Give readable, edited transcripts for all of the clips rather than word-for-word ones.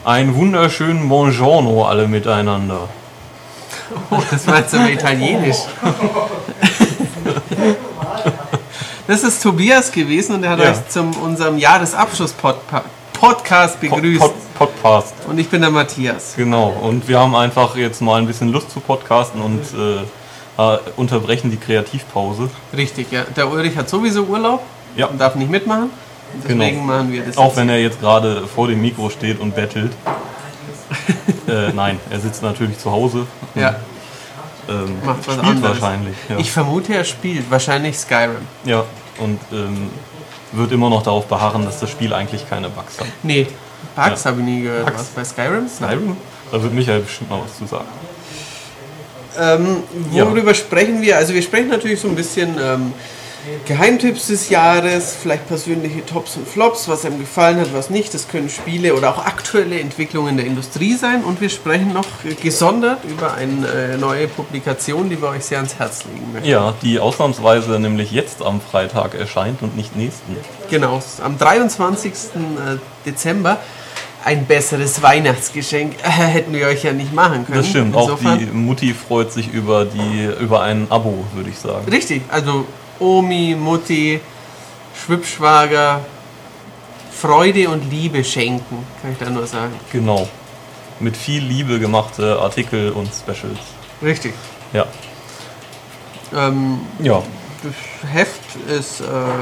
Einen wunderschönen Buongiorno alle miteinander. Oh, das war jetzt aber italienisch. Das ist Tobias gewesen und er hat euch zu unserem Jahresabschluss-Podcast begrüßt. Podcast. Und ich bin der Matthias. Genau, und wir haben einfach jetzt mal ein bisschen Lust zu podcasten und unterbrechen die Kreativpause. Richtig, ja. Der Ulrich hat sowieso Urlaub und darf nicht mitmachen. Deswegen machen wir das. Auch wenn er jetzt gerade vor dem Mikro steht und bettelt. Nein, er sitzt natürlich zu Hause. Ja. Macht was anderes. Wahrscheinlich. Ja. Ich vermute, er spielt wahrscheinlich Skyrim. Ja, und wird immer noch darauf beharren, dass das Spiel eigentlich keine Bugs hat. Nee, Bugs habe ich nie gehört. Was bei Skyrim? Skyrim? Da wird Michael bestimmt mal was zu sagen. Worüber sprechen wir? Also wir sprechen natürlich so ein bisschen Geheimtipps des Jahres, vielleicht persönliche Tops und Flops, was einem gefallen hat, was nicht. Das können Spiele oder auch aktuelle Entwicklungen der Industrie sein. Und wir sprechen noch gesondert über eine neue Publikation, die wir euch sehr ans Herz legen möchten. Ja, die ausnahmsweise nämlich jetzt am Freitag erscheint und nicht nächsten. Genau, am 23. Dezember. Ein besseres Weihnachtsgeschenk hätten wir euch ja nicht machen können. Das stimmt, insofern, auch die Mutti freut sich über ein Abo, würde ich sagen. Richtig, also Omi, Mutti, Schwibschwager, Freude und Liebe schenken, kann ich da nur sagen. Genau, mit viel Liebe gemachte Artikel und Specials. Richtig. Ja. Das Heft ist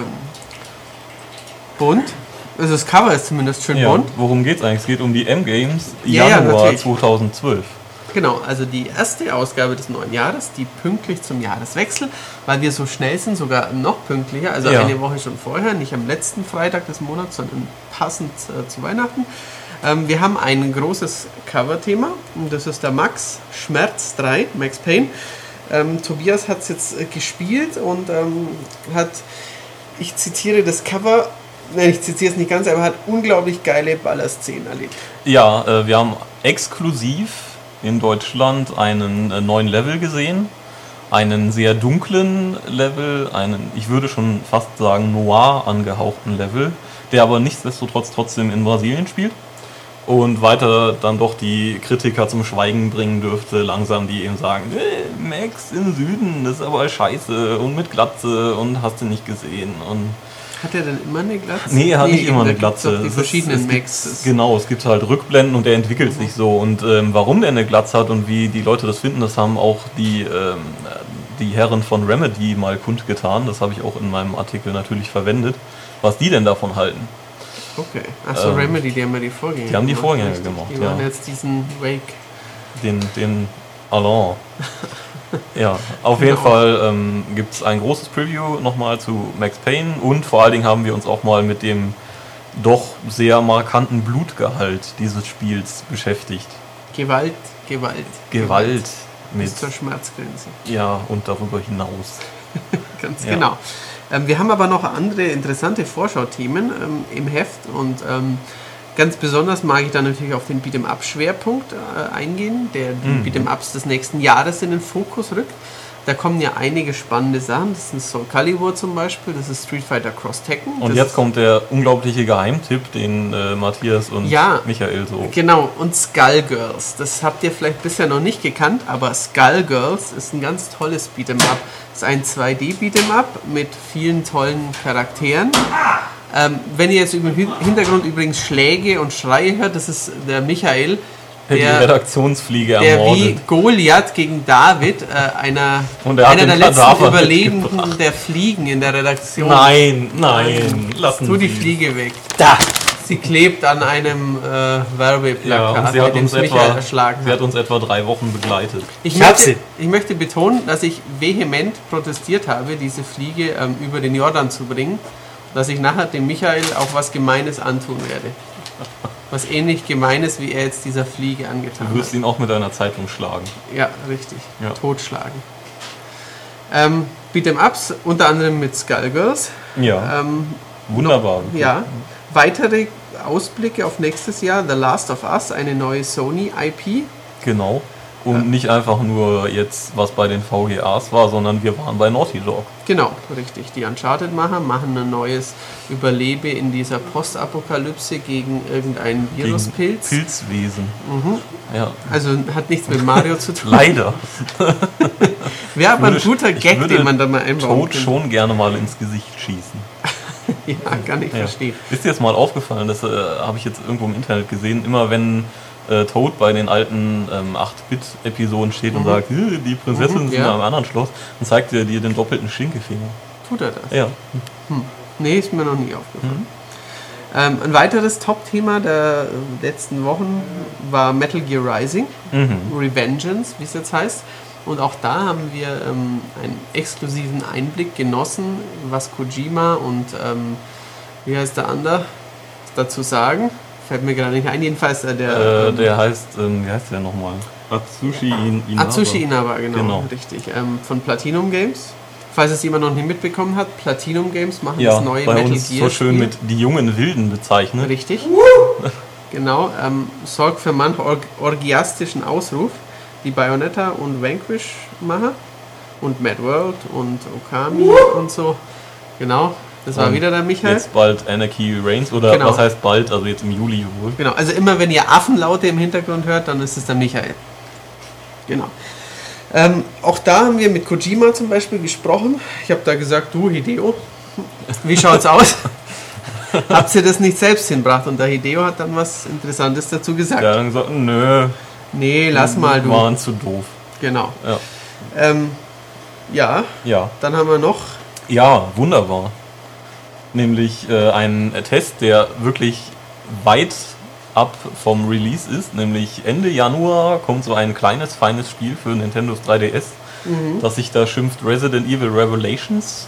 bunt. Also das Cover ist zumindest schön bunt. Worum geht es eigentlich? Es geht um die M-Games Januar 2012. Genau, also die erste Ausgabe des neuen Jahres, die pünktlich zum Jahreswechsel, weil wir so schnell sind, sogar noch pünktlicher, also eine Woche schon vorher, nicht am letzten Freitag des Monats, sondern passend zu Weihnachten. Wir haben ein großes Cover-Thema und das ist der Max Schmerz 3, Max Payne. Tobias hat es jetzt gespielt und hat, ich zitiere das Cover, nein, ich zitiere es nicht ganz, aber hat unglaublich geile Ballerszenen erlebt. Ja, wir haben exklusiv in Deutschland einen neuen Level gesehen, einen sehr dunklen Level, einen, ich würde schon fast sagen, noir angehauchten Level, der aber nichtsdestotrotz trotzdem in Brasilien spielt und weiter dann doch die Kritiker zum Schweigen bringen dürfte, langsam, die eben sagen, Max im Süden, das ist aber scheiße und mit Glatze und hast du nicht gesehen und hat er denn immer eine Glatze? Nee, er hat nicht immer eine Glatze. Die verschiedenen Max. Genau, es gibt halt Rückblenden und der entwickelt sich so. Und warum der eine Glatze hat und wie die Leute das finden, das haben auch die Herren von Remedy mal kundgetan. Das habe ich auch in meinem Artikel natürlich verwendet. Was die denn davon halten. Okay. Achso, Remedy, die haben ja die Vorgänger gemacht. Die haben die Vorgänger gemacht, Die machen jetzt diesen Wake. Den Alain. Ja, auf jeden Fall gibt es ein großes Preview nochmal zu Max Payne und vor allen Dingen haben wir uns auch mal mit dem doch sehr markanten Blutgehalt dieses Spiels beschäftigt. Gewalt. Bis zur Schmerzgrenze. Ja, und darüber hinaus. Ganz genau. Wir haben aber noch andere interessante Vorschauthemen im Heft und ganz besonders mag ich dann natürlich auf den Beat'em-up-Schwerpunkt eingehen, der die Beat'em-ups des nächsten Jahres in den Fokus rückt. Da kommen ja einige spannende Sachen. Das ist Soul Calibur zum Beispiel, das ist Street Fighter Cross Tekken. Und jetzt kommt der unglaubliche Geheimtipp, den Matthias und Michael so... Genau, und Skullgirls. Das habt ihr vielleicht bisher noch nicht gekannt, aber Skullgirls ist ein ganz tolles Beat'em-up. Das ist ein 2D-Beat'em-up mit vielen tollen Charakteren. Wenn ihr jetzt im Hintergrund übrigens Schläge und Schreie hört, das ist der Michael, die Redaktionsfliege der ermordet. wie Goliath gegen David, einer der letzten Kadaver Überlebenden der Fliegen in der Redaktion. Nein, lassen tu Sie die Fliege weg. Da! Sie klebt an einem Werbeplakat, sie hat uns erschlagen hat. Sie hat uns etwa 3 Wochen begleitet. Ich möchte betonen, dass ich vehement protestiert habe, diese Fliege über den Jordan zu bringen, dass ich nachher dem Michael auch was Gemeines antun werde. Was ähnlich Gemeines, wie er jetzt dieser Fliege angetan hat. Du wirst ihn auch mit einer Zeitung schlagen. Ja, richtig. Ja. Totschlagen. Beat'em-ups, unter anderem mit Skullgirls. Ja, wunderbar. Ja, weitere Ausblicke auf nächstes Jahr. The Last of Us, eine neue Sony-IP. Genau. Und nicht einfach nur jetzt, was bei den VGAs war, sondern wir waren bei Naughty Dog. Genau, richtig. Die Uncharted-Macher machen ein neues Überlebe in dieser Postapokalypse gegen irgendeinen Viruspilz. Pilzwesen. Ja. Also hat nichts mit Mario zu tun. Leider. Wäre aber ein guter Gag, den man da mal einbauen Toad schon gerne mal ins Gesicht schießen. Ja, kann ich verstehen. Ist dir jetzt mal aufgefallen, das habe ich jetzt irgendwo im Internet gesehen, immer wenn Toad bei den alten 8-Bit-Episoden steht und sagt, die Prinzessin sind am anderen Schloss, dann zeigt er dir den doppelten Stinkefinger. Tut er das? Ja. Nee, ist mir noch nie aufgefallen. Ein weiteres Top-Thema der letzten Wochen war Metal Gear Rising, Revengeance, wie es jetzt heißt. Und auch da haben wir einen exklusiven Einblick genossen, was Kojima und wie heißt der andere dazu sagen. Fällt mir gerade nicht ein. Jedenfalls der heißt, wie heißt der nochmal? Atsushi Inaba. Atsushi Inaba, genau. Richtig. Von Platinum Games. Falls es jemand noch nicht mitbekommen hat, Platinum Games machen das neue bei Metal uns Gear so schön mit die jungen Wilden bezeichnet. Richtig. Genau. Sorgt für manch orgiastischen Ausruf. Die Bayonetta und Vanquish Macher und Mad World und Okami und so. Genau. Das war wieder der Michael. Jetzt bald Anarchy Reigns oder was heißt bald, also jetzt im Juli wohl. Genau, also immer wenn ihr Affenlaute im Hintergrund hört, dann ist es der Michael. Genau. Auch da haben wir mit Kojima zum Beispiel gesprochen. Ich habe da gesagt, du Hideo, wie schaut's aus? Habt ihr das nicht selbst hinbracht? Und der Hideo hat dann was Interessantes dazu gesagt. Der hat dann gesagt, nö. Nee, lass mal, du. Waren zu doof. Genau. Ja. Dann haben wir noch... Ja, wunderbar. Nämlich ein Test, der wirklich weit ab vom Release ist. Nämlich Ende Januar kommt so ein kleines, feines Spiel für Nintendos 3DS, das sich da schimpft Resident Evil Revelations.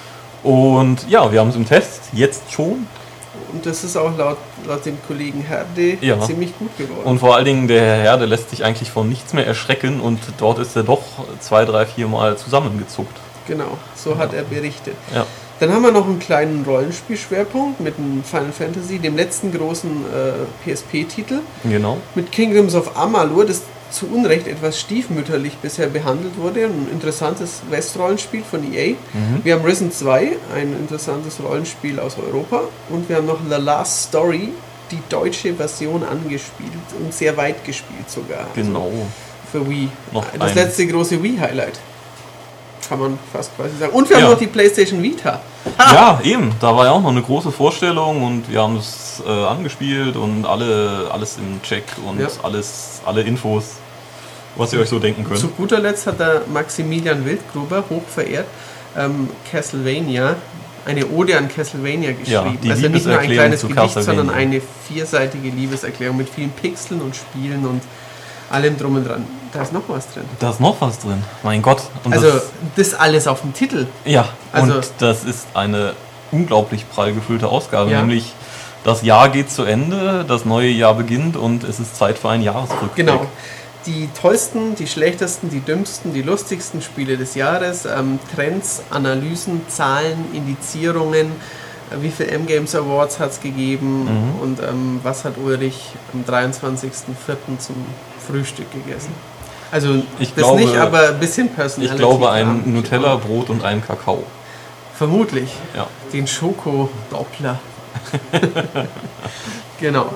Und ja, wir haben es im Test jetzt schon. Und das ist auch laut dem Kollegen Herde ziemlich gut geworden. Und vor allen Dingen, der Herr Herde lässt sich eigentlich von nichts mehr erschrecken und dort ist er doch 2, 3, 4 Mal zusammengezuckt. Genau, so hat er berichtet. Ja. Dann haben wir noch einen kleinen Rollenspielschwerpunkt mit dem Final Fantasy, dem letzten großen PSP-Titel. Genau. Mit Kingdoms of Amalur, das zu Unrecht etwas stiefmütterlich bisher behandelt wurde. Ein interessantes West-Rollenspiel von EA. Wir haben Risen 2, ein interessantes Rollenspiel aus Europa. Und wir haben noch The Last Story, die deutsche Version angespielt und sehr weit gespielt sogar. Genau. Also für Wii. Das letzte große Wii-Highlight. Kann man fast quasi sagen. Und wir haben noch die PlayStation Vita. Ja, eben. Da war ja auch noch eine große Vorstellung und wir haben es angespielt und alles im Check und alle Infos, was ihr euch so denken könnt. Zu guter Letzt hat der Maximilian Wildgruber, hochverehrt, Castlevania, eine Ode an Castlevania geschrieben. Die also nicht nur ein kleines Gedicht, sondern Castlevania. eine 4-seitige Liebeserklärung mit vielen Pixeln und Spielen und allem drum und dran. Da ist noch was drin. Da ist noch was drin, mein Gott. Und also das alles auf dem Titel. Ja, also, und das ist eine unglaublich prall gefüllte Ausgabe, nämlich das Jahr geht zu Ende, das neue Jahr beginnt und es ist Zeit für einen Jahresrückblick. Genau. Die tollsten, die schlechtesten, die dümmsten, die lustigsten Spiele des Jahres, Trends, Analysen, Zahlen, Indizierungen, wie viele M-Games Awards hat es gegeben und was hat Ulrich am 23.04. zum Frühstück gegessen. Also ich glaube, nicht, aber ein bisschen Personality. Ich glaube ein Nutella-Brot und ein Kakao. Vermutlich. Ja. Den Schoko-Doppler. Genau.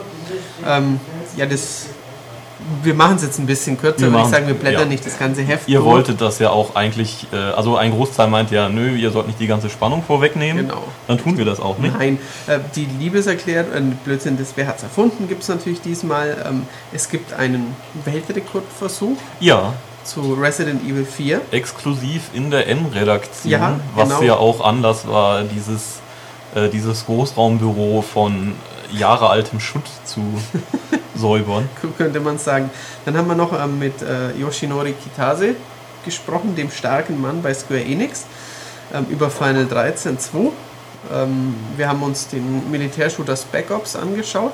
Wir machen es jetzt ein bisschen kürzer, würde ich sagen, wir blättern nicht das ganze Heft. Ihr wolltet das ja auch eigentlich, also ein Großteil meint ja, nö, ihr sollt nicht die ganze Spannung vorwegnehmen. Genau. Dann tun wir das auch nicht. Nein, die Liebeserklärung, Blödsinn, das Wer hat's erfunden, gibt es natürlich diesmal. Es gibt einen Weltrekordversuch. Ja. Zu Resident Evil 4. Exklusiv in der M-Redaktion, ja, genau. Was ja auch Anlass war, dieses Großraumbüro von jahrealtem Schutt zu säubern. Könnte man sagen. Dann haben wir noch mit Yoshinori Kitase gesprochen, dem starken Mann bei Square Enix, über Final 13 2. Wir haben uns den Militärshooter Spec Ops angeschaut.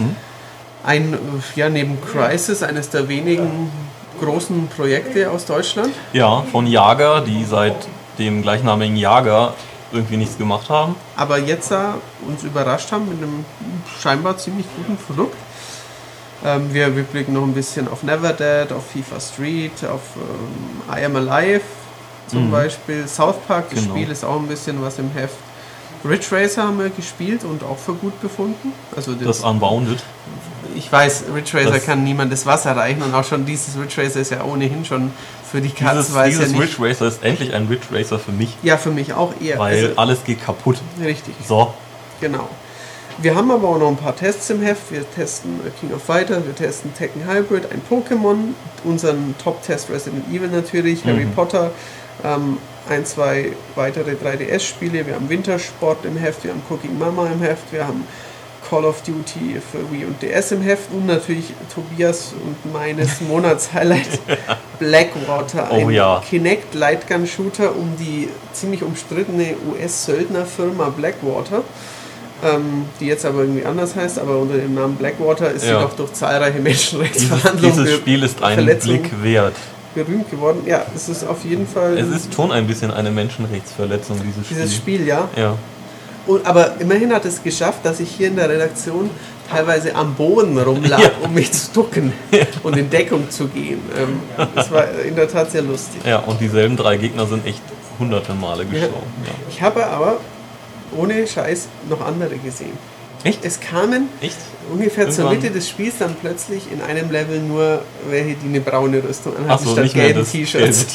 Neben Crysis, eines der wenigen großen Projekte aus Deutschland. Ja, von Jager, die seit dem gleichnamigen Jager irgendwie nichts gemacht haben. Aber jetzt uns überrascht haben mit einem scheinbar ziemlich guten Produkt. Wir blicken noch ein bisschen auf Never Dead, auf FIFA Street, auf I Am Alive zum Beispiel. South Park, das Spiel ist auch ein bisschen was im Heft. Ridge Racer haben wir gespielt und auch für gut befunden. Also das Unbounded. Ich weiß, Ridge Racer kann niemand das Wasser reichen und auch schon dieses Ridge Racer ist ja ohnehin schon für die Katz. Dieses Ridge Racer ist endlich ein Ridge Racer für mich. Ja, für mich auch eher. Weil also, alles geht kaputt. Richtig. So. Genau. Wir haben aber auch noch ein paar Tests im Heft. Wir testen King of Fighters, wir testen Tekken Hybrid, ein Pokémon, unseren Top-Test Resident Evil natürlich, Harry Potter, ein, zwei weitere 3DS-Spiele, wir haben Wintersport im Heft, wir haben Cooking Mama im Heft, wir haben Call of Duty für Wii und DS im Heft und natürlich Tobias und meines Monatshighlight Blackwater, ein Kinect Lightgun Shooter um die ziemlich umstrittene US-Söldnerfirma Blackwater, die jetzt aber irgendwie anders heißt, aber unter dem Namen Blackwater ist sie doch durch zahlreiche Menschenrechtsverhandlungen. Dieses Spiel ist ein Blick wert. Berühmt geworden. Ja, es ist auf jeden Fall... Es ist schon ein bisschen eine Menschenrechtsverletzung, dieses Spiel. Ja. Ja. Aber immerhin hat es geschafft, dass ich hier in der Redaktion teilweise am Boden rumlag, um mich zu ducken und in Deckung zu gehen. Das war in der Tat sehr lustig. Ja, und dieselben 3 Gegner sind echt hunderte Male gestorben. Ja. Ich habe aber ohne Scheiß noch andere gesehen. Echt? Es kamen ungefähr zur Mitte des Spiels dann plötzlich in einem Level nur welche, die eine braune Rüstung anhatten, statt gelben T-Shirts.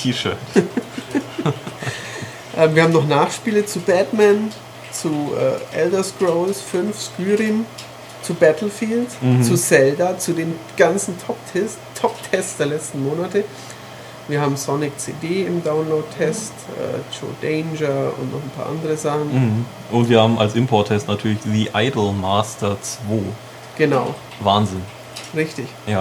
Wir haben noch Nachspiele zu Batman, zu Elder Scrolls 5, Skyrim, zu Battlefield, zu Zelda, zu den ganzen Top-Tests der letzten Monate. Wir haben Sonic CD im Download-Test, Joe Danger und noch ein paar andere Sachen. Und wir haben als Import-Test natürlich The Idolmaster 2. Genau. Wahnsinn. Richtig. Ja.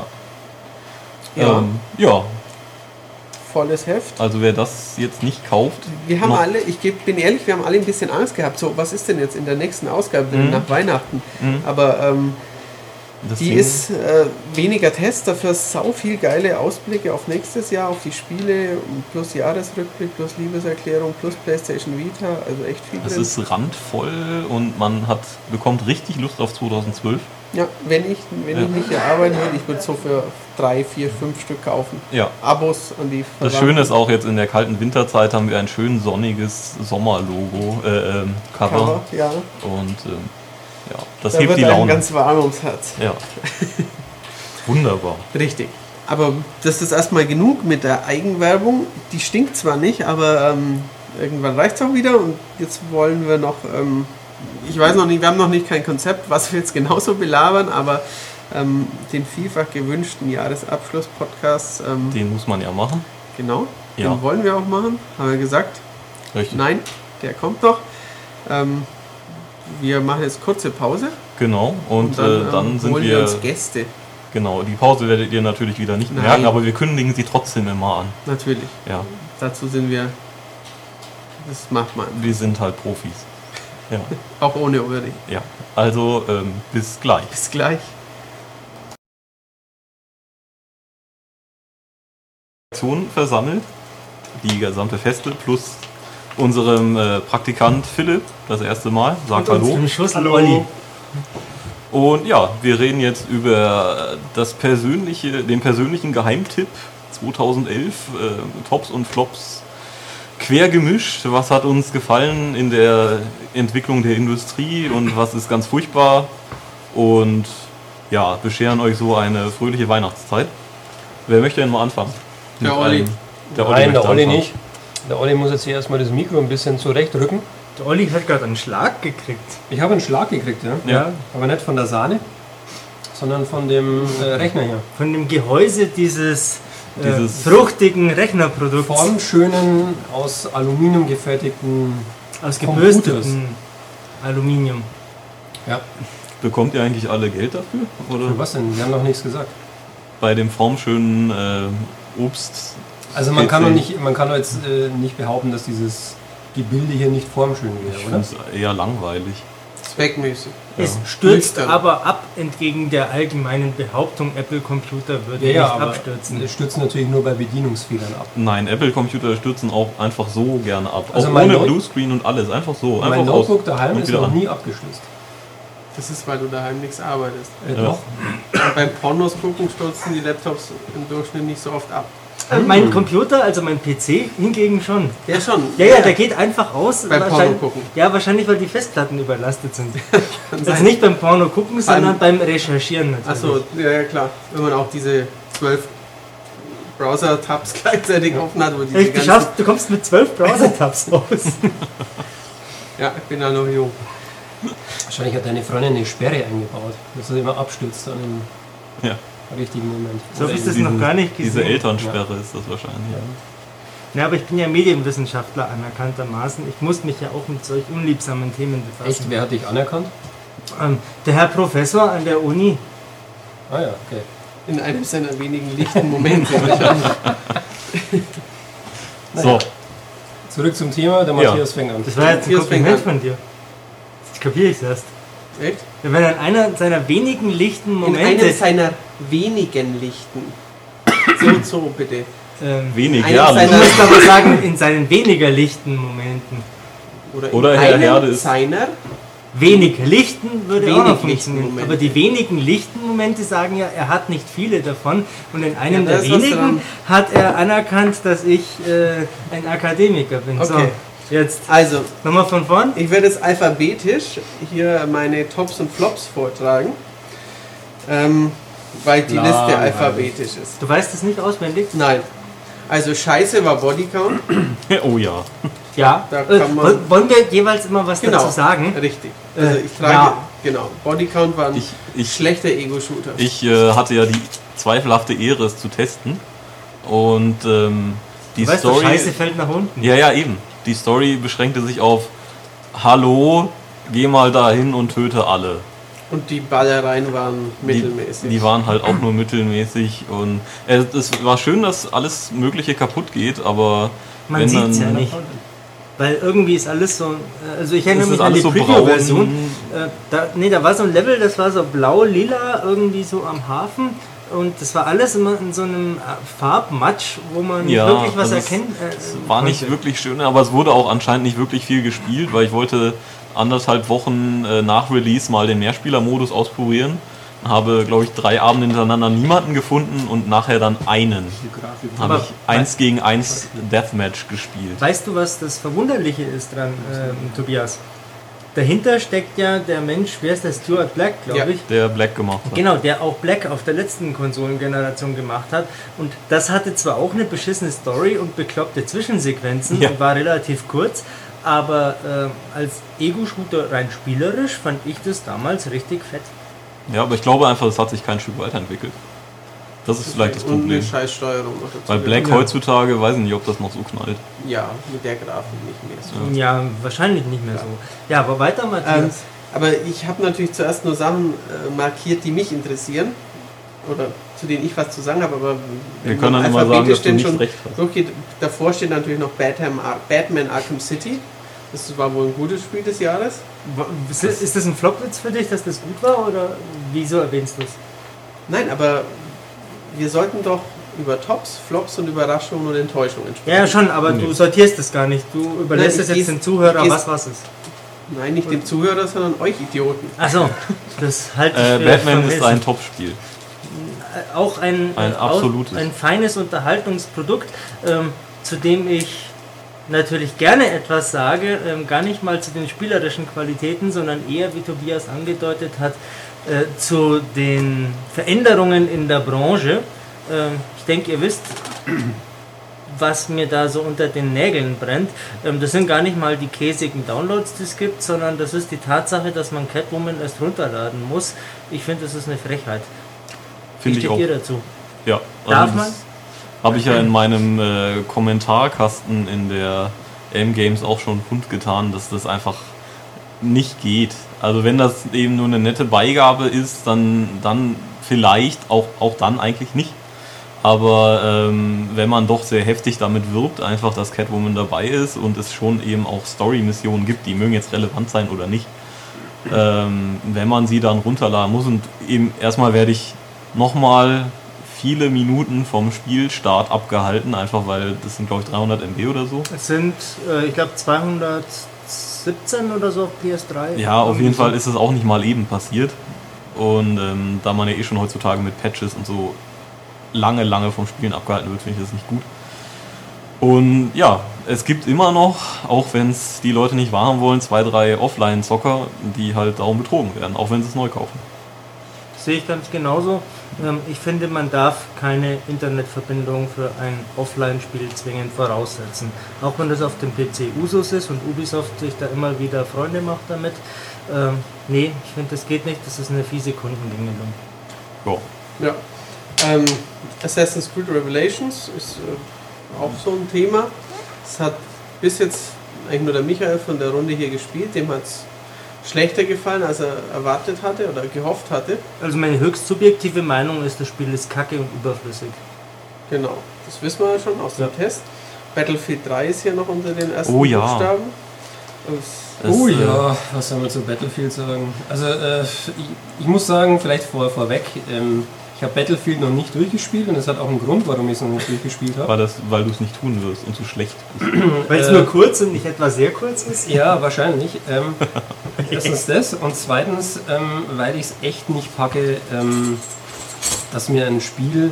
Ja. Volles Heft. Also wer das jetzt nicht kauft... Wir haben alle, bin ehrlich, wir haben alle ein bisschen Angst gehabt. So, was ist denn jetzt in der nächsten Ausgabe nach Weihnachten? Aber... die ist weniger Tests, dafür sau viel geile Ausblicke auf nächstes Jahr, auf die Spiele, plus Jahresrückblick, plus Liebeserklärung, plus PlayStation Vita, also echt viel drin. Es ist randvoll und man bekommt richtig Lust auf 2012. Ja, wenn ich nicht hier arbeiten würde, ich würde so für 3, 4, 5 Stück kaufen. Ja. Abos an die Verwandten. Das Schöne ist auch, jetzt in der kalten Winterzeit haben wir ein schön sonniges Sommerlogo, Cover. Ja. Und ja, das da hebt wird die Laune. Ganz warm ums Herz. Ja. Wunderbar. Richtig. Aber das ist erstmal genug mit der Eigenwerbung. Die stinkt zwar nicht, aber irgendwann reicht es auch wieder. Und jetzt wollen wir noch, ich weiß noch nicht, wir haben noch nicht kein Konzept, was wir jetzt genauso belabern, aber den vielfach gewünschten Jahresabschluss-Podcast. Den muss man ja machen. Genau, den wollen wir auch machen, haben wir gesagt. Richtig. Nein, der kommt noch. Wir machen jetzt kurze Pause. Genau, und dann sind wir uns Gäste. Genau, die Pause werdet ihr natürlich wieder nicht merken, aber wir kündigen sie trotzdem immer an. Natürlich. Ja. Dazu sind wir, das macht man. Wir sind halt Profis. Ja. Auch ohne Ulrich. Ja, also bis gleich. Bis gleich. Versammelt, die gesamte Feste plus unserem Praktikant Philipp, das erste Mal, sagt Hallo. Zum Schluss Olli. Und ja, wir reden jetzt über den persönlichen Geheimtipp 2011, Tops und Flops quer gemischt. Was hat uns gefallen in der Entwicklung der Industrie und was ist ganz furchtbar? Und ja, bescheren euch so eine fröhliche Weihnachtszeit. Wer möchte denn mal anfangen? Der Olli. Nein, der Olli nicht. Der Olli muss jetzt hier erstmal das Mikro ein bisschen zurechtrücken. Der Olli hat gerade einen Schlag gekriegt. Ich habe einen Schlag gekriegt, ja. Aber nicht von der Sahne, sondern von dem Rechner hier. Von dem Gehäuse dieses fruchtigen Rechnerprodukts. Formschönen, aus Aluminium gefertigten, aus gebürsteten Aluminium. Ja. Bekommt ihr eigentlich alle Geld dafür? Oder? Für was denn? Wir haben noch nichts gesagt. Bei dem formschönen Obst. Also man kann doch jetzt nicht behaupten, dass die Bilder hier nicht formschön wäre, oder? Ich finde es eher langweilig. Zweckmäßig. Es stürzt aber ab, entgegen der allgemeinen Behauptung, Apple-Computer würde nicht abstürzen. Es stürzt natürlich nur bei Bedienungsfehlern ab. Nein, Apple-Computer stürzen auch einfach so gerne ab. Also auch ohne Bluescreen und alles, einfach so. Mein Notebook daheim ist noch nie abgestürzt. Das ist, weil du daheim nichts arbeitest. Doch. Und beim Pornos gucken stürzen die Laptops im Durchschnitt nicht so oft ab. Mein Computer, also mein PC, hingegen schon. Ja, schon. Ja, der geht einfach aus. Beim Porno gucken. Ja, wahrscheinlich, weil die Festplatten überlastet sind. Also nicht beim Porno gucken, sondern beim Recherchieren natürlich. Achso, ja, klar. Wenn man auch diese 12 Browser-Tabs gleichzeitig offen hat. Wo diese du kommst mit 12 Browser-Tabs raus. Ja, ich bin da noch jung. Wahrscheinlich hat deine Freundin eine Sperre eingebaut, dass er immer abstürzt dann im richtigen Moment. So habe ich das noch gar nicht gesehen. Diese Elternsperre ist das wahrscheinlich. Ja, aber ich bin ja Medienwissenschaftler anerkanntermaßen. Ich muss mich ja auch mit solch unliebsamen Themen befassen. Echt? Wer hat dich anerkannt? Der Herr Professor an der Uni. Ah ja, okay. In einem seiner wenigen lichten Momente. So. Zurück zum Thema, der Matthias fängt an. Das war jetzt ein Kompliment von dir. Jetzt kapiere ich es erst. Echt? Wenn er in einer seiner wenigen lichten Momente... In einem seiner wenigen lichten. So, bitte. Wenig, Du musst aber sagen, in seinen weniger lichten Momenten. Oder in Herr einem Herde ist... Wenig lichten würde auch noch funktionieren. Momente. Aber die wenigen lichten Momente sagen ja, er hat nicht viele davon. Und in einem Ja, der wenigen hat er anerkannt, dass ich ein Akademiker bin. Okay. So, jetzt Also, nochmal von vorn. ich werde jetzt alphabetisch hier meine Tops und Flops vortragen. Weil die Liste alphabetisch ist. Du weißt es nicht auswendig? Nein. Also Scheiße war Bodycount. Oh ja. Ja. Da kann man wollen wir jeweils immer was dazu sagen? Richtig. Also ich trage, Bodycount war ein Ich- schlechter Ego-Shooter. Ich hatte ja die zweifelhafte Ehre, es zu testen. Und die Weißt du, Story... Scheiße fällt nach unten. Ja, eben. Die Story beschränkte sich auf: Hallo, geh mal dahin und töte alle. Und die Ballereien waren mittelmäßig. Die waren halt auch nur mittelmäßig. Und es war schön, dass alles Mögliche kaputt geht, aber Man wenn sieht dann... es ja nicht. Weil irgendwie ist alles so. Also ich erinnere Es mich ist an die alles so Preview-Version. braun. Da war so ein Level, das war so blau-lila, irgendwie so am Hafen. Und das war alles immer in so einem Farbmatsch, wo man nicht Ja, wirklich was also erkennt. Es war nicht wirklich schön, aber es wurde auch anscheinend nicht wirklich viel gespielt, weil ich wollte 1,5 Wochen nach Release mal den Mehrspieler-Modus ausprobieren. Habe, glaube ich, 3 Abende hintereinander niemanden gefunden und nachher dann einen. Habe ich 1 gegen 1 Deathmatch gespielt. Weißt du, was das Verwunderliche ist dran, Tobias? Dahinter steckt ja der Mensch, wer ist der? Stuart Black, glaube ich. Der Black gemacht hat. Genau, der auch Black auf der letzten Konsolengeneration gemacht hat. Und das hatte zwar auch eine beschissene Story und bekloppte Zwischensequenzen und war relativ kurz, aber als Ego-Shooter rein spielerisch fand ich das damals richtig fett. Ja, aber ich glaube einfach, es hat sich kein Stück weiterentwickelt. Das ist vielleicht das Und eine Problem. Scheißsteuerung noch dazu. Weil Black heutzutage, weiß ich nicht, ob das noch so knallt. Ja, mit der Grafik nicht mehr so. Ja, wahrscheinlich nicht mehr so. Ja, aber weiter, Matthias. Aber ich habe natürlich zuerst nur Sachen markiert, die mich interessieren. Oder zu denen ich was zu sagen habe, aber Wir können dann immer sagen, dass du nicht recht hast. durchgeht, davor steht natürlich noch Batman Arkham City. Das war wohl ein gutes Spiel des Jahres. Ist das ein Flopwitz für dich, dass das gut war, oder wieso erwähnst du es? Nein, aber wir sollten doch über Tops, Flops und Überraschungen und Enttäuschungen sprechen. Ja, schon, aber du sortierst es gar nicht. Du überlässt es jetzt dem Zuhörer, was ist. Nein, nicht dem Zuhörer, sondern euch Idioten. Achso, das halte ich für Batman ist vermessen. ein Top-Spiel. Auch ein absolutes. ein feines Unterhaltungsprodukt, zu dem ich natürlich gerne etwas sage, gar nicht mal zu den spielerischen Qualitäten, sondern eher, wie Tobias angedeutet hat, zu den Veränderungen in der Branche. Ich denke, ihr wisst, was mir da so unter den Nägeln brennt. Das sind gar nicht mal die käsigen Downloads, die es gibt, sondern das ist die Tatsache, dass man Catwoman erst runterladen muss. Ich finde, das ist eine Frechheit. Finde ich auch. Ihr dazu? Ja. Darf man? Habe ich ja in meinem Kommentarkasten in der M-Games auch schon kundgetan, dass das einfach nicht geht. Also wenn das eben nur eine nette Beigabe ist, dann vielleicht, auch dann eigentlich nicht. Aber wenn man doch sehr heftig damit wirbt, einfach, dass Catwoman dabei ist und es schon eben auch Story-Missionen gibt, die mögen jetzt relevant sein oder nicht, wenn man sie dann runterladen muss, und eben erstmal werde ich nochmal viele Minuten vom Spielstart abgehalten, einfach weil das sind, glaube ich, 300 MB oder so. Es sind, ich glaube, 240 2017 oder so auf PS3. Ja, auf jeden Fall ist es auch nicht mal eben passiert. Und da man ja schon heutzutage mit Patches und so lange vom Spielen abgehalten wird, finde ich das nicht gut. Und ja, es gibt immer noch, auch wenn es die Leute nicht wahrhaben wollen, 2, 3 Offline-Zocker, die halt darum betrogen werden, auch wenn sie es neu kaufen. Das sehe ich ganz genauso. Ich finde, man darf keine Internetverbindung für ein Offline-Spiel zwingend voraussetzen. Auch wenn das auf dem PC Usus ist und Ubisoft sich da immer wieder Freunde macht damit. Nee, ich finde, das geht nicht. Das ist eine fiese Kundengängelung. Ja. Assassin's Creed Revelations ist auch so ein Thema. Es hat bis jetzt eigentlich nur der Michael von der Runde hier gespielt. Dem hat es schlechter gefallen, als er erwartet hatte oder gehofft hatte. Also meine höchst subjektive Meinung ist, das Spiel ist kacke und überflüssig. Genau, das wissen wir ja schon aus dem Test. Battlefield 3 ist hier noch unter den ersten Buchstaben. Ja, was soll man zu Battlefield sagen? Also ich muss sagen, vielleicht vorweg, ich habe Battlefield noch nicht durchgespielt und es hat auch einen Grund, warum ich es noch nicht durchgespielt habe. Weil du es nicht tun wirst und zu schlecht bist. Weil es nur kurz und nicht etwa sehr kurz ist? Ja, wahrscheinlich. Erstens das und zweitens, weil ich es echt nicht packe, dass mir ein Spiel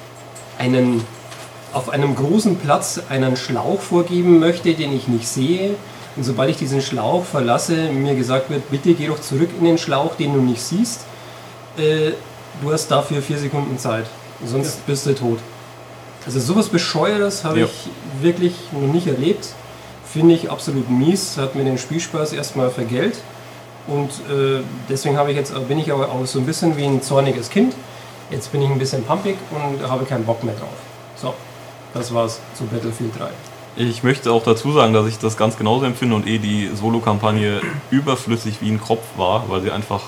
auf einem großen Platz einen Schlauch vorgeben möchte, den ich nicht sehe. Und sobald ich diesen Schlauch verlasse, mir gesagt wird, bitte geh doch zurück in den Schlauch, den du nicht siehst. Du hast dafür 4 Sekunden Zeit, sonst bist du tot. Also sowas Bescheuertes habe ich wirklich noch nicht erlebt. Finde ich absolut mies, hat mir den Spielspaß erstmal vergällt. Und deswegen bin ich aber auch so ein bisschen wie ein zorniges Kind. Jetzt bin ich ein bisschen pumpig und habe keinen Bock mehr drauf. So, das war's zu Battlefield 3. Ich möchte auch dazu sagen, dass ich das ganz genauso empfinde und die Solo-Kampagne überflüssig wie ein Kropf war, weil sie einfach...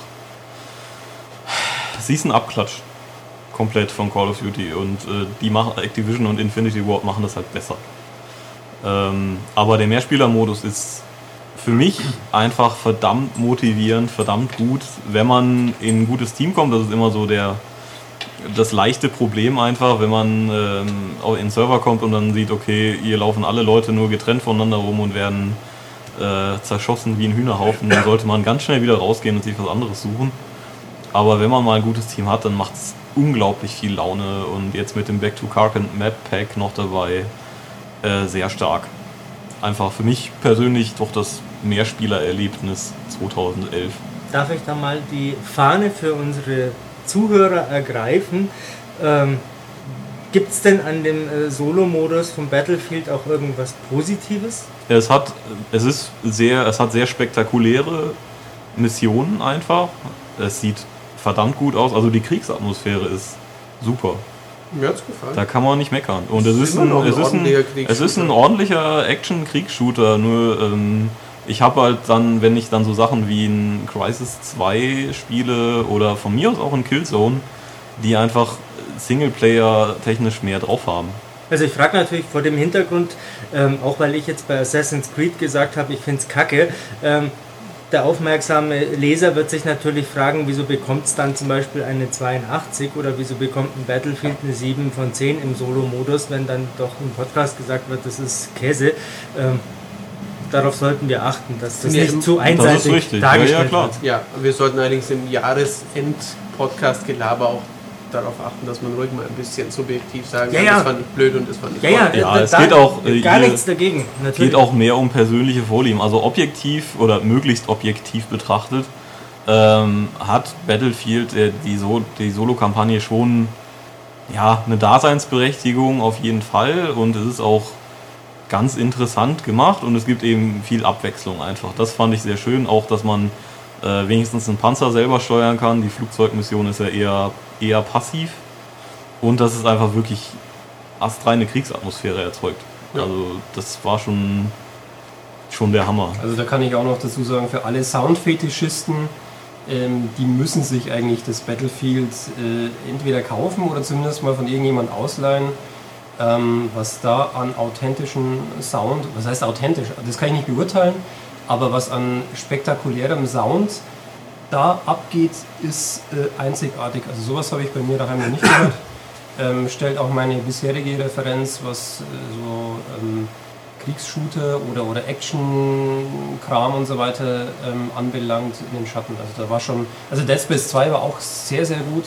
Sie ist ein Abklatsch komplett von Call of Duty und Activision und Infinity Ward machen das halt besser. Aber der Mehrspieler-Modus ist für mich einfach verdammt motivierend, verdammt gut, wenn man in ein gutes Team kommt. Das ist immer so das leichte Problem einfach, wenn man in den Server kommt und dann sieht, okay, hier laufen alle Leute nur getrennt voneinander rum und werden zerschossen wie ein Hühnerhaufen, dann sollte man ganz schnell wieder rausgehen und sich was anderes suchen. Aber wenn man mal ein gutes Team hat, dann macht es unglaublich viel Laune und jetzt mit dem Back to Karkand Map Pack noch dabei sehr stark. Einfach für mich persönlich doch das Mehrspielererlebnis 2011. Darf ich da mal die Fahne für unsere Zuhörer ergreifen? Gibt es denn an dem Solo-Modus von Battlefield auch irgendwas Positives? Es hat sehr spektakuläre Missionen einfach. Es sieht verdammt gut aus. Also die Kriegsatmosphäre ist super. Mir hat's gefallen. Da kann man nicht meckern. Und es ist ein ordentlicher Action-Kriegsshooter. Nur ich habe halt dann, wenn ich dann so Sachen wie ein Crysis 2 spiele oder von mir aus auch ein Killzone, die einfach Singleplayer technisch mehr drauf haben. Also ich frage natürlich vor dem Hintergrund, auch weil ich jetzt bei Assassin's Creed gesagt habe, ich finde es kacke, der aufmerksame Leser wird sich natürlich fragen, wieso bekommt es dann zum Beispiel eine 82 oder wieso bekommt ein Battlefield eine 7 von 10 im Solo-Modus, wenn dann doch im Podcast gesagt wird, das ist Käse. Darauf sollten wir achten, dass das nicht zu einseitig dargestellt wird. Ja, wir sollten allerdings im Jahresend-Podcast-Gelaber auch darauf achten, dass man ruhig mal ein bisschen subjektiv sagen kann, das fand ich blöd und das fand ich es geht auch gar nichts dagegen. Es geht auch mehr um persönliche Vorlieben. Also objektiv oder möglichst objektiv betrachtet hat Battlefield die Solo-Kampagne schon eine Daseinsberechtigung auf jeden Fall und es ist auch ganz interessant gemacht und es gibt eben viel Abwechslung einfach. Das fand ich sehr schön, auch dass man wenigstens einen Panzer selber steuern kann. Die Flugzeugmission ist ja eher passiv und dass es einfach wirklich astreine Kriegsatmosphäre erzeugt. Ja. Also das war schon der Hammer. Also da kann ich auch noch dazu sagen, für alle Soundfetischisten, die müssen sich eigentlich das Battlefield entweder kaufen oder zumindest mal von irgendjemand ausleihen, was da an authentischen Sound, was heißt authentisch, das kann ich nicht beurteilen, aber was an spektakulärem Sound da abgeht, ist einzigartig. Also sowas habe ich bei mir daheim noch nicht gehört. Stellt auch meine bisherige Referenz, was Kriegsshooter oder Action-Kram und so weiter anbelangt in den Schatten. Also da war schon, also Dead Space 2 war auch sehr, sehr gut,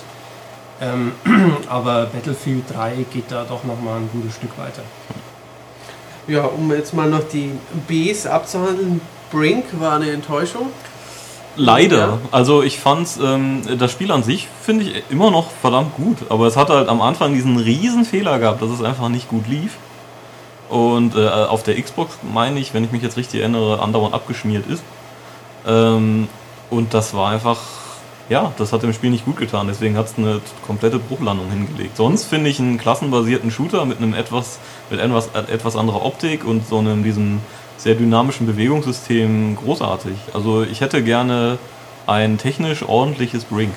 aber Battlefield 3 geht da doch nochmal ein gutes Stück weiter. Ja, um jetzt mal noch die Bs abzuhandeln, Brink war eine Enttäuschung. Leider. Ja. Also ich fand das Spiel an sich finde ich immer noch verdammt gut, aber es hat halt am Anfang diesen riesen Fehler gehabt, dass es einfach nicht gut lief. Und auf der Xbox, meine ich, wenn ich mich jetzt richtig erinnere, andauernd abgeschmiert ist. Und das war einfach, ja, das hat dem Spiel nicht gut getan, deswegen hat es eine komplette Bruchlandung hingelegt. Sonst finde ich einen klassenbasierten Shooter mit etwas anderer Optik und diesem sehr dynamischen Bewegungssystem großartig. Also ich hätte gerne ein technisch ordentliches Brink.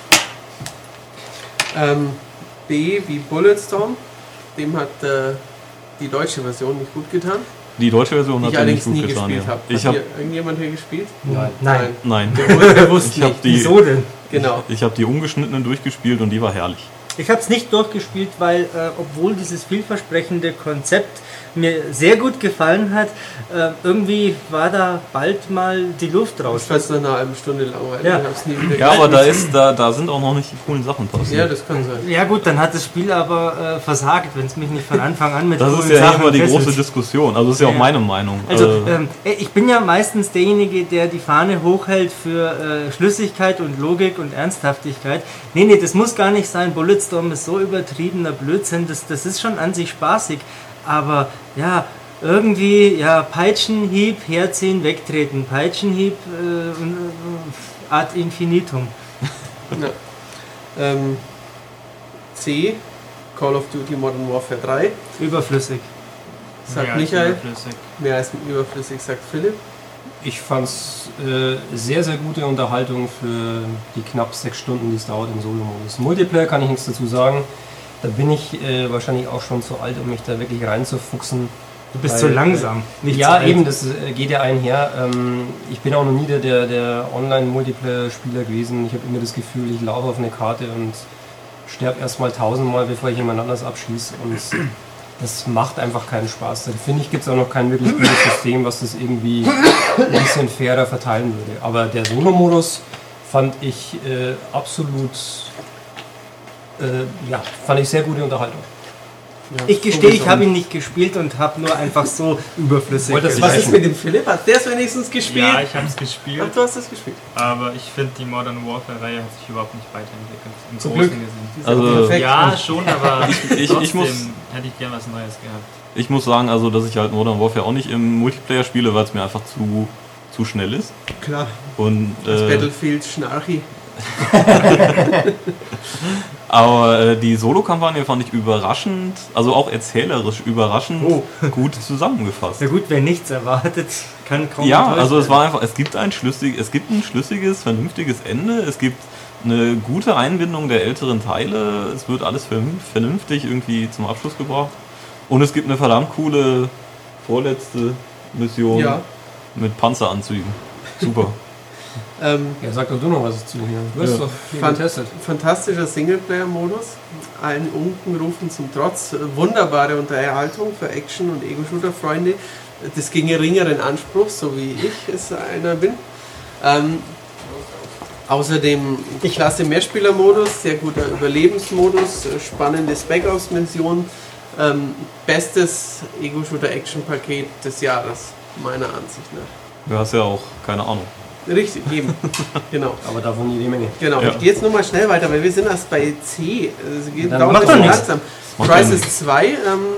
B wie Bulletstorm, dem hat die deutsche Version nicht gut getan. Die deutsche Version hat ich nicht gut nie getan. gespielt Ja. habe. Hat hier irgendjemand hier gespielt? Nein. Bewusst Ich hab nicht. die- Wieso denn? Genau. Ich habe die ungeschnittenen durchgespielt und die war herrlich. Ich habe es nicht durchgespielt, weil obwohl dieses vielversprechende Konzept mir sehr gut gefallen hat, irgendwie war da bald mal die Luft raus. Ich fand es nach einer halben Stunde langweilig. Ja. Ich hab's nie wieder Ja, aber gespielt. da sind auch noch nicht die coolen Sachen Ja, passiert. das kann sein. Ja gut, dann hat das Spiel aber versagt, wenn es mich nicht von Anfang an mit Das coolen ist ja Sachen immer die fesselt. große Diskussion. Also das ist ja auch Ja. meine Meinung. Also ich bin ja meistens derjenige, der die Fahne hochhält für Schlüssigkeit und Logik und Ernsthaftigkeit. Nee, das muss gar nicht sein. Bulletstorm ist so übertriebener Blödsinn, das ist schon an sich spaßig. Aber ja, irgendwie, ja, Peitschenhieb, herziehen, wegtreten. Peitschenhieb ad infinitum. Ja. C, Call of Duty Modern Warfare 3, Überflüssig. sagt Michael. Mehr als überflüssig, sagt Philipp. Ich fand es sehr, sehr gute Unterhaltung für die knapp 6 Stunden, die es dauert im Solo-Modus. Multiplayer kann ich nichts dazu sagen. Da bin ich wahrscheinlich auch schon zu alt, um mich da wirklich reinzufuchsen. Du bist Weil, zu langsam. Nicht Ja, zu alt. eben, das geht ja einher. Ich bin auch noch nie der Online-Multiplayer-Spieler gewesen. Ich habe immer das Gefühl, ich laufe auf eine Karte und sterbe erstmal 1000-mal, bevor ich jemand anders abschieße. Und das macht einfach keinen Spaß. Da finde ich, gibt es auch noch kein wirklich gutes System, was das irgendwie ein bisschen fairer verteilen würde. Aber der Solo-Modus fand ich absolut, fand ich sehr gute Unterhaltung. Ja, Ich gestehe, ich habe ihn nicht gespielt und habe nur einfach so überflüssig. Wollte das Was gespielt. ist mit dem Philipp? Hat der es wenigstens gespielt? Ja, ich habe es Ach, gespielt, du hast es gespielt. aber ich finde, die Modern Warfare-Reihe hat sich überhaupt nicht weiterentwickelt. Im Zum Großen Glück. gesehen. Also Perfekt. Ja, schon, aber ich trotzdem muss- hätte ich gern was Neues gehabt. ich muss sagen, also dass ich halt Modern Warfare auch nicht im Multiplayer spiele, weil es mir einfach zu schnell ist. Klar. Und Das Battlefield Schnarchi. aber die Solo-Kampagne fand ich überraschend, also auch erzählerisch überraschend gut zusammengefasst. Ja gut, wer nichts erwartet, kann kaum Ja, enttäuscht also es werden. war einfach, es gibt ein schlüssiges, vernünftiges Ende, es gibt eine gute Einbindung der älteren Teile, es wird alles vernünftig irgendwie zum Abschluss gebracht und es gibt eine verdammt coole vorletzte Mission Ja. mit Panzeranzügen. Super. Ja, sag doch du noch was zu hier. Du hast Ja. doch viel Fand- getestet. Fantastischer Singleplayer-Modus. Allen Unkenrufen zum Trotz. Wunderbare Unterhaltung für Action- und Ego-Shooter-Freunde des geringeren Anspruchs, so wie ich es einer bin. Außerdem klasse Mehrspieler-Modus, sehr guter Überlebensmodus, spannende Spec-Ops-Mission. Bestes Ego-Shooter-Action-Paket des Jahres, meiner Ansicht nach. Du hast ja auch keine Ahnung. Richtig, eben. Genau. Aber davon jede Menge. Genau, Ja. ich gehe jetzt nur mal schnell weiter, weil wir sind erst bei C. Es geht Dann dauert mach ein doch bisschen nichts. langsam. Macht doch Crysis 2,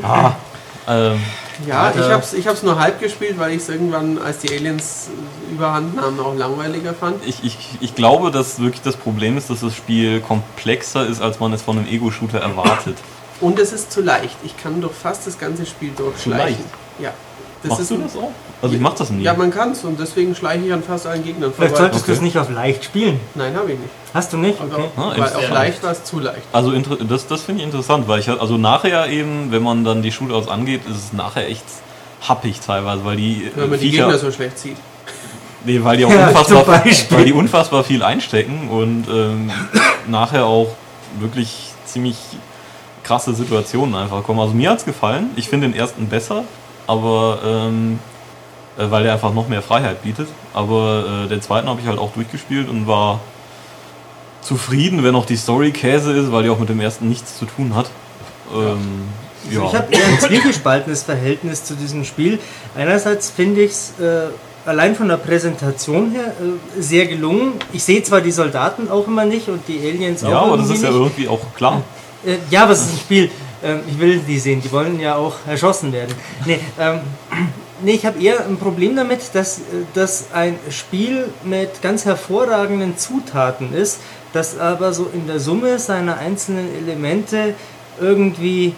ja, Alter. ich hab's nur halb gespielt, weil ich es irgendwann, als die Aliens überhand nahmen, auch langweiliger fand. ich glaube, dass wirklich das Problem ist, dass das Spiel komplexer ist, als man es von einem Ego-Shooter erwartet. Und es ist zu leicht. Ich kann doch fast das ganze Spiel durchschleichen. leicht? Ja. Das Machst ist du ein- das auch? Also ich mach das nie. Ja, man kann es und deswegen schleiche ich an fast allen Gegnern Vielleicht vorbei. solltest du es nicht auf leicht spielen. Nein, habe ich nicht. Hast du nicht? Also, Okay. Ah, weil interessant. auf leicht war es zu leicht. Also das finde ich interessant, weil also nachher eben, wenn man dann die Shootouts angeht, ist es nachher echt happig teilweise, weil die Wenn man die Viecher, Gegner so schlecht sieht. nee, weil die auch Ja, unfassbar, zum Beispiel. weil die unfassbar viel einstecken und nachher auch wirklich ziemlich krasse Situationen einfach kommen. Also mir hat's gefallen. Ich finde den ersten besser, aber weil der einfach noch mehr Freiheit bietet. Aber den zweiten habe ich halt auch durchgespielt und war zufrieden, wenn auch die Story Käse ist, weil die auch mit dem ersten nichts zu tun hat. Ich habe eher ein zwiegespaltenes Verhältnis zu diesem Spiel. Einerseits finde ich es allein von der Präsentation her sehr gelungen. Ich sehe zwar die Soldaten auch immer nicht und die Aliens auch ja, aber das ist nicht. ja irgendwie auch klar. Ja, aber es ist ein Spiel. Ich will die sehen. Die wollen ja auch erschossen werden. Nee, ich habe eher ein Problem damit, dass das ein Spiel mit ganz hervorragenden Zutaten ist, das aber so in der Summe seiner einzelnen Elemente irgendwie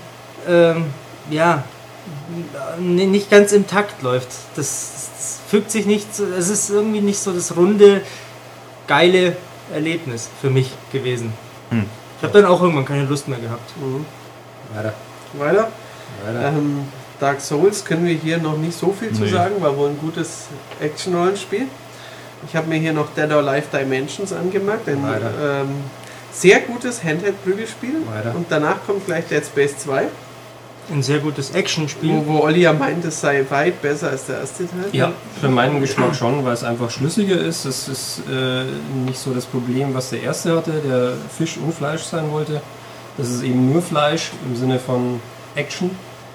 nicht ganz im Takt läuft. Das fügt sich nicht, es ist irgendwie nicht so das runde, geile Erlebnis für mich gewesen. Ich habe dann auch irgendwann keine Lust mehr gehabt. Weiter? Dark Souls können wir hier noch nicht so viel zu sagen, war wohl ein gutes Action-Rollenspiel. Ich habe mir hier noch Dead or Alive Dimensions angemerkt, ein sehr gutes Handheld-Prügelspiel. Und danach kommt gleich Dead Space 2. Ein sehr gutes Actionspiel. Wo Olli ja meint, es sei weit besser als der erste Teil. Ja, für meinen Geschmack schon, weil es einfach schlüssiger ist. Es ist nicht so das Problem, was der erste hatte, der Fisch und Fleisch sein wollte. Das ist eben nur Fleisch im Sinne von Action.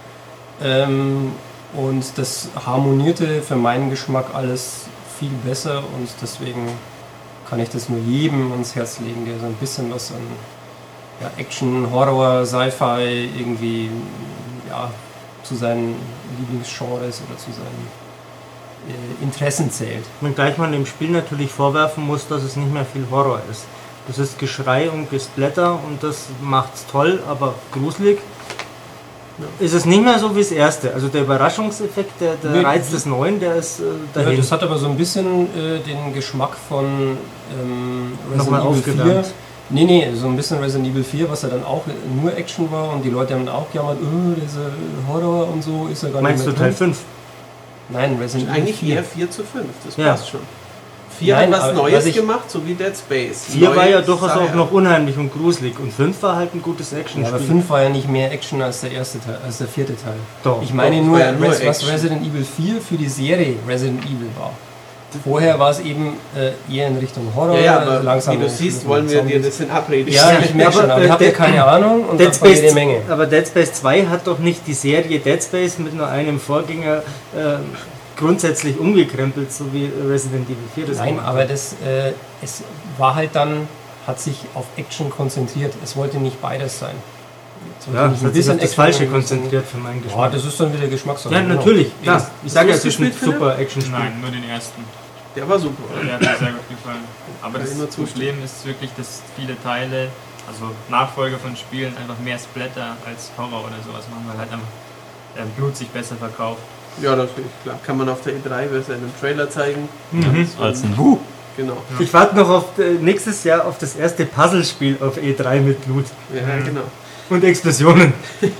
Und das harmonierte für meinen Geschmack alles viel besser und deswegen kann ich das nur jedem ans Herz legen, der so ein bisschen was an Action, Horror, Sci-Fi irgendwie zu seinen Lieblingsgenres oder zu seinen Interessen zählt. Wenngleich man dem Spiel natürlich vorwerfen muss, dass es nicht mehr viel Horror ist. Das ist Geschrei und Gesplatter und das macht's toll, aber gruselig ist es nicht mehr so wie das erste. Also der Überraschungseffekt, der Reiz des Neuen, der ist dahin. Ja, das hat aber so ein bisschen den Geschmack von Nochmal Resident Evil 4. aufgewärmt. Nee, so ein bisschen Resident Evil 4, was ja dann auch nur Action war und die Leute haben auch gejammert, diese Horror und so ist ja gar Meinst nicht du mehr Teil 5? Nein, Resident Evil Eigentlich 4. eher 4:5, das Ja. passt schon. 4 Nein, hat was aber Neues was ich- gemacht, so wie Dead Space. 4 war ja durchaus Sache. auch noch unheimlich und gruselig und 5 war halt ein gutes Ja, Actionspiel. aber 5 war ja nicht mehr Action als der erste Teil, als der vierte Teil. Doch. Ich meine Doch, nur, war ja nur was Action. Resident Evil 4 für die Serie Resident Evil war. Vorher war es eben eher in Richtung Horror, Ja, aber langsam. wie du siehst, wollen wir dir das in Abrede Ja, stellen. ich merke schon, aber ich habe ja keine Ahnung und Dead davon jede Space, Menge. aber Dead Space 2 hat doch nicht die Serie Dead Space mit nur einem Vorgänger grundsätzlich umgekrempelt, so wie Resident Evil 4 das Nein, gemacht aber hat. es war halt dann, hat sich auf Action konzentriert. Es wollte nicht beides sein. Es wollte Ja, nicht das hat sich auf das Action Falsche und ein bisschen- konzentriert für meinen Ja, Geschmack. das ist dann wieder Geschmackssache. Ja, natürlich, klar. Ja. Ich sage ja, Hast es du ist ein gespielt, super Actionspiel. Nein, nur den ersten. Der war super. Der hat mir sehr gut gefallen. Aber Kann das ich nur zustimmen. Problem ist wirklich, dass viele Teile, also Nachfolger von Spielen, einfach mehr Splatter als Horror oder sowas machen, weil halt einfach Blut sich besser verkauft. Ja, natürlich, klar. Kann man auf der E3 besser in einem Trailer zeigen. Als ein Genau. Ich warte noch auf nächstes Jahr auf das erste Puzzlespiel auf E3 mit Blut Ja, genau. und Explosionen.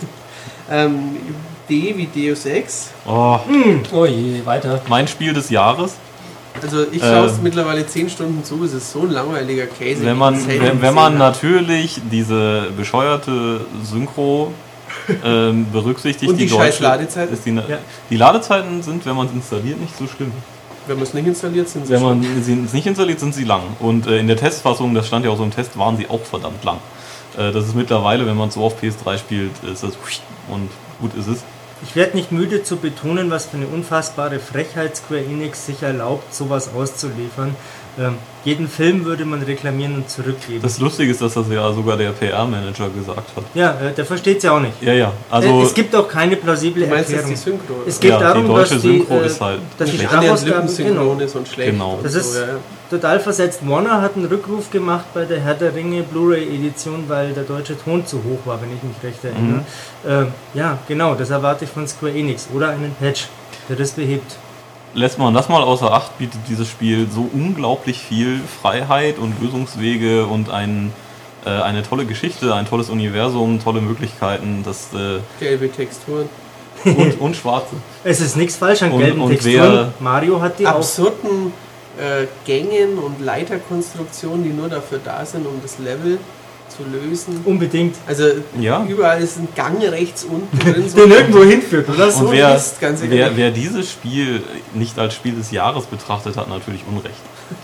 D wie Deus Ex. Oh, Oh je, weiter. mein Spiel des Jahres. Also ich schaue es mittlerweile 10 Stunden zu, es ist so ein langweiliger Käse. Wenn man, wie ich selten wenn man gesehen habe. natürlich diese bescheuerte Synchro berücksichtigt, Und die scheiß Ladezeiten? ist die Ladezeiten sind, wenn man es installiert, nicht so schlimm. Wenn man es nicht installiert, sind sie Wenn schon. man sie nicht installiert, sind sie lang. Und in der Testfassung, das stand ja auch so im Test, waren sie auch verdammt lang. Das ist mittlerweile, wenn man es so auf PS3 spielt, ist das und gut ist es. Ich werde nicht müde zu betonen, was für eine unfassbare Frechheit Square Enix sich erlaubt, sowas auszuliefern. Jeden Film würde man reklamieren und zurückgeben. Das Lustige ist, dass das ja sogar der PR-Manager gesagt hat. Ja, der versteht es ja auch nicht. Ja. Also Es gibt auch keine plausible Du meinst jetzt Erklärung. die Synchro? Es geht Ja, die darum, deutsche dass die, Synchro ist halt dass die schlecht. Annähernd Sprachausgaben, lippensynchron ist und schlecht. Genau. Und Das ist so, ja. total versetzt. Warner hat einen Rückruf gemacht bei der Herr der Ringe Blu-ray-Edition, weil der deutsche Ton zu hoch war, wenn ich mich recht erinnere. Ja, genau, das erwarte ich von Square Enix. Oder einen Patch, der das behebt. Lässt man das mal außer Acht, bietet dieses Spiel so unglaublich viel Freiheit und Lösungswege und eine tolle Geschichte, ein tolles Universum, tolle Möglichkeiten, das Gelbe Texturen. und schwarze. Es ist nichts falsch an Und- gelben und Texturen. Mario hat die auch. Absurden Gängen und Leiterkonstruktionen, die nur dafür da sind, um das Level zu lösen. Unbedingt. Also Ja. überall ist ein Gang rechts unten drin. Den irgendwo hinführt, oder? Und so wer, ist ganz ehrlich. wer dieses Spiel nicht als Spiel des Jahres betrachtet, hat natürlich Unrecht.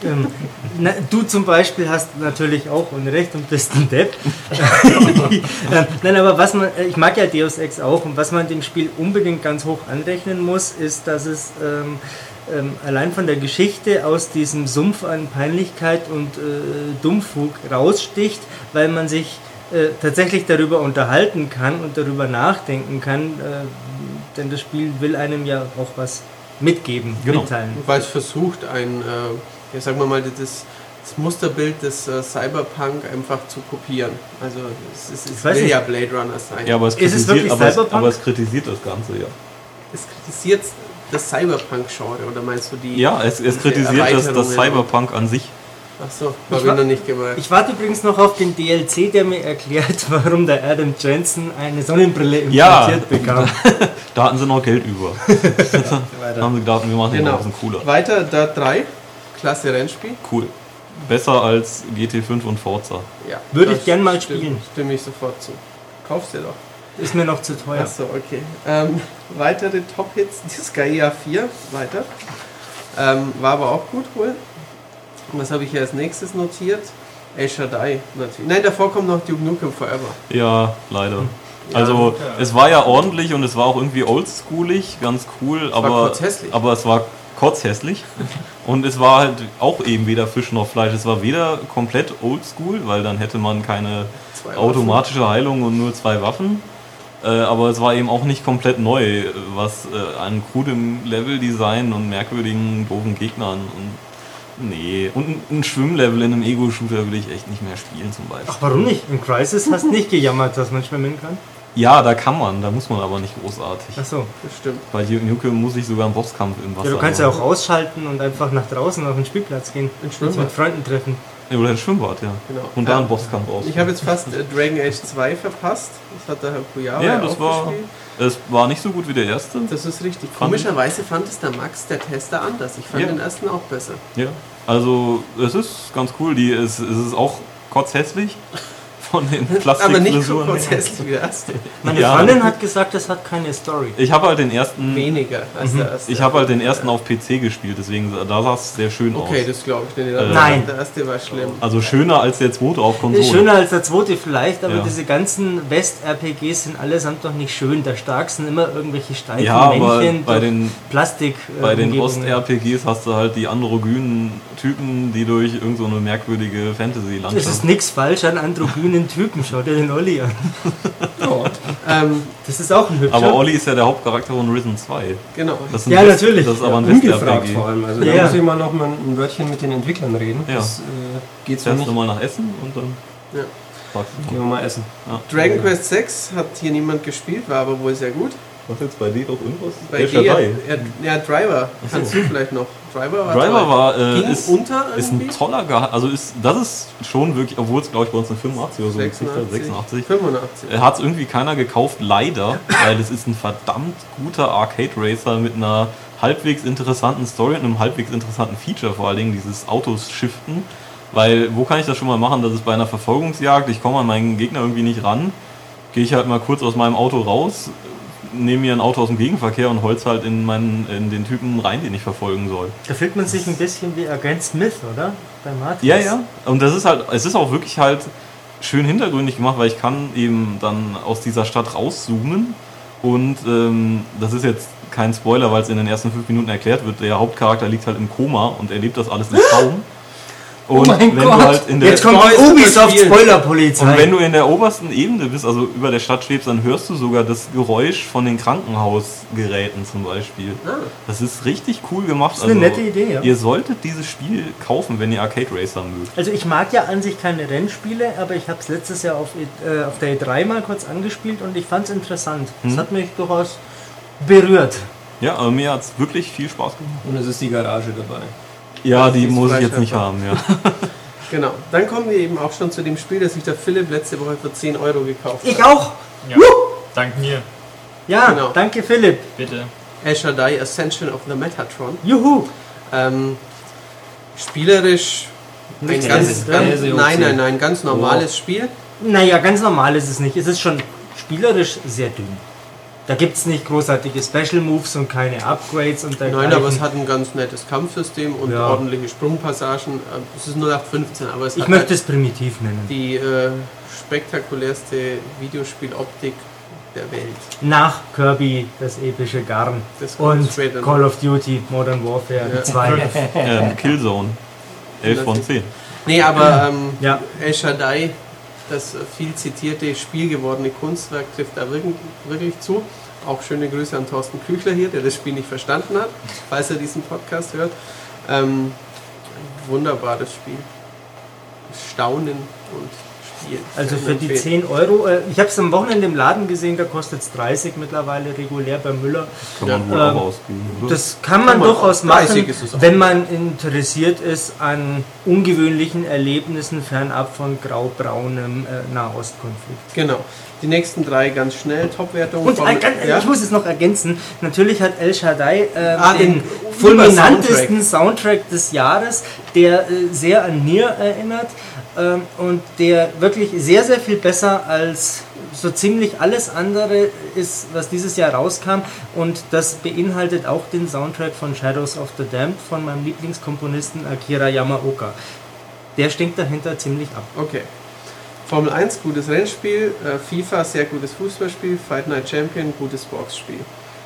Du zum Beispiel hast natürlich auch Unrecht und bist ein Depp. Nein, aber ich mag ja Deus Ex auch, und was man dem Spiel unbedingt ganz hoch anrechnen muss, ist, dass es allein von der Geschichte aus diesem Sumpf an Peinlichkeit und Dummfug raussticht, weil man sich tatsächlich darüber unterhalten kann und darüber nachdenken kann, denn das Spiel will einem ja auch was mitgeben, mitteilen. Weil es versucht, sagen wir mal, das Musterbild des Cyberpunk einfach zu kopieren. Also es will ja Blade Runner sein. Ja, aber es Ist es wirklich Cyberpunk? aber es kritisiert das Ganze, ja. Es kritisiert das Cyberpunk-Genre, oder meinst du die? Ja, es kritisiert das Cyberpunk an sich. Achso, habe ich noch nicht gemerkt. Ich warte übrigens noch auf den DLC, der mir erklärt, warum der Adam Jensen eine Sonnenbrille implantiert bekam. Da hatten sie noch Geld über. Da haben sie gedacht, wir machen den noch ein bisschen cooler. Weiter, Dirt 3, klasse Rennspiel. Cool. Besser als GT5 und Forza. Ja, Würde ich gern mal spielen. Stimme ich sofort zu. Kaufst du doch. Ist mir noch zu teuer. Achso, okay. Weitere Top-Hits, die Skyria 4, weiter. War aber auch gut wohl. Was habe ich hier als nächstes notiert? El Shaddai natürlich. Nein, davor kommt noch Duke Nukem Forever. Ja, leider. Also es war ja ordentlich und es war auch irgendwie oldschoolig, ganz cool, aber es war kotzhässlich. Und es war halt auch eben weder Fisch noch Fleisch. Es war weder komplett oldschool, weil dann hätte man keine automatische Heilung und nur 2 Waffen. Aber es war eben auch nicht komplett neu, was an krudem Leveldesign und merkwürdigen, doofen Gegnern und ein Schwimmlevel in einem Ego-Shooter will ich echt nicht mehr spielen zum Beispiel. Ach, warum nicht? In Crysis hast du nicht gejammert, dass man schwimmen kann? Ja, da kann man, da muss man aber nicht großartig. Ach so. Das stimmt. Bei Duke Nukem muss ich sogar einen Bosskampf im Wasser. Ja, du kannst ja auch ausschalten und einfach nach draußen auf den Spielplatz gehen. Ein Uns mit Freunden treffen. Ja, oder ein Schwimmbad, ja. Genau. Und da einen Bosskampf aus. Ich habe jetzt fast Dragon Age 2 verpasst. Das hat der Herr Kujara Ja, auch gespielt. es war nicht so gut wie der erste. Das ist richtig. Komischerweise fand es der Max, der Tester, anders. Ich fand den ersten auch besser. Ja, also es ist ganz cool. Es ist auch kotzhässlich von den Plastikfrisuren. Aber nicht so hässlich wie der erste. Meine Freundin hat gesagt, es hat keine Story. Ich habe halt den ersten. Weniger als der erste. Ich habe halt den ersten auf PC gespielt, deswegen da sah es sehr schön aus. Okay, das glaube ich nicht. Nein. Der erste war schlimm. Also schöner als der zweite auf Konsole. Schöner als der zweite vielleicht, aber Ja. diese ganzen West-RPGs sind allesamt doch nicht schön. Da stark sind immer irgendwelche steifen Ja, aber Männchen bei durch den Plastik. Bei den Umgebungen. Ost-RPGs hast du halt die androgynen Typen, die durch irgend so eine merkwürdige Fantasy-Landschaft... Es ist nichts falsch an androgynen Typen. Schau dir den Olli an. Das ist auch ein hübscher. Aber Olli ist ja der Hauptcharakter von Risen 2. Genau. Das ist Ja, natürlich. Das ist aber ein Ungefragt West-RPG. vor allem. Also Ja. da muss ich mal noch mal ein Wörtchen mit den Entwicklern reden. Ja. Das geht so Fährst nicht. du mal nach Essen und dann Ja. fragst du Gehen wir mal essen. Dragon Quest 6 hat hier niemand gespielt, war aber wohl sehr gut. Was jetzt bei dir auch irgendwas? Bei dir, ja, Driver. Kannst du vielleicht noch? Driver war toll. Ging unter ist ein irgendwie? toller das ist schon wirklich, obwohl es glaube ich bei uns eine 85 oder so gekriegt hat, 86. 85. Hat es irgendwie keiner gekauft, leider, weil es ist ein verdammt guter Arcade Racer mit einer halbwegs interessanten Story und einem halbwegs interessanten Feature, vor allen Dingen dieses Autos shiften. Weil, wo kann ich das schon mal machen? Das ist bei einer Verfolgungsjagd, ich komme an meinen Gegner irgendwie nicht ran, gehe ich halt mal kurz aus meinem Auto raus, nehme mir ein Auto aus dem Gegenverkehr und holz halt in den Typen rein, den ich verfolgen soll. Da fühlt man sich ein bisschen wie Agent Smith, oder? Bei Martin. Ja, ja. Und das ist halt, es ist auch wirklich halt schön hintergründig gemacht, weil ich kann eben dann aus dieser Stadt rauszoomen und das ist jetzt kein Spoiler, weil es in den ersten 5 Minuten erklärt wird, der Hauptcharakter liegt halt im Koma und erlebt das alles im Traum. Und mein wenn Gott. du halt in der Jetzt kommt die Ubisoft-Spoiler-Polizei. und wenn du in der obersten Ebene bist, also über der Stadt schwebst, dann hörst du sogar das Geräusch von den Krankenhausgeräten zum Beispiel. Das ist richtig cool gemacht. Das ist eine nette Idee, ja. Ihr solltet dieses Spiel kaufen, wenn ihr Arcade Racer mögt. Also ich mag ja an sich keine Rennspiele, aber ich habe es letztes Jahr auf der E3 mal kurz angespielt und ich fand es interessant. Das hat mich durchaus berührt. Ja, aber mir hat es wirklich viel Spaß gemacht. Und es ist die Garage dabei. Ja, die ist muss ich vielleicht jetzt nicht einfach- haben, ja. Genau. Dann kommen wir eben auch schon zu dem Spiel, das sich der Philipp letzte Woche für 10 Euro gekauft hat. Ich auch. Ja, dank mir, Ja, Genau. danke Philipp. bitte. El Shaddai Ascension of the Metatron. Juhu. Spielerisch ein Nichts ganz, Käse, ganz, Käse und nein, Zähne. ganz normales Spiel. Naja, ganz normal ist es nicht. Es ist schon spielerisch sehr dünn. Da gibt es nicht großartige Special Moves und keine Upgrades und dergleichen. Nein, aber es hat ein ganz nettes Kampfsystem und Ja. ordentliche Sprungpassagen. Es ist 0815, aber es Ich hat möchte halt es primitiv nennen. die spektakulärste Videospieloptik der Welt. Nach Kirby, das epische Garn. Das kommt Und später noch. Call of Duty, Modern Warfare Ja. 2. Killzone. 11 von 10. Nee, aber Ja. El Shaddai, das viel zitierte, spielgewordene Kunstwerk, trifft da wirklich zu. Auch schöne Grüße an Thorsten Küchler hier, der das Spiel nicht verstanden hat, falls er diesen Podcast hört. Wunderbares Spiel. Staunen und Spielen. Also Kann für ich die empfehlen. 10 Euro, ich habe es am Wochenende im Laden gesehen, da kostet es 30 mittlerweile regulär bei Müller. Kann man wohl auch ausgeben, oder? Das kann man man durchaus auch. 30 machen, ist es auch. wenn man interessiert ist an ungewöhnlichen Erlebnissen fernab von graubraunem Nahostkonflikt. Genau. Die nächsten 3 ganz schnell, Top-Wertungen. Und von- ich muss es noch ergänzen, natürlich hat El Shaddai den den fulminantesten Soundtrack des Jahres, der sehr an Nier erinnert und der wirklich sehr, sehr viel besser als so ziemlich alles andere ist, was dieses Jahr rauskam, und das beinhaltet auch den Soundtrack von Shadows of the Damned von meinem Lieblingskomponisten Akira Yamaoka. Der stinkt dahinter ziemlich ab. Okay. Formel 1, gutes Rennspiel. FIFA, sehr gutes Fußballspiel. Fight Night Champion, gutes Boxspiel.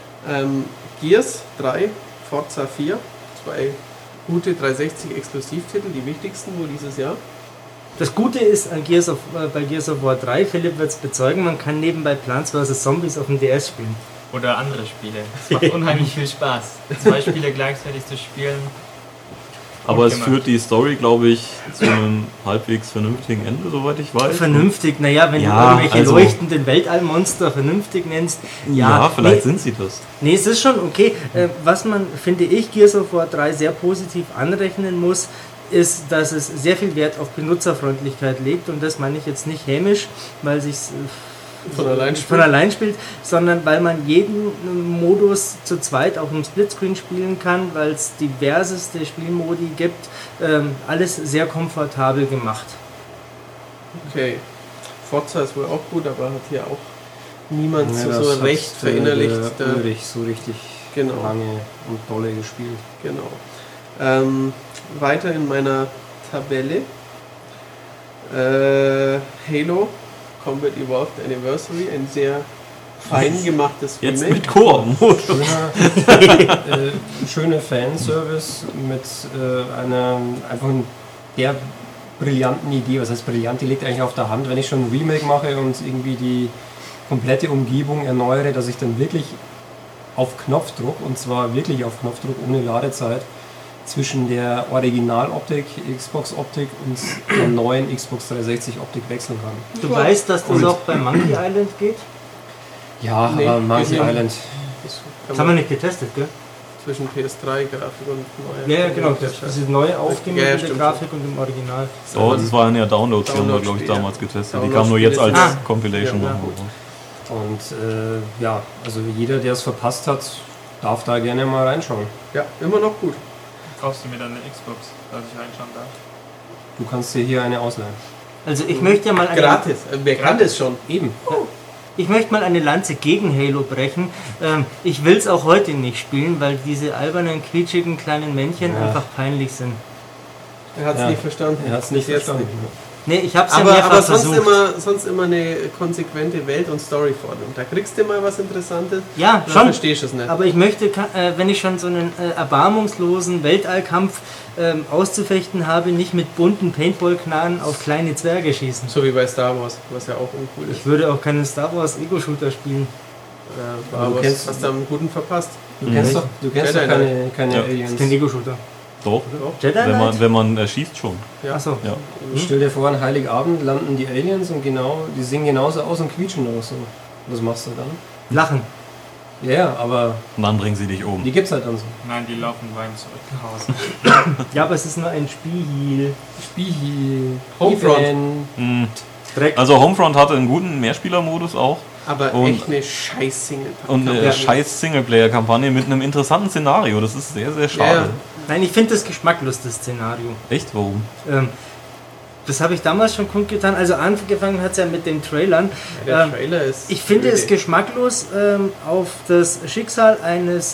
Gears 3, Forza 4, 2 gute 360 Exklusivtitel, die wichtigsten wohl dieses Jahr. Das Gute ist an bei Gears of War 3, Philipp wird es bezeugen, man kann nebenbei Plants vs. Zombies auf dem DS spielen. Oder andere Spiele. Es macht unheimlich viel Spaß, 2 Spiele gleichzeitig zu spielen. Aber es gemacht. führt die Story, glaube ich, zu einem halbwegs vernünftigen Ende, soweit ich weiß. Vernünftig, naja, wenn Ja, du irgendwelche also- leuchtenden Weltallmonster vernünftig nennst. Ja, vielleicht nee, sind sie das. Nee, es ist schon okay. Was man, finde ich, Gears of War 3 sehr positiv anrechnen muss, ist, dass es sehr viel Wert auf Benutzerfreundlichkeit legt, und das meine ich jetzt nicht hämisch, weil sich von allein spielt, sondern weil man jeden Modus zu zweit auch im Splitscreen spielen kann, weil es diverseste Spielmodi gibt. Alles sehr komfortabel gemacht. Okay. Forza ist wohl auch gut, aber hat hier auch niemand Ja, so das hat recht verinnerlicht. der Ulrich so richtig Genau. lange und dolle gespielt. Genau. Weiter in meiner Tabelle. Halo Combat Evolved Anniversary, ein sehr fein gemachtes Jetzt Remake. mit Koop-Modus. Schöne Fanservice mit einer einfach der brillanten Idee. Was heißt brillant? Die liegt eigentlich auf der Hand. Wenn ich schon ein Remake mache und irgendwie die komplette Umgebung erneuere, dass ich dann wirklich auf Knopfdruck, und zwar wirklich auf Knopfdruck ohne Ladezeit, zwischen der Originaloptik, Xbox-Optik und der neuen Xbox 360-Optik wechseln kann. Du weißt, dass das auch bei Monkey Island geht? Ja, Nee, aber Monkey gesehen. Island. Das haben wir nicht getestet, gell? Zwischen PS3-Grafik und neuer. Ja, genau. Diese neu aufgemodelte stimmt Grafik und im Original. Oh, das waren ja Downloads, die haben wir, glaube ich, Download-Spiele. damals getestet. Die kamen nur jetzt als Ah. Compilation. Ja, noch ja. raus. Und ja, also jeder, der es verpasst hat, darf da gerne mal reinschauen. Ja, immer noch gut. Kaufst du mir dann eine Xbox, dass ich reinschauen darf? Du kannst dir hier eine ausleihen. Also ich möchte ja mal Gratis. Wer kann das schon? Eben. Ich möchte mal eine Lanze gegen Halo brechen. Ich will es auch heute nicht spielen, weil diese albernen, quietschigen kleinen Männchen Ja. einfach peinlich sind. Er hat es Ja. nicht verstanden. Er hat es nicht Bis jetzt verstanden. Nee, ich hab's ja Aber mehrfach sonst versucht. sonst immer eine konsequente Welt- und Storyforderung. Da kriegst du mal was Interessantes. Ja, dann schon. verstehst du es nicht. Aber ich möchte, wenn ich schon so einen erbarmungslosen Weltallkampf auszufechten habe, nicht mit bunten Paintball-Knarren auf kleine Zwerge schießen. So wie bei Star Wars, was ja auch uncool ist. Ich würde auch keinen Star Wars Ego-Shooter spielen. Aber du was kennst- hast du am Guten verpasst? Du kennst doch Jedi keine Ja. Das Aliens. ist kein Ego-Shooter. Doch, Jedi Knight? wenn man schießt schon. Ja. Achso. Ja. Stell dir vor, an Heiligabend landen die Aliens und die sehen genauso aus und quietschen auch so. Was machst du dann? Lachen. Ja, aber Und dann bringen sie dich um. die gibt's halt dann so. Nein, die laufen weinend zurück nach Hause. Ja, aber es ist nur ein Spiel. Spiel, Homefront. Event. Hm. Dreck. Also Homefront hatte einen guten Mehrspielermodus auch. Aber Und- echt eine scheiß Single. Und eine Ja. scheiß Singleplayer-Kampagne mit einem interessanten Szenario. Das ist sehr, sehr schade. Ja, ja. Nein, ich finde das geschmacklos, das Szenario. Echt? Warum? Das habe ich damals schon kundgetan. Also angefangen hat es ja mit den Trailern. Ja, der Trailer ist... Ich finde es geschmacklos, auf das Schicksal eines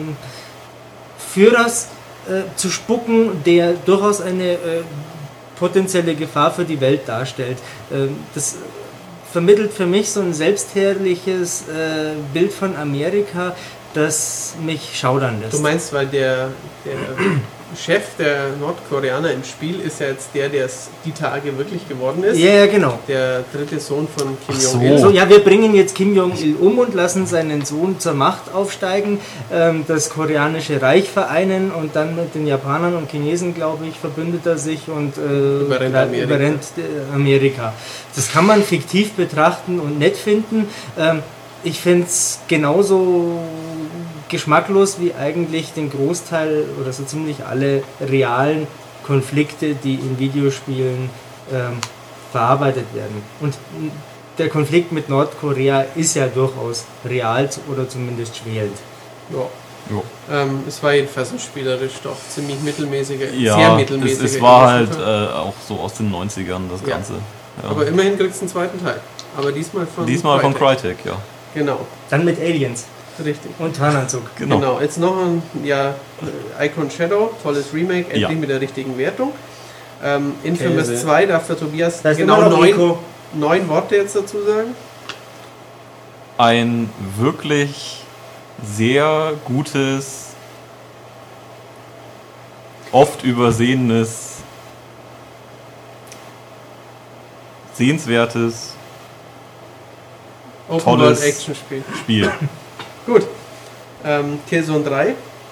Führers zu spucken, der durchaus eine potenzielle Gefahr für die Welt darstellt. Das vermittelt für mich so ein selbstherrliches Bild von Amerika, das mich schaudern lässt. Du meinst, weil der Chef der Nordkoreaner im Spiel ist ja jetzt der es die Tage wirklich geworden ist. Ja, genau. Der dritte Sohn von Kim Ach so. Jong-il. So, ja, wir bringen jetzt Kim Jong-il und lassen seinen Sohn zur Macht aufsteigen, das koreanische Reich vereinen und dann mit den Japanern und Chinesen, glaube ich, verbündet er sich und überrennt Amerika. Das kann man fiktiv betrachten und nett finden. Ich finde es genauso geschmacklos wie eigentlich den Großteil oder so ziemlich alle realen Konflikte, die in Videospielen verarbeitet werden. Und der Konflikt mit Nordkorea ist ja durchaus real oder zumindest schwelend. Ja. Es war jedenfalls ein spielerisch doch ziemlich mittelmäßiger, Ja, sehr mittelmäßiger. es war halt auch so aus den 90ern das Ganze. Ja. Aber immerhin kriegst du einen zweiten Teil. Aber diesmal von Crytek, ja. Genau, Dann mit Aliens richtig. und Tarnanzug. Genau, jetzt noch ein Icon Shadow, tolles Remake, endlich mit der richtigen Wertung. Infamous Käse. 2 darf der Tobias Da ist genau immer noch Rico. 9 Worte jetzt dazu sagen. Ein wirklich sehr gutes, oft übersehenes, sehenswertes Open Tolles World Action Spiel. Spiel. Gut. Killzone 3.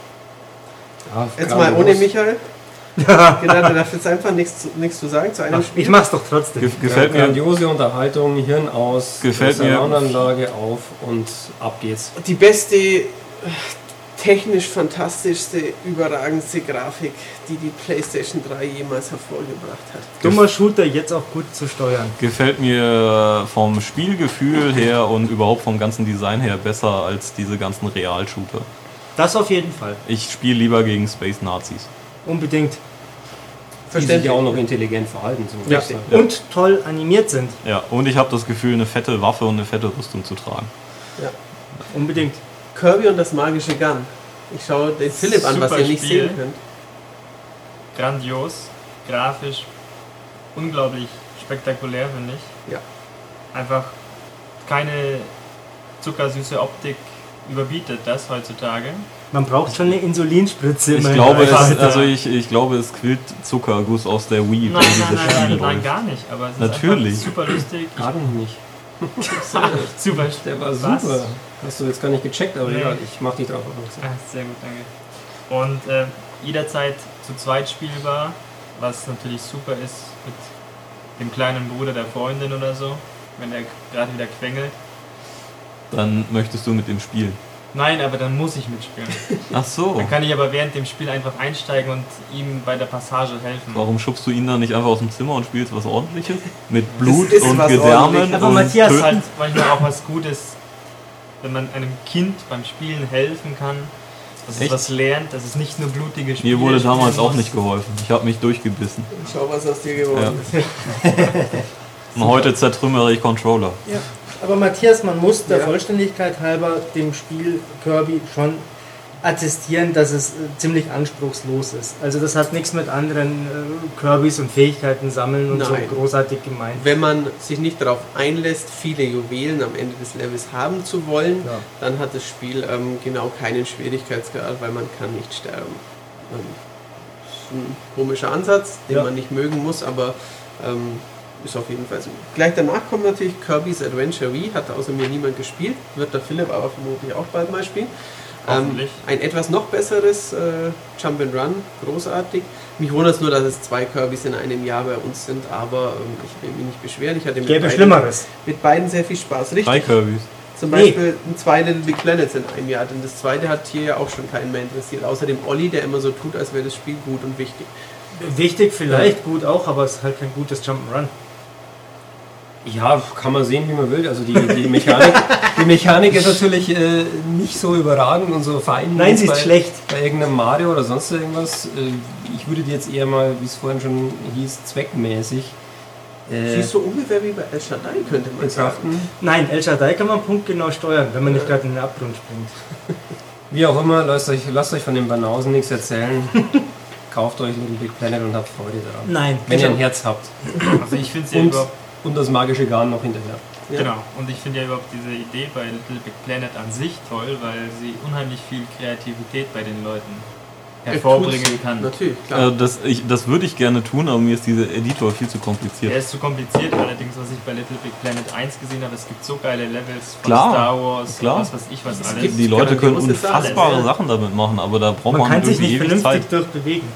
Ja, Jetzt mal ohne Michael. Genau, du darfst jetzt einfach nichts zu sagen zu einem Spiel. Ich mach's doch trotzdem. Gefällt mir. Grandiose Unterhaltung, Hirn aus, Gefällt mir. Soundanlage auf und ab geht's. Die beste, technisch fantastischste, überragendste Grafik, die die PlayStation 3 jemals hervorgebracht hat. Dummer Shooter, jetzt auch gut zu steuern. Gefällt mir vom Spielgefühl her und überhaupt vom ganzen Design her besser als diese ganzen Real-Shooter. Das auf jeden Fall. Ich spiele lieber gegen Space Nazis. Unbedingt. Die sich ja auch noch intelligent verhalten. So Ja. Ja. Und toll animiert sind. Ja, und ich habe das Gefühl, eine fette Waffe und eine fette Rüstung zu tragen. Ja. Unbedingt. Kirby und das magische Gun. Ich schaue den Philipp an, was Super ihr nicht Spiel. sehen könnt. Grandios, grafisch, unglaublich spektakulär, finde ich. Ja. Einfach keine zuckersüße Optik überbietet das heutzutage. Man braucht schon eine Insulinspritze. Ich immerhin. glaube, Alter. ich glaube, es quillt Zuckerguss aus der Wii. Nein, läuft. gar nicht. Aber es Natürlich. ist einfach super lustig. Gar nicht. Super. Der war Was? super. Hast du jetzt gar nicht gecheckt, aber Nee. egal, ich mach dich drauf aufmerksam. Ah, sehr gut, danke. Und jederzeit zu zweit spielbar, was natürlich super ist mit dem kleinen Bruder der Freundin oder so, wenn er gerade wieder quengelt. Dann möchtest du mit dem spielen. Nein, aber dann muss ich mitspielen. Ach so. Dann kann ich aber während dem Spiel einfach einsteigen und ihm bei der Passage helfen. Warum schubst du ihn dann nicht einfach aus dem Zimmer und spielst was Ordentliches? Mit Blut ist und was Gedärmen Ordentliches. Aber und Matthias Das ist Töten? halt manchmal auch was Gutes, wenn man einem Kind beim Spielen helfen kann, dass es Echt? was lernt, dass es nicht nur blutige Spiele Mir wurde damals spielen auch muss. nicht geholfen. Ich habe mich durchgebissen. Schau, was aus dir geworden ist. Und heute zertrümmere ich Controller. Ja. Aber Matthias, man muss der Ja. Vollständigkeit halber dem Spiel Kirby schon attestieren, dass es ziemlich anspruchslos ist. Also das hat nichts mit anderen Kirbys und Fähigkeiten sammeln und Nein. so großartig gemeint. Wenn man sich nicht darauf einlässt, viele Juwelen am Ende des Levels haben zu wollen, Ja. dann hat das Spiel genau keinen Schwierigkeitsgrad, weil man kann nicht sterben. Ist ein komischer Ansatz, den Ja. man nicht mögen muss, aber ist auf jeden Fall so. Gleich danach kommt natürlich Kirby's Adventure Wii, hat außer mir niemand gespielt, wird der Philipp aber vermutlich auch bald mal spielen. Hoffentlich. Ein etwas noch besseres Jump'n'Run, großartig. Mich wundert es nur, dass es 2 Kirbys in einem Jahr bei uns sind, aber ich will mich nicht beschweren. Ich hatte Gäbe Schlimmeres. mit beiden sehr viel Spaß. 3 Richtig. Kirbys. Zum Beispiel ein 2 Little Big Planets in einem Jahr, denn das zweite hat hier ja auch schon keinen mehr interessiert. Außer dem Olli, der immer so tut, als wäre das Spiel gut und wichtig. Wichtig vielleicht, gut auch, aber es ist halt kein gutes Jump'n'Run. Ja, kann man sehen, wie man will. Also die Mechanik ist natürlich nicht so überragend und so fein. Nein, sie ist bei, schlecht. Bei irgendeinem Mario oder sonst irgendwas. ich würde die jetzt eher mal, wie es vorhin schon hieß, zweckmäßig Siehst du ungefähr wie bei El Shaddai, könnte man sagen. Nein, El Shaddai kann man punktgenau steuern, wenn man nicht gerade in den Abgrund springt. Wie auch immer, lasst euch von den Banausen nichts erzählen. Kauft euch Little Big Planet und habt Freude daran. Nein. Wenn ihr ein Herz habt. Also ich finde es ja überhaupt... Und das magische Garn noch hinterher. Ja. Genau, und ich finde ja überhaupt diese Idee bei Little Big Planet an sich toll, weil sie unheimlich viel Kreativität bei den Leuten hervorbringen kann. Natürlich, klar. Das würde ich gerne tun, aber mir ist dieser Editor viel zu kompliziert. Er ist zu kompliziert, allerdings, was ich bei Little Big Planet 1 gesehen habe, es gibt so geile Levels von Klar, Star Wars, klar. was weiß ich was Es alles. gibt Die Leute können grandiose unfassbare Sachen. Sachen damit machen, aber da braucht Man man kann sich irgendwie nicht ewig vernünftig Zeit. durchbewegen.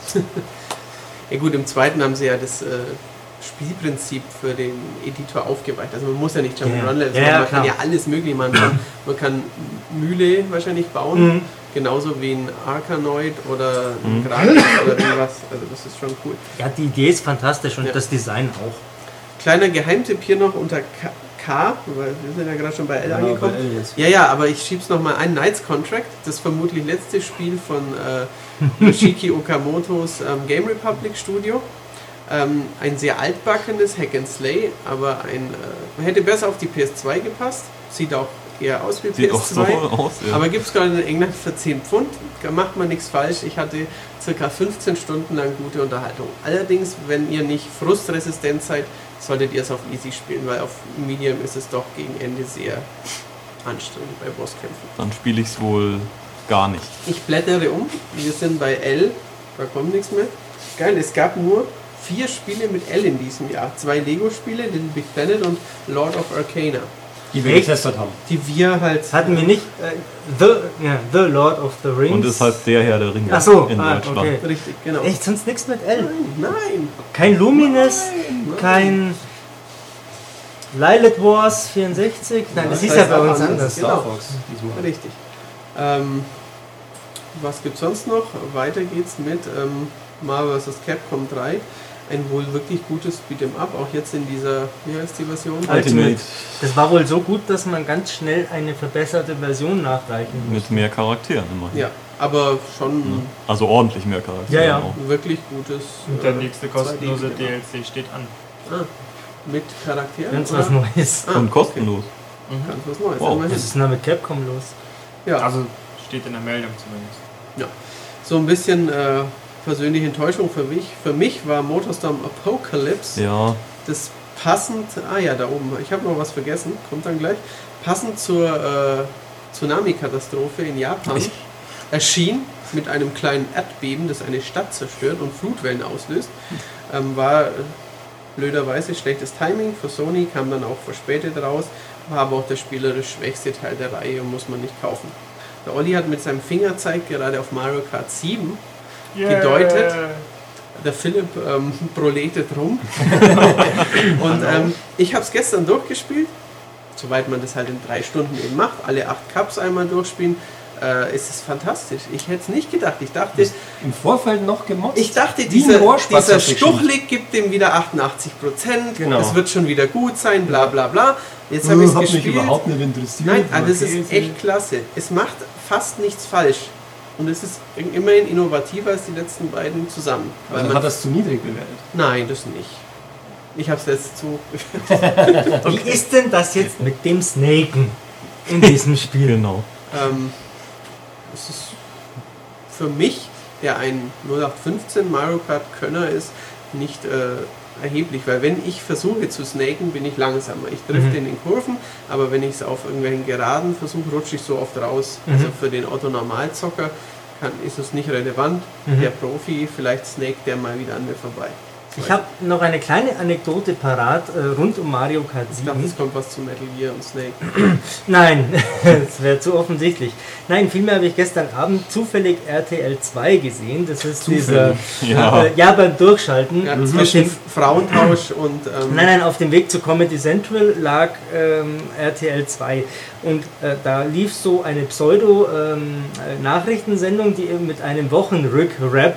Ja gut, im zweiten haben sie ja das Spielprinzip für den Editor aufgeweicht. Also man muss ja nicht Jump'n'Run-Levels Ja, machen, man klar. kann ja alles mögliche machen. Man kann Mühle wahrscheinlich bauen, genauso wie ein Arkanoid oder ein Gratis oder irgendwas. Also das ist schon cool. Ja, die Idee ist fantastisch und Ja. das Design auch. Kleiner Geheimtipp hier noch unter K, weil wir sind ja gerade schon bei L angekommen. bei L jetzt. Ja, aber ich schieb's nochmal ein. Knights Contract, das vermutlich letzte Spiel von Yoshiki Okamotos Game Republic Studio. Ein sehr altbackenes Hack and Slay, aber hätte besser auf die PS2 gepasst. Sieht auch eher aus wie Sieht PS2. auch so aus, ja. Aber gibt es gerade in England für 10 Pfund. Da macht man nichts falsch. Ich hatte ca. 15 Stunden lang gute Unterhaltung. Allerdings, wenn ihr nicht frustresistent seid, solltet ihr es auf Easy spielen, weil auf Medium ist es doch gegen Ende sehr anstrengend bei Bosskämpfen. Dann spiele ich es wohl gar nicht. Ich blättere um. Wir sind bei L. Da kommt nichts mehr. Geil, es gab nur 4 Spiele mit L in diesem Jahr. 2 Lego-Spiele, Little Big Planet und Lord of Arcana. Die wir Echt? getestet haben. Die wir halt... Hatten wir nicht The Lord of the Rings? Und es heißt der Herr der Ringe Ach so, in Deutschland. okay. Richtig, genau. Echt, sonst nichts mit L? Nein. Kein Lumines, Nein. kein Lilith Wars 64? Nein, das Das ist ja heißt bei auch uns anders. anders. Genau. Star Fox diesmal. Richtig. Was gibt's sonst noch? Weiter geht's mit Marvel vs. Capcom 3. Ein wohl wirklich gutes Beat'em Up, auch jetzt in dieser, wie heißt die Version? Ultimate Das war wohl so gut, dass man ganz schnell eine verbesserte Version nachreichen muss. mit mehr Charakteren immerhin. Ja, aber schon Also ordentlich mehr Charaktere. Ja, ja. Auch. wirklich gutes. Und der nächste kostenlose 2D Beat'em Up. DLC steht an. Mit Charakteren? Ganz oder? was Neues. Und kostenlos. Ganz was Neues. Wow. immerhin. Was ist denn da mit Capcom los? Ja, Also steht in der Meldung zumindest. so ein bisschen persönliche Enttäuschung für mich war Motorstorm Apocalypse. Ja, Das passend, da oben, ich habe noch was vergessen, kommt dann gleich, passend zur Tsunami-Katastrophe in Japan erschien mit einem kleinen Erdbeben, das eine Stadt zerstört und Flutwellen auslöst, war blöderweise schlechtes Timing für Sony, kam dann auch verspätet raus, war aber auch der spielerisch schwächste Teil der Reihe und muss man nicht kaufen. Der Olli hat mit seinem Fingerzeig gerade auf Mario Kart 7 gedeutet. Der Philipp proletet rum. Und ich habe es gestern durchgespielt, soweit man das halt in 3 Stunden eben macht, alle 8 Cups einmal durchspielen. Es ist fantastisch. Ich hätte es nicht gedacht. Ich dachte, Im Vorfeld noch gemotzt. dieser Rohrspatz hast du Stuchlig gibt dem wieder 88%. Genau. Es wird schon wieder gut sein, bla bla bla. Jetzt habe ich es hat mich gespielt. überhaupt nicht interessiert. Nein, aber es Okay, ist echt klasse. Es macht fast nichts falsch. Und es ist immerhin innovativer als die letzten beiden zusammen. Weil Also man, hat das zu niedrig bewertet. nein, das nicht. Ich habe es jetzt zu... Wie ist denn das jetzt mit dem Snaken in diesem Spiel? genau. Es ist für mich, der ein 0815 Mario Kart Könner ist, nicht erheblich, weil wenn ich versuche zu snaken, bin ich langsamer. Ich drifte in den Kurven, aber wenn ich es auf irgendwelchen Geraden versuche, rutsche ich so oft raus. Also für den Otto-Normalzocker ist es nicht relevant. Der Profi, vielleicht snakt der mal wieder an mir vorbei. Ich habe noch eine kleine Anekdote parat rund um Mario Kart Ich dachte, 7. es kommt was zu Metal Gear und Snake. Nein, das wäre zu offensichtlich. Nein, vielmehr habe ich gestern Abend zufällig RTL 2 gesehen. Das ist dieser... Ja. beim Durchschalten. Ja, Auf zwischen dem, Frauentausch und... nein, auf dem Weg zu Comedy Central lag RTL 2. Und da lief so eine Pseudo-Nachrichtensendung, die eben mit einem Wochenrück-Rap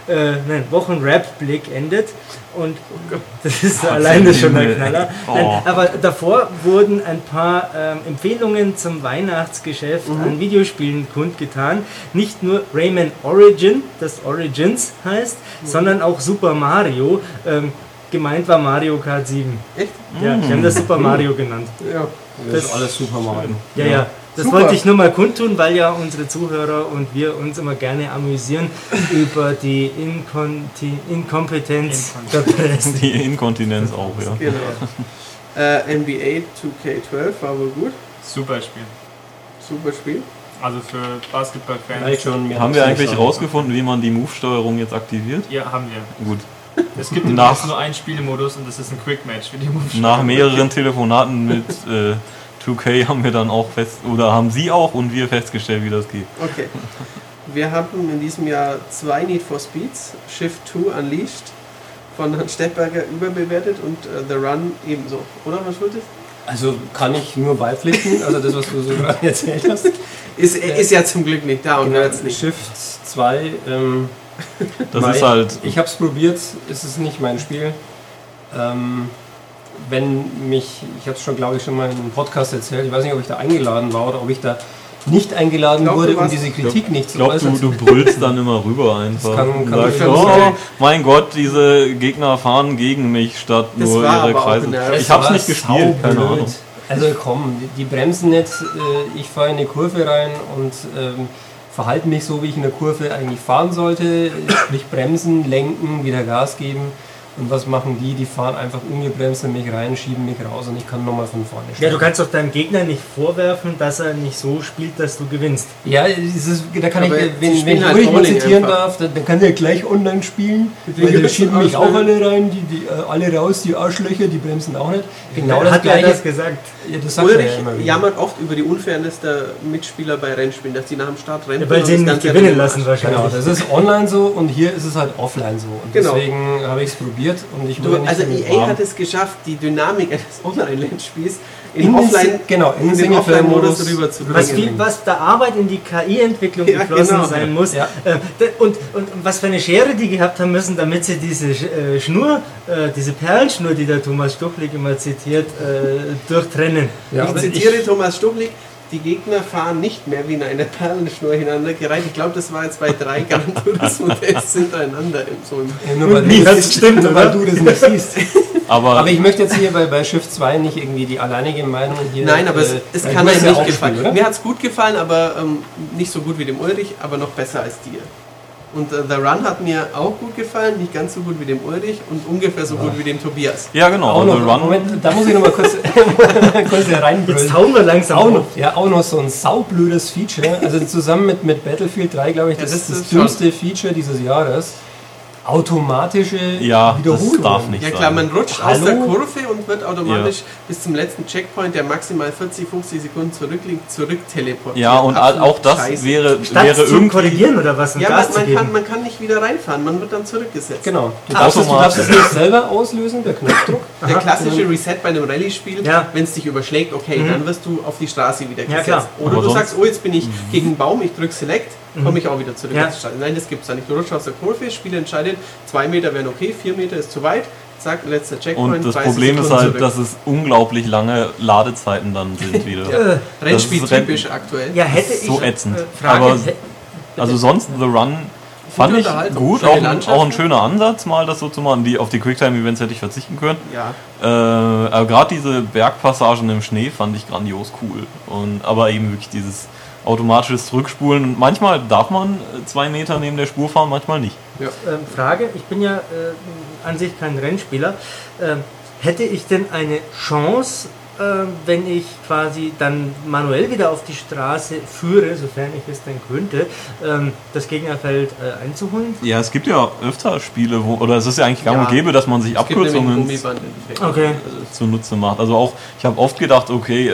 Wochenrap-Blick endet. Und das ist alleine schon ein Knaller. Oh. Aber davor wurden ein paar Empfehlungen zum Weihnachtsgeschäft an Videospielen kundgetan. Nicht nur Rayman Origin, das Origins heißt, sondern auch Super Mario. Gemeint war Mario Kart 7. Echt? Ja, die haben das Super Mario genannt. Ja. Das ist alles Super Mario. Ja. Das Super. wollte ich nur mal kundtun, weil ja unsere Zuhörer und wir uns immer gerne amüsieren über die Inkompetenz der Presse. Die Inkontinenz auch, ja. Genau. NBA 2K12 war wohl gut. Super Spiel. Super Spiel. Also für Basketball-Fans. Vielleicht schon, mir Haben hat's wir nicht eigentlich so rausgefunden, wie man die Move-Steuerung jetzt aktiviert? Ja, haben wir. Gut. Es gibt im Rest nur einen Spielmodus und das ist ein Quick-Match für die Moves. Nach mehreren Telefonaten mit 2K haben wir dann auch haben sie auch und wir festgestellt, wie das geht. Okay. Wir haben in diesem Jahr 2 Need for Speeds, Shift 2 Unleashed von Hans Stettberger überbewertet und The Run ebenso. Oder, Herr Schultes? Also kann ich nur beipflichten, also das, was du so gerade erzählt hast. Ist ja zum Glück nicht da und hört's nicht. Shift 2, Das ist halt. ich habe es probiert, ist es nicht mein Spiel. Ich habe es schon, glaube ich, schon mal in einem Podcast erzählt, ich weiß nicht, ob ich da eingeladen war oder ob ich da nicht eingeladen wurde, um diese Kritik nicht zu Ich glaube, äußern. du brüllst dann immer rüber einfach. kann und schon sagst, sein. mein Gott, diese Gegner fahren gegen mich statt Das nur war ihre aber auch Kreise. in der- Ich hab's nicht gespielt, keine saublöd. Ahnung. Also komm, die bremsen nicht, ich fahre in eine Kurve rein und verhalte mich so, wie ich in der Kurve eigentlich fahren sollte, sprich bremsen, lenken, wieder Gas geben. Und was machen die? Die fahren einfach ungebremst in mich rein, schieben mich raus und ich kann nochmal von vorne Ja, du kannst doch deinem Gegner nicht vorwerfen, dass er nicht so spielt, dass du gewinnst. Ja, da kann Aber ich, sie wenn spielen ich halt Ulrich mal Bowling zitieren einfach. darf, dann kann der gleich online spielen, weil die schieben mich auch alle rein, alle raus, die Arschlöcher, die bremsen auch nicht. Genau das Hat er gleiche. das gesagt? Ja, das sagt er Ulrich ja immer wieder. jammert oft über die Unfairness der Mitspieler bei Rennspielen, dass die nach dem Start rennen. Ja, weil sie ihn nicht gewinnen lassen wahrscheinlich. Genau, das ist online so und hier ist es halt offline so. Und Genau. deswegen habe ich es probiert und ich wurde nicht Also damit EA warm. hat es geschafft, die Dynamik eines Online-Rennspiels in In den Offline, genau, in den den Singleplayer-Modus Offline-Modus rüberzubringen. Was da Arbeit in die KI-Entwicklung Ja, geflossen genau. sein muss. Ja. Und was für eine Schere die gehabt haben müssen, damit sie diese Schnur, diese Perlenschnur, die der Thomas Stuchlik immer zitiert, durchtrennen. Ja, Ich aber zitiere Thomas Stuchlik, die Gegner fahren nicht mehr wie in einer Perlenschnur hintereinander gereiht. Ich glaube, das war jetzt bei 3 Gran Turismo-Tests hintereinander. nur weil nie du hat's gestimmt, nur weil oder? du das nicht siehst. Aber Aber ich möchte jetzt hier bei Shift 2 nicht irgendwie die alleinige Meinung hier. Nein, aber es weil kann du einem hast ja nicht auch gefallen. gespielt, oder? Mir hat es gut gefallen, aber nicht so gut wie dem Ulrich, aber noch besser als dir. Und The Run hat mir auch gut gefallen, nicht ganz so gut wie dem Ulrich und ungefähr so gut wie dem Tobias. ja, genau. Auch The noch, Run. Moment, da muss ich noch mal kurz, kurz hier reinbrüllen. Jetzt hauen wir langsam Auch noch, auf. ja, auch noch so ein saublödes Feature. Also zusammen mit Battlefield 3, glaube ich, das Ja, ist das das ist schon- dümmste Feature dieses Jahres. Automatische Ja, das Wiederholung. darf nicht Ja klar, man sein. rutscht aus Hallo? der Kurve und wird automatisch bis zum letzten Checkpoint, der maximal 40, 50 Sekunden zurückliegt, zurück teleportiert. Ja, und Absolut auch das scheiße. wäre Statt zu irgendwie. korrigieren oder was? und Ja, Gas zu man geben. kann nicht wieder reinfahren, man wird dann zurückgesetzt. Genau. Du Automatisch. darfst es nicht selber auslösen, der Knopfdruck. Der klassische Reset bei einem Rallye-Spiel, Ja. wenn es dich überschlägt, okay, dann wirst du auf die Straße wieder Ja, gesetzt. klar. Oder Aber du sonst- sagst, oh, jetzt bin ich gegen einen Baum, ich drücke Select, komme ich auch wieder zurück Ja. auf die Straße. Nein, das gibt's da nicht. Du rutschst aus der Kurve, Spieler entscheidet, 2 Meter wären okay, 4 Meter ist zu weit, zack, letzter Checkpoint. Und das 30 Problem ist Sekunden halt, zurück. dass es unglaublich lange Ladezeiten dann sind wieder. Rennspiel das ist typisch aktuell. Ja, hätte Das ist ich. so ätzend. Frage, Aber also sonst The Run fand ich Unterhaltung, gut, schöne auch ein Landschaften. schöner Ansatz, mal das so zu machen. Auf die Quicktime-Events hätte ich verzichten können. Ja. Aber gerade diese Bergpassagen im Schnee fand ich grandios cool. Aber eben wirklich dieses automatisches Zurückspulen. Und manchmal darf man 2 Meter neben der Spur fahren, manchmal nicht. Frage, ich bin ja an sich kein Rennspieler. Hätte ich denn eine Chance, wenn ich quasi dann manuell wieder auf die Straße führe, sofern ich es denn könnte, das Gegnerfeld einzuholen? Ja, es gibt ja öfter Spiele, oder es ist ja eigentlich gang und Ja. gäbe, dass man sich Es gibt nämlich ein Abkürzungen Gummiband-Effekt. Okay. zunutze macht. Also auch, ich habe oft gedacht, okay,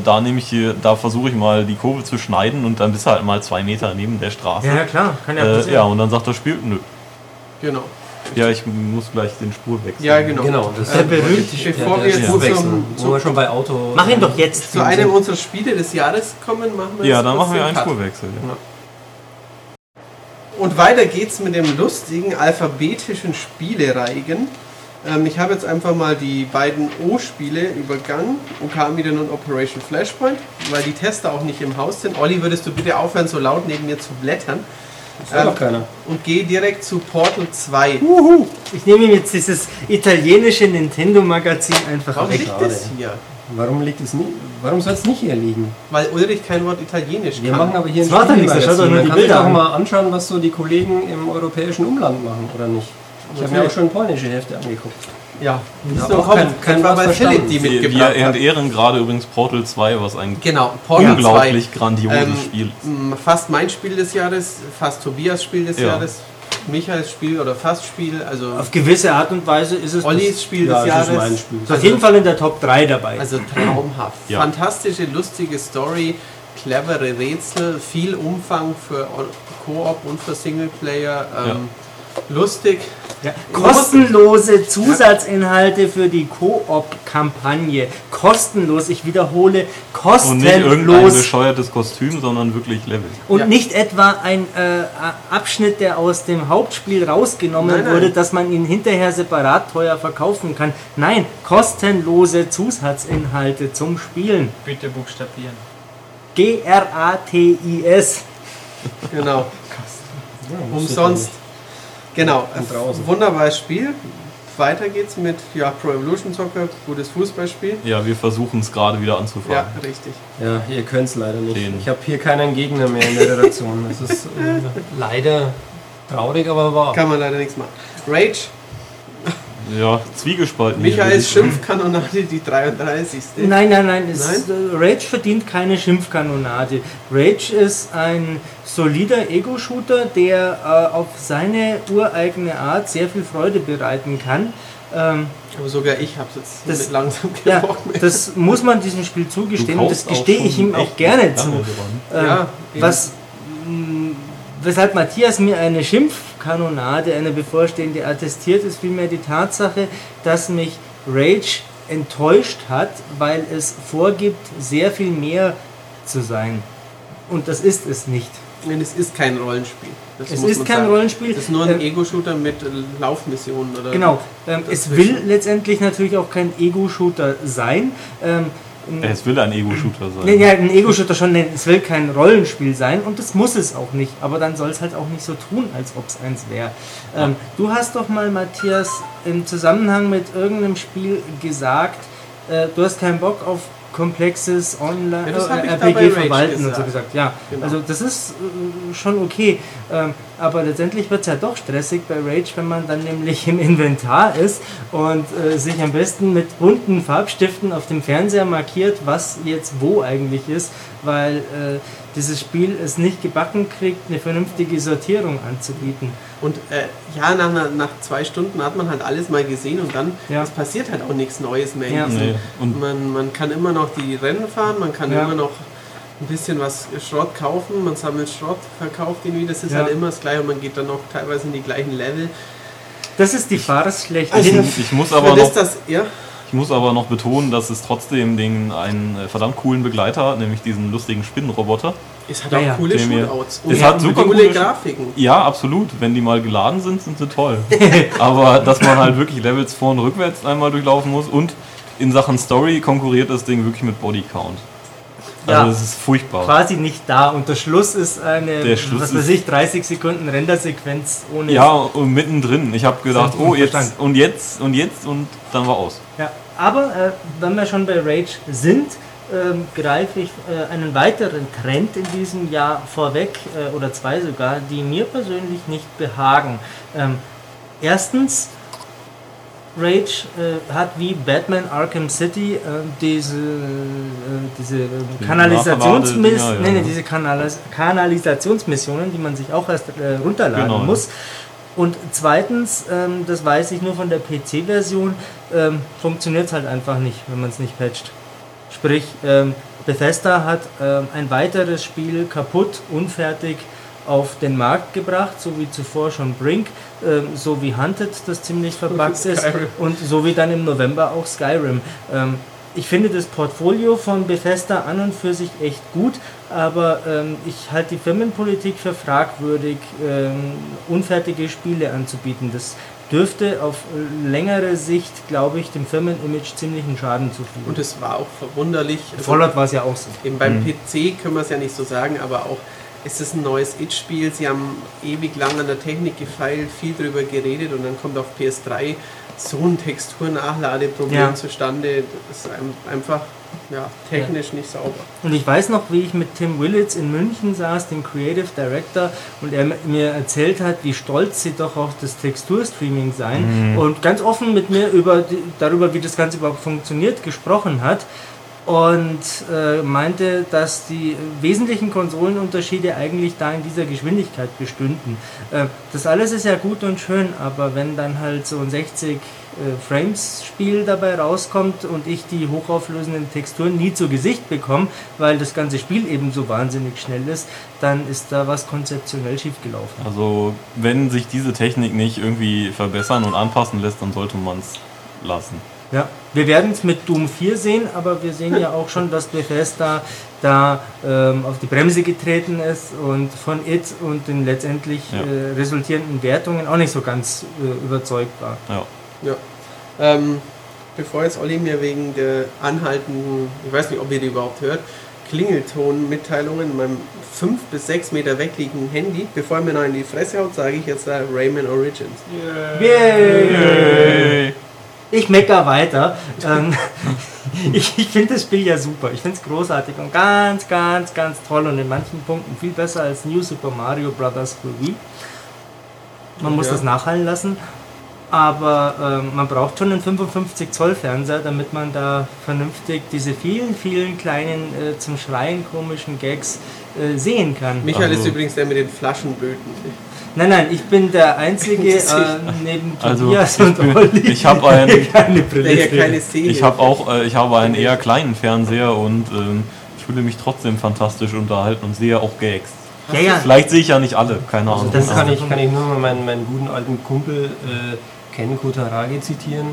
da versuche ich mal die Kurve zu schneiden und dann bist du halt mal 2 Meter neben der Straße. Ja, klar, kann ja passieren. Ja, und dann sagt das Spiel, nö. Genau. Ja, ich muss gleich den Spur wechseln. Ja, genau. Genau, das Der berühmte Bevor wir der jetzt Spurwechsel, zum, wo wir schon bei Auto. Mach ihn doch jetzt. zu einem unserer Spiele des Jahres kommen, machen wir Ja, jetzt dann kurz machen wir den einen Cut. Spurwechsel. Ja. Und weiter geht's mit dem lustigen alphabetischen Spielereigen. Ich habe jetzt einfach mal die beiden O-Spiele übergangen und kam wieder nun Operation Flashpoint, weil die Tester auch nicht im Haus sind. Olli, würdest du bitte aufhören, so laut neben mir zu blättern? Das hört doch keiner. Und gehe direkt zu Portal 2. Ich nehme jetzt dieses italienische Nintendo-Magazin einfach Warum weg. liegt das hier? Warum liegt es nicht? Warum soll es nicht hier liegen? Weil Ulrich kein Wort Italienisch Wir kann. machen aber hier Das macht doch nichts, das schaut doch nur Man die kann sich Bilder auch an. mal anschauen, was so die Kollegen im europäischen Umland machen, oder nicht? Ich habe mir auch schon polnische Hefte angeguckt. Ja, Ja, so auch kommt kein etwa Wort bei verstanden. Philipp, die Wir mitgebracht hat. entehren gerade übrigens Portal 2, was ein Genau, Portal unglaublich 2. grandioses Spiel ist. Fast mein Spiel des Jahres, fast Tobias Spiel des Ja. Jahres, Michaels Spiel oder fast Spiel, also Auf gewisse Art und Weise ist es Ollis Spiel Ja, des das ist Jahres. mein Spiel. ist auf jeden Fall in der Top 3 dabei. Also traumhaft. Ja. Fantastische, lustige Story, clevere Rätsel, viel Umfang für Koop und für Singleplayer. Lustig. Ja, kostenlose Zusatzinhalte für die Koop-Kampagne. Kostenlos, ich wiederhole, Und nicht irgendein kostenlos. bescheuertes Kostüm, sondern wirklich Level. Und Ja. nicht etwa ein Abschnitt, der aus dem Hauptspiel rausgenommen Nein, nein. wurde, dass man ihn hinterher separat teuer verkaufen kann. Nein, kostenlose Zusatzinhalte zum Spielen. Bitte buchstabieren. GRATIS. Genau. Ja, Umsonst. Genau. Und draußen. Wunderbares Spiel. Weiter geht's mit Pro Evolution Soccer, gutes Fußballspiel. Ja, wir versuchen es gerade wieder anzufangen. Ja, richtig. Ja, ihr könnt es leider nicht. Den. Ich habe hier keinen Gegner mehr in der Redaktion. Das ist leider traurig, aber wahr. Kann man leider nichts machen. Rage, Ja, zwiegespalten. hier, würde Michaels ich sagen. Schimpfkanonade, die 33. Nein, Nein? Rage verdient keine Schimpfkanonade. Rage ist ein solider Ego-Shooter, der auf seine ureigene Art sehr viel Freude bereiten kann. Aber sogar ich habe jetzt Das- mit langsam Ja, keinen Bock mehr. das muss man diesem Spiel zugestehen und das kaufst gestehe auch ich schon ihm auch echt gerne lange zu. dran. Ja, Weshalb Matthias mir eine Schimpfkanonade, eine bevorstehende, attestiert, ist vielmehr die Tatsache, dass mich Rage enttäuscht hat, weil es vorgibt, sehr viel mehr zu sein. Und das ist es nicht. Nein, es ist kein Rollenspiel. Das Es muss ist man kein sagen. Rollenspiel. Es ist nur ein Ego-Shooter mit Laufmissionen. Oder Genau. Es dazwischen. will letztendlich natürlich auch kein Ego-Shooter sein. Es will ein Ego-Shooter sein. Ja, ein Ego-Shooter schon, es will kein Rollenspiel sein und das muss es auch nicht. Aber dann soll es halt auch nicht so tun, als ob es eins wäre. Du hast doch mal, Matthias, im Zusammenhang mit irgendeinem Spiel gesagt, du hast keinen Bock auf komplexes Ja, das hab ich da bei Rage RPG-Verwalten und so gesagt. gesagt. Ja, Genau. also das ist schon okay. Aber letztendlich wird es ja doch stressig bei Rage, wenn man dann nämlich im Inventar ist und sich am besten mit bunten Farbstiften auf dem Fernseher markiert, was jetzt wo eigentlich ist, weil dieses Spiel es nicht gebacken kriegt, eine vernünftige Sortierung anzubieten. Und nach 2 Stunden hat man halt alles mal gesehen und dann Ja. es passiert halt auch nichts Neues mehr. Ja. In diesem- Nee. Und Man kann immer noch die Rennen fahren, man kann Ja. immer noch ein bisschen was Schrott kaufen, man sammelt Schrott, verkauft ihn wieder, das ist Ja. halt immer das Gleiche und man geht dann auch teilweise in die gleichen Level. Das ist die Farce schlechthin. Also, ich muss Für aber das, noch ja, Ich muss aber noch betonen, dass es trotzdem einen verdammt coolen Begleiter hat, nämlich diesen lustigen Spinnenroboter. es hat Ja, auch ja. coole Der mir- Shootouts Es hat super coole coole Grafiken. Ja, absolut. Wenn die mal geladen sind, sind sie toll. Aber dass man halt wirklich Levels vor und rückwärts einmal durchlaufen muss und in Sachen Story konkurriert das Ding wirklich mit Bodycount. Also Ja. es ist furchtbar. Quasi nicht da und der Schluss ist eine, Der Schluss was weiß ist- ich, 30 Sekunden Rendersequenz ohne... Ja, und mittendrin. Ich habe gedacht, Sinn und oh, jetzt Verstand. und dann war aus. Ja, aber wenn wir schon bei Rage sind, greife ich einen weiteren Trend in diesem Jahr vorweg, oder 2 sogar, die mir persönlich nicht behagen. Erstens, Rage hat wie Batman Arkham City diese Kanalisationsmissionen, Nachladedinger, ja. diese Kanalisationsmissionen, die man sich auch erst runterladen Genau, ja. muss. Und zweitens, das weiß ich nur von der PC-Version, funktioniert es halt einfach nicht, wenn man es nicht patcht. Sprich, Bethesda hat ein weiteres Spiel kaputt, unfertig auf den Markt gebracht, so wie zuvor schon Brink, so wie Hunted, das ziemlich verbuggt ist, Skyrim. und so wie dann im November auch Skyrim. ich finde das Portfolio von Bethesda an und für sich echt gut, aber ich halte die Firmenpolitik für fragwürdig, unfertige Spiele anzubieten. Das dürfte auf längere Sicht, glaube ich, dem Firmenimage ziemlichen Schaden zufügen. Und es war auch verwunderlich. Fallout war es ja auch so. Eben beim PC können wir es ja nicht so sagen, aber auch ist es ein neues It-Spiel. Sie haben ewig lang an der Technik gefeilt, viel drüber geredet und dann kommt auf PS3 so ein Texturnachladeproblem zustande. Das ist einfach technisch nicht sauber. Und ich weiß noch, wie ich mit Tim Willits in München saß, dem Creative Director, und er mir erzählt hat, wie stolz sie doch auf das Texturstreaming seien und ganz offen mit mir darüber, wie das Ganze überhaupt funktioniert, gesprochen hat. Und meinte, dass die wesentlichen Konsolenunterschiede eigentlich da in dieser Geschwindigkeit bestünden. Das alles ist ja gut und schön, aber wenn dann halt so ein 60 Frames Spiel dabei rauskommt und ich die hochauflösenden Texturen nie zu Gesicht bekomme, weil das ganze Spiel eben so wahnsinnig schnell ist, dann ist da was konzeptionell schiefgelaufen. Also wenn sich diese Technik nicht irgendwie verbessern und anpassen lässt, dann sollte man es lassen. Ja, wir werden es mit Doom 4 sehen, aber wir sehen ja auch schon, dass Bethesda da auf die Bremse getreten ist und von It und den letztendlich resultierenden Wertungen auch nicht so ganz überzeugt war. Ja. Bevor jetzt Olli mir wegen der anhaltenden, ich weiß nicht, ob ihr die überhaupt hört, Klingelton-Mitteilungen in meinem 5 bis 6 Meter wegliegenden Handy, bevor er mir noch in die Fresse haut, sage ich jetzt Rayman Origins. Yay! Ich mecker weiter. Ich finde das Spiel ja super. Ich finde es großartig und ganz, ganz, ganz toll und in manchen Punkten viel besser als New Super Mario Bros. für Wii. Man muss das nachhallen lassen. Aber man braucht schon einen 55 Zoll Fernseher, damit man da vernünftig diese vielen, vielen kleinen zum Schreien komischen Gags sehen kann. Michael ist übrigens der mit den Flaschenböten. Nein, ich bin der Einzige neben Tobias und Olli. Ich habe einen, ich habe einen eher kleinen Fernseher und ich fühle mich trotzdem fantastisch unterhalten und sehe auch Gags. Ja. Vielleicht sehe ich ja nicht alle, keine Ahnung. Das kann ich nur mal meinen guten alten Kumpel Ken Kutaragi zitieren.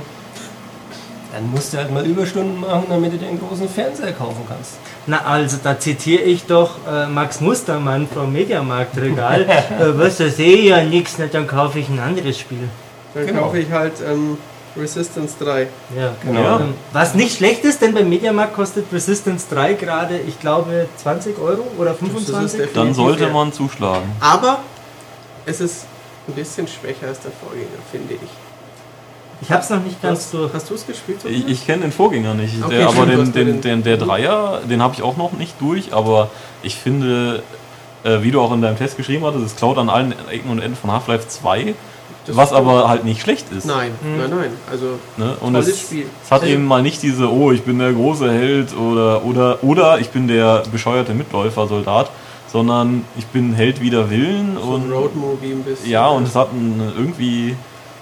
Dann musst du halt mal Überstunden machen, damit du dir einen großen Fernseher kaufen kannst. Na also, da zitiere ich doch Max Mustermann vom Mediamarktregal. Was, da sehe ich ja nichts, dann kaufe ich ein anderes Spiel. Dann kaufe ich halt Resistance 3. Ja, genau. Ja. Was nicht schlecht ist, denn beim Mediamarkt kostet Resistance 3 gerade, ich glaube, 20 Euro oder 25. Dann sollte man zuschlagen. Aber es ist ein bisschen schwächer als der Vorgänger, finde ich. Ich hab's noch nicht ganz durch. Hast du es gespielt? Ich kenne den Vorgänger nicht, okay, aber der Dreier, den habe ich auch noch nicht durch, aber ich finde, wie du auch in deinem Test geschrieben hattest, es klaut an allen Ecken und Enden von Half-Life 2, was aber halt nicht schlecht ist. Nein. Also, ne? Und es hat eben mal nicht diese, ich bin der große Held oder ich bin der bescheuerte Mitläufer-Soldat, sondern ich bin Held wider Willen. So ein Roadmovie ein bisschen. Ja, und es hat irgendwie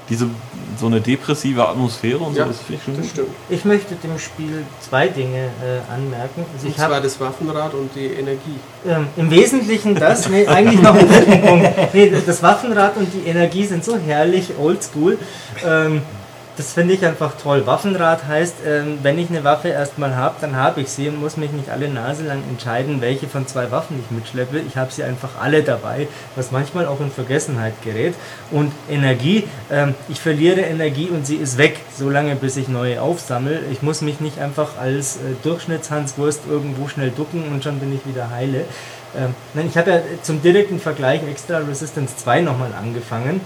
so eine depressive Atmosphäre und so. Das finde ich schon das gut. Stimmt. Ich möchte dem Spiel 2 Dinge anmerken. Also und zwar das Waffenrad und die Energie. Im Wesentlichen das, eigentlich noch ein dritten Punkt. Das Waffenrad und die Energie sind so herrlich oldschool. Das finde ich einfach toll. Waffenrad heißt, wenn ich eine Waffe erstmal habe, dann habe ich sie und muss mich nicht alle Nase lang entscheiden, welche von 2 Waffen ich mitschleppe. Ich habe sie einfach alle dabei, was manchmal auch in Vergessenheit gerät. Und Energie, ich verliere Energie und sie ist weg, solange bis ich neue aufsammle. Ich muss mich nicht einfach als Durchschnittshanswurst irgendwo schnell ducken und schon bin ich wieder heile. Ich habe ja zum direkten Vergleich extra Resistance 2 nochmal angefangen,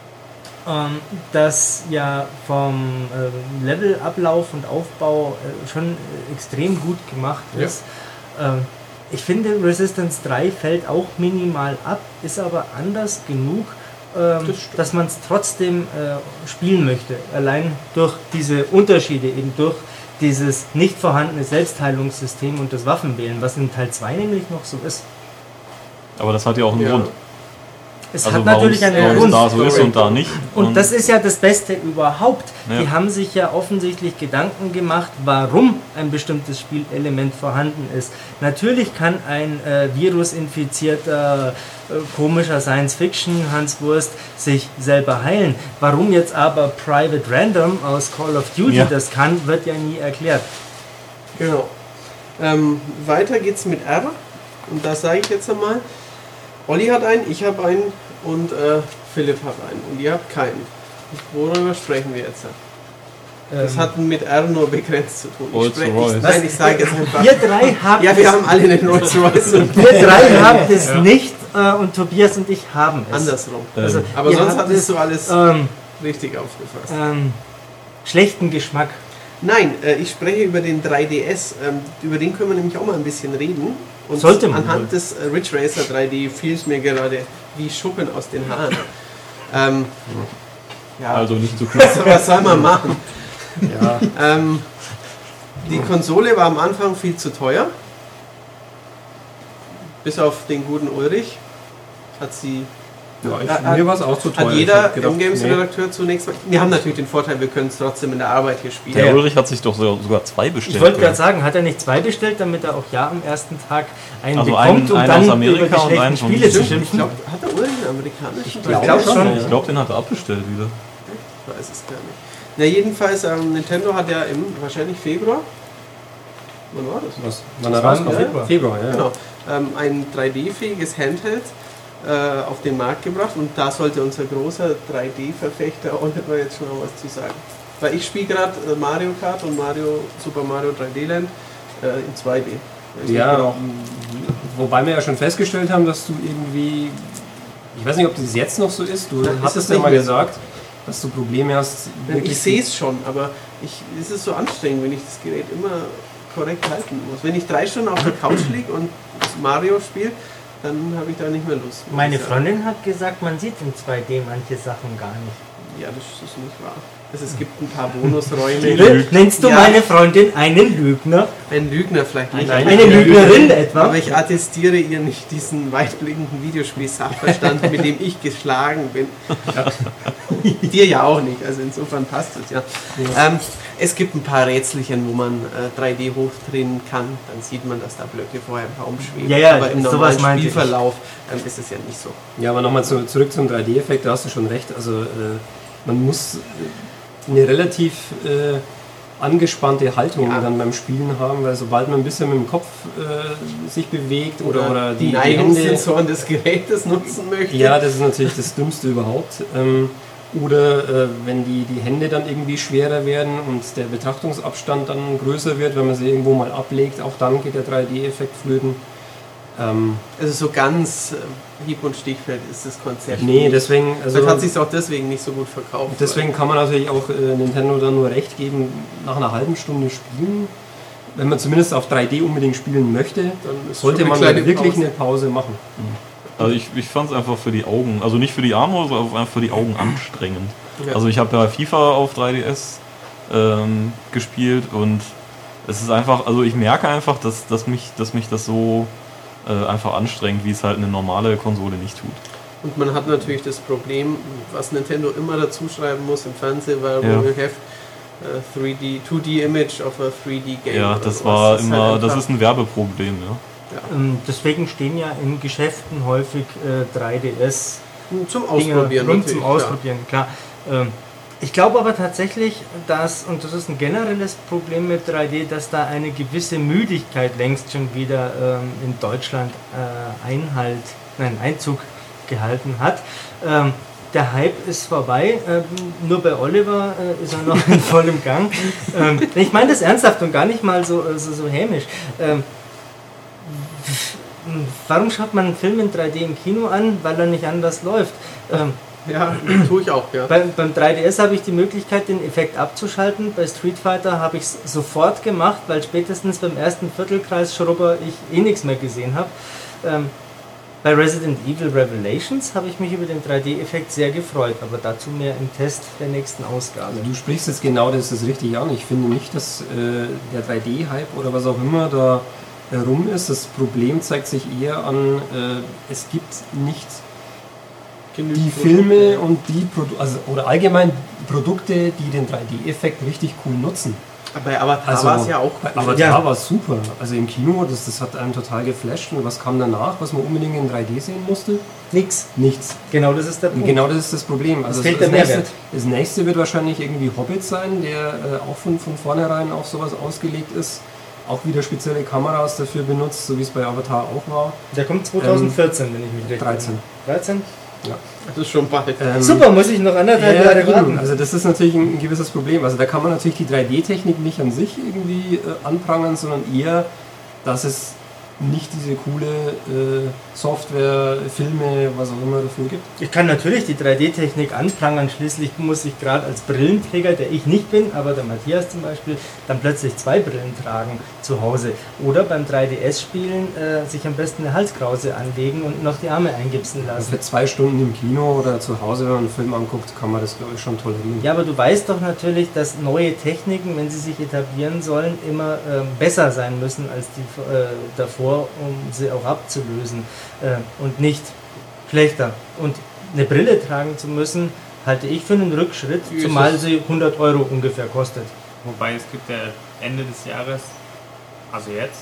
das ja vom Levelablauf und Aufbau schon extrem gut gemacht ist. Ja. Ich finde, Resistance 3 fällt auch minimal ab, ist aber anders genug, dass man es trotzdem spielen möchte. Allein durch diese Unterschiede, eben durch dieses nicht vorhandene Selbstheilungssystem und das Waffenwählen, was in Teil 2 nämlich noch so ist. Aber das hat ja auch einen Grund. Es hat natürlich einen Grund. Da so ist und da nicht. Und das ist ja das Beste überhaupt. Ja. Die haben sich ja offensichtlich Gedanken gemacht, warum ein bestimmtes Spielelement vorhanden ist. Natürlich kann ein virusinfizierter, komischer Science-Fiction-Hanswurst sich selber heilen. Warum jetzt aber Private Random aus Call of Duty das kann, wird ja nie erklärt. Genau. Weiter geht's mit R. Und da sage ich jetzt einmal, Olli hat einen, ich habe einen und Philipp hat einen. Und ihr habt keinen. Worüber sprechen wir jetzt? Das hat mit R nur begrenzt zu tun. Ich sage jetzt einfach. Wir drei haben ja, wir haben alle einen Rolls Royce. wir drei haben es nicht und Tobias und ich haben es. Andersrum. Also, aber sonst hattest du alles richtig aufgefasst. Schlechten Geschmack. Nein, ich spreche über den 3DS. Über den können wir nämlich auch mal ein bisschen reden. Und sollte man anhand des Ridge Racer 3D fiel es mir gerade wie Schuppen aus den Haaren. Ja, also nicht so klar. Was soll man machen? Ja. Die Konsole war am Anfang viel zu teuer. Bis auf den guten Ulrich hat sie. Ja, mir war es auch zu teuer. Hat jeder M-Games-Redakteur zunächst mal. Wir haben natürlich den Vorteil, wir können es trotzdem in der Arbeit hier spielen. Der Ulrich hat sich doch sogar 2 bestellt. Ich wollte gerade sagen, hat er nicht 2 bestellt, damit er auch am ersten Tag einen also bekommt, um einen dann aus Amerika über die und einen schlechten von Spiele zu China. schimpfen? Hat der Ulrich einen amerikanischen? Ich glaube schon. Ich glaube, den hat er abbestellt wieder. Ich weiß es gar nicht. Na jedenfalls, Nintendo hat ja im wahrscheinlich Februar. Wann war das? Was? Wann er rauskam? Februar, ja. Genau. Ein 3D-fähiges Handheld auf den Markt gebracht und da sollte unser großer 3D-Verfechter Oliver jetzt schon mal was zu sagen. Weil ich spiele gerade Mario Kart und Super Mario 3D Land in 2D. Ja, wobei wir ja schon festgestellt haben, dass du irgendwie, ich weiß nicht, ob das jetzt noch so ist, du hattest ja mal gesagt, dass du Probleme hast. Ich sehe es schon, aber es ist so anstrengend, wenn ich das Gerät immer korrekt halten muss. Wenn ich 3 Stunden auf der Couch liege und Mario spiele, dann habe ich da nicht mehr Lust. Meine Freundin hat gesagt, man sieht in 2D manche Sachen gar nicht. Ja, das ist nicht wahr. Also es gibt ein paar Bonusräume. Nennst du meine Freundin einen Lügner? Ein Lügner vielleicht nicht. Eine Lügnerin etwa? Aber ich attestiere ihr nicht diesen weitblickenden Videospiel-Sachverstand, mit dem ich geschlagen bin. Dir ja auch nicht, also insofern passt es ja. Es gibt ein paar Rätselchen, wo man 3D hochdrehen kann, dann sieht man, dass da Blöcke vorher im Raum schweben. Ja, aber im normalen Spielverlauf ist es ja nicht so. Ja, aber nochmal zurück zum 3D-Effekt, da hast du schon recht. Also man muss eine relativ angespannte Haltung dann beim Spielen haben, weil sobald man ein bisschen mit dem Kopf sich bewegt oder die Neigungssensoren des Gerätes nutzen möchte. Ja, das ist natürlich das Dümmste überhaupt. Oder wenn die Hände dann irgendwie schwerer werden und der Betrachtungsabstand dann größer wird, wenn man sie irgendwo mal ablegt, auch dann geht der 3D-Effekt flöten. Also so ganz hieb- und stichfeld ist das Konzept. Nee, deswegen... Also vielleicht hat sich auch deswegen nicht so gut verkauft. Deswegen kann man natürlich auch Nintendo dann nur recht geben, nach einer halben Stunde spielen. Wenn man zumindest auf 3D unbedingt spielen möchte, dann sollte man wirklich eine Pause machen. Also ich fand es einfach für die Augen, also nicht für die Arme, sondern einfach für die Augen anstrengend. Ja. Also ich habe ja FIFA auf 3DS gespielt und es ist einfach, also ich merke einfach, dass mich das so einfach anstrengend, wie es halt eine normale Konsole nicht tut. Und man hat natürlich das Problem, was Nintendo immer dazu schreiben muss im Fernsehen, weil we will have 2D image of a 3D game. Ja, das war immer, halt das ist ein Werbeproblem, ja. Deswegen stehen ja in Geschäften häufig 3DS zum Ausprobieren. Zum Ausprobieren, klar. Ich glaube aber tatsächlich, dass, und das ist ein generelles Problem mit 3D, dass da eine gewisse Müdigkeit längst schon wieder in Deutschland Einzug gehalten hat. Der Hype ist vorbei, nur bei Oliver ist er noch in vollem Gang. Ich meine das ernsthaft und gar nicht mal so hämisch. Warum schaut man einen Film in 3D im Kino an? Weil er nicht anders läuft. Ja, tue ich auch, ja. Beim 3DS habe ich die Möglichkeit, den Effekt abzuschalten. Bei Street Fighter habe ich es sofort gemacht, weil spätestens beim ersten Viertelkreis-Schrubber ich nichts mehr gesehen habe. Bei Resident Evil Revelations habe ich mich über den 3D-Effekt sehr gefreut, aber dazu mehr im Test der nächsten Ausgabe. Also du sprichst jetzt genau das richtig an. Ich finde nicht, dass der 3D-Hype oder was auch immer da rum ist. Das Problem zeigt sich eher an, es gibt nicht die Filme und die oder allgemein Produkte, die den 3D-Effekt richtig cool nutzen. Bei Avatar war es ja auch cool. Avatar war super. Also im Kino, das hat einem total geflasht. Und was kam danach, was man unbedingt in 3D sehen musste? Nichts. Genau das ist der Punkt. Genau das ist das Problem. Also fehlt der Mehrwert. Das nächste wird wahrscheinlich irgendwie Hobbit sein, der auch von vornherein auf sowas ausgelegt ist. auch wieder spezielle Kameras dafür benutzt, so wie es bei Avatar auch war. Der kommt 2014, wenn ich mich richtig 13. 13? Ja. Das ist schon bald. Super, muss ich noch anderthalb Jahre eben. warten. Also das ist natürlich ein gewisses Problem. Also da kann man natürlich die 3D-Technik nicht an sich irgendwie anprangern, sondern eher, dass es nicht diese coole Software, Filme, was auch immer dafür gibt. Ich kann natürlich die 3D-Technik anprangern, schließlich muss ich gerade als Brillenträger, der ich nicht bin, aber der Matthias zum Beispiel, dann plötzlich 2 Brillen tragen zu Hause. Oder beim 3DS-Spielen sich am besten eine Halskrause anlegen und noch die Arme eingipsen lassen. Für 2 Stunden im Kino oder zu Hause, wenn man einen Film anguckt, kann man das, glaube ich, schon tolerieren. Ja, aber du weißt doch natürlich, dass neue Techniken, wenn sie sich etablieren sollen, immer besser sein müssen als die davor, um sie auch abzulösen und nicht schlechter. Und eine Brille tragen zu müssen, halte ich für einen Rückschritt, zumal sie 100 € ungefähr kostet. Wobei es gibt ja Ende des Jahres, also jetzt,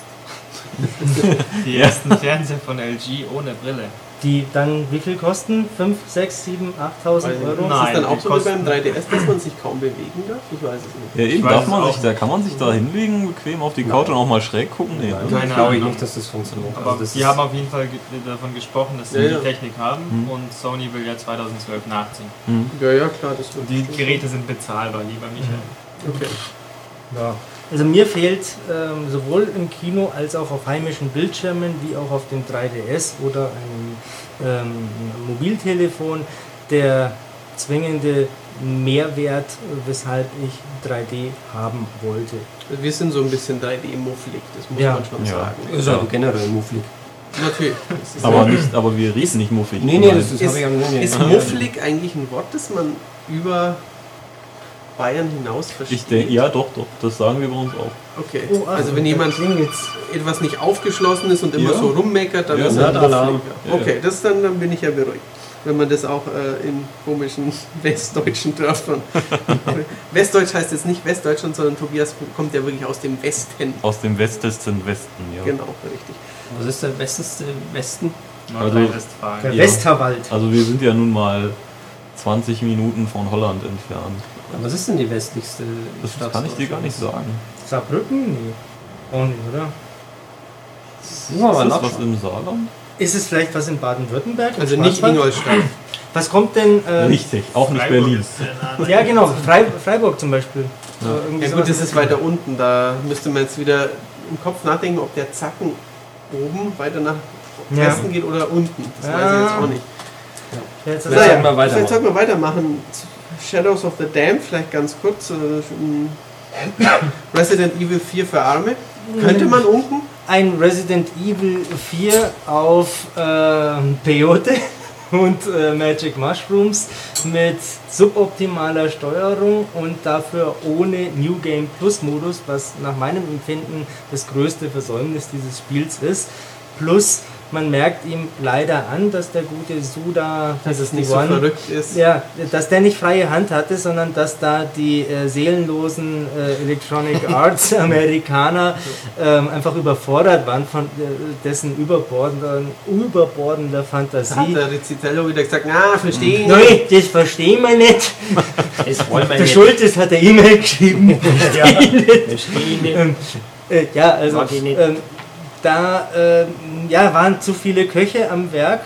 die ersten Fernseher von LG ohne Brille. Die dann wie viel kosten? 5, 6, 7, 8.000 €? Ist es Nein, dann auch die so wie kosten- beim 3DS, dass man sich kaum bewegen darf? Ich weiß es nicht. Ja, eben, weiß darf es man auch sich, da kann man sich da hinlegen, bequem auf die Couch und auch mal schräg gucken. Nee, Nein, ne? Keine glaube ich Ahnung. nicht, dass das funktioniert. Aber Also das die ist- haben auf jeden Fall davon gesprochen, dass sie Ja, ja. die Technik haben und Sony will ja 2012 nachziehen. Ja, ja, klar, das wird. Die Geräte sind bezahlbar, lieber Michael. Okay. Ja. Also mir fehlt sowohl im Kino als auch auf heimischen Bildschirmen wie auch auf dem 3DS oder einem Mobiltelefon der zwingende Mehrwert, weshalb ich 3D haben wollte. Wir sind so ein bisschen 3D-mufflig, das muss Ja. man schon Ja. sagen. ist ja generell mufflig. Natürlich. Das ist Aber wir riechen nicht muffig. Nee, nee, Nein. das habe ich am Ist mufflig eigentlich ein Wort, das man über Bayern hinaus versteht? Ich denke, ja, doch, das sagen wir bei uns auch. Okay. Oh, Also wenn jemand etwas nicht aufgeschlossen ist und immer Ja. so rummeckert, dann Ja, ist er Nerd-Alarm. mufflig. Ja, Okay, dann bin ich ja beruhigt. Wenn man das auch in komischen westdeutschen Dörfern. Westdeutsch heißt jetzt nicht Westdeutschland, sondern Tobias kommt ja wirklich aus dem Westen. Aus dem westesten Westen, ja. Genau, richtig. Was ist der besteste Westen? Nordrhein-Westfalen. Der Ja. Westerwald. Also wir sind ja nun mal 20 Minuten von Holland entfernt. Was ist denn die westlichste Das Stadt kann ich dir gar nicht Deutschlands? sagen. Saarbrücken? Nee. Auch nicht, oder? Müssen wir mal Ist das was nachschauen. im Saarland? Ist es vielleicht was in Baden-Württemberg? im Also nicht Schwarzwald? Ingolstadt. Was kommt denn... Richtig, auch nicht Freiburg Berlin. ist sehr nah. Ja, genau. Freiburg zum Beispiel. Irgendwie Ja sowas. gut, das ist weiter unten. Da müsste man jetzt wieder im Kopf nachdenken, ob der Zacken oben weiter nach Ja. Westen geht oder unten. Das weiß ich jetzt auch nicht. Ja, jetzt Vielleicht sollten wir weitermachen. Vielleicht sollten wir weitermachen. Shadows of the Damned, vielleicht ganz kurz. Resident Evil 4 für Arme. Könnte man unten? ein Resident Evil 4 auf Peyote und Magic Mushrooms mit suboptimaler Steuerung und dafür ohne New Game Plus Modus, was nach meinem Empfinden das größte Versäumnis dieses Spiels ist. Plus, man merkt ihm leider an, dass der gute Suda, Dass es nicht so verrückt ist. ja, dass der nicht freie Hand hatte, sondern dass da die seelenlosen Electronic Arts Amerikaner einfach überfordert waren von dessen überbordender Da hat Fantasie. der Rizzitello wieder gesagt, na, verstehe ich. Nein, das verstehen wir nicht. Das wollen wir Der nicht. Schultes hat eine E-Mail geschrieben. Ja, verstehe nicht. Ja, also Mag ich nicht. da ja, waren zu viele Köche am Werk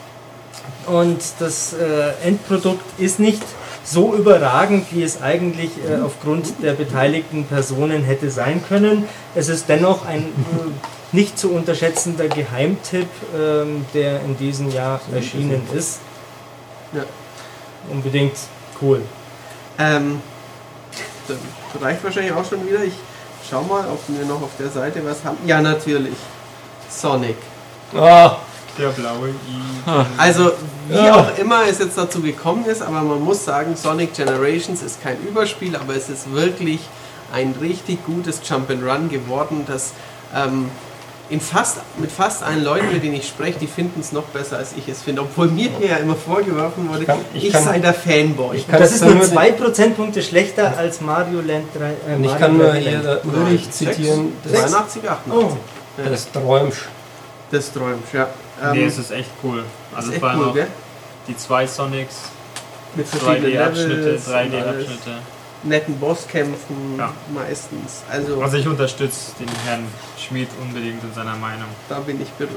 und das Endprodukt ist nicht so überragend, wie es eigentlich aufgrund der beteiligten Personen hätte sein können. Es ist dennoch ein nicht zu unterschätzender Geheimtipp, der in diesem Jahr erschienen ist. Ja. Unbedingt cool. Das reicht wahrscheinlich auch schon wieder. Ich schau mal, ob wir noch auf der Seite was haben. Ja, natürlich. Sonic. Ah, Der blaue I. Also, wie Ja. auch immer es jetzt dazu gekommen ist, aber man muss sagen, Sonic Generations ist kein Überspiel, aber es ist wirklich ein richtig gutes Jump'n'Run geworden, das mit fast allen Leuten, mit denen ich spreche, die finden es noch besser als ich es finde. Obwohl mir hier ja immer vorgeworfen wurde, ich sei der Fanboy. ich kann Das ist dann nur nur 2 Prozentpunkte schlechter als Mario Land 3. und ich kann nur eher Ulrich zitieren. 82, 88. Oh. Das träumst. Das träumst, ja. Nee, es ist echt cool. Also ist es echt waren cool, noch gell? die 2 Sonics, Mit verschiedenen 2D-Abschnitte, Levels und alles. 3D-Abschnitte. netten Bosskämpfen Ja. meistens. Also Also ich unterstütze den Herrn Schmid unbedingt in seiner Meinung. da bin ich beruhigt.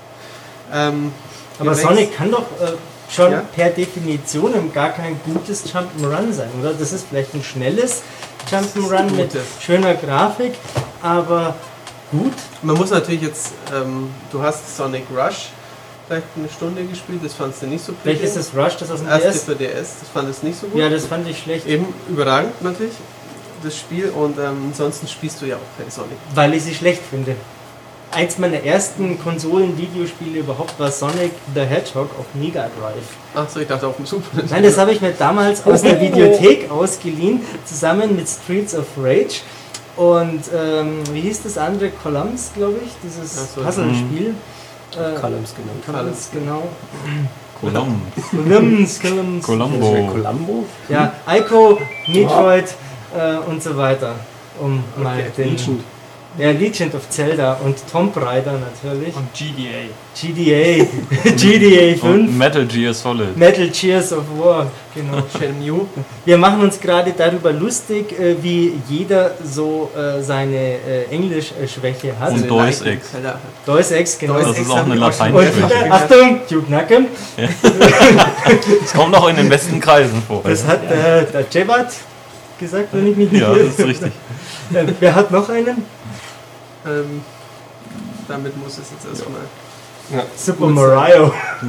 Aber wir Sonic kann doch schon Ja. per Definition gar kein gutes Jump'n'Run sein, oder? Das ist vielleicht ein schnelles Jump'n'Run mit Gutes. schöner Grafik, aber gut. Man muss natürlich jetzt, du hast Sonic Rush vielleicht eine Stunde gespielt, das fandst du nicht so Vielleicht ist prickelnd. das Rush, das aus dem Erste DS. für DS, das fandest du nicht so gut. Ja, das fand ich schlecht, Eben überragend natürlich, das Spiel, und ansonsten spielst du ja auch kein Sonic. weil ich sie schlecht finde. Eins meiner ersten Konsolen-Videospiele überhaupt war Sonic the Hedgehog auf Mega Drive. Achso, ich dachte auf dem Super Nintendo. Nein, das habe ich mir damals aus der Videothek ausgeliehen, zusammen mit Streets of Rage. Und wie hieß das andere? Columns, glaube ich, dieses Ach so, Puzzlespiel. Columns genannt. Columns, genau. Columns. Columns. Columbo. Columbo? Ja, Ico, Metroid und so weiter. Um mal Okay. den. Legend. Ja, Legend of Zelda und Tomb Raider natürlich. Und GDA. GDA, GDA 5, Und Metal Gear Solid. Metal Gears of War, genau. Shenmue. Wir machen uns gerade darüber lustig, wie jeder so seine Englischschwäche hat. Und Den Deus Leichen- Ex. Alter. Deus Ex, genau. Deus Das Ex ist auch hab eine ich schon Lateinschwäche. mehrfach gehört. Achtung, Duke Nukem, Das kommt auch in den besten Kreisen vor. das hat der Jebat gesagt, wenn ich mich nicht Ja, das irre. ist richtig. Wer hat noch einen? Damit muss es jetzt erstmal. Super Mario.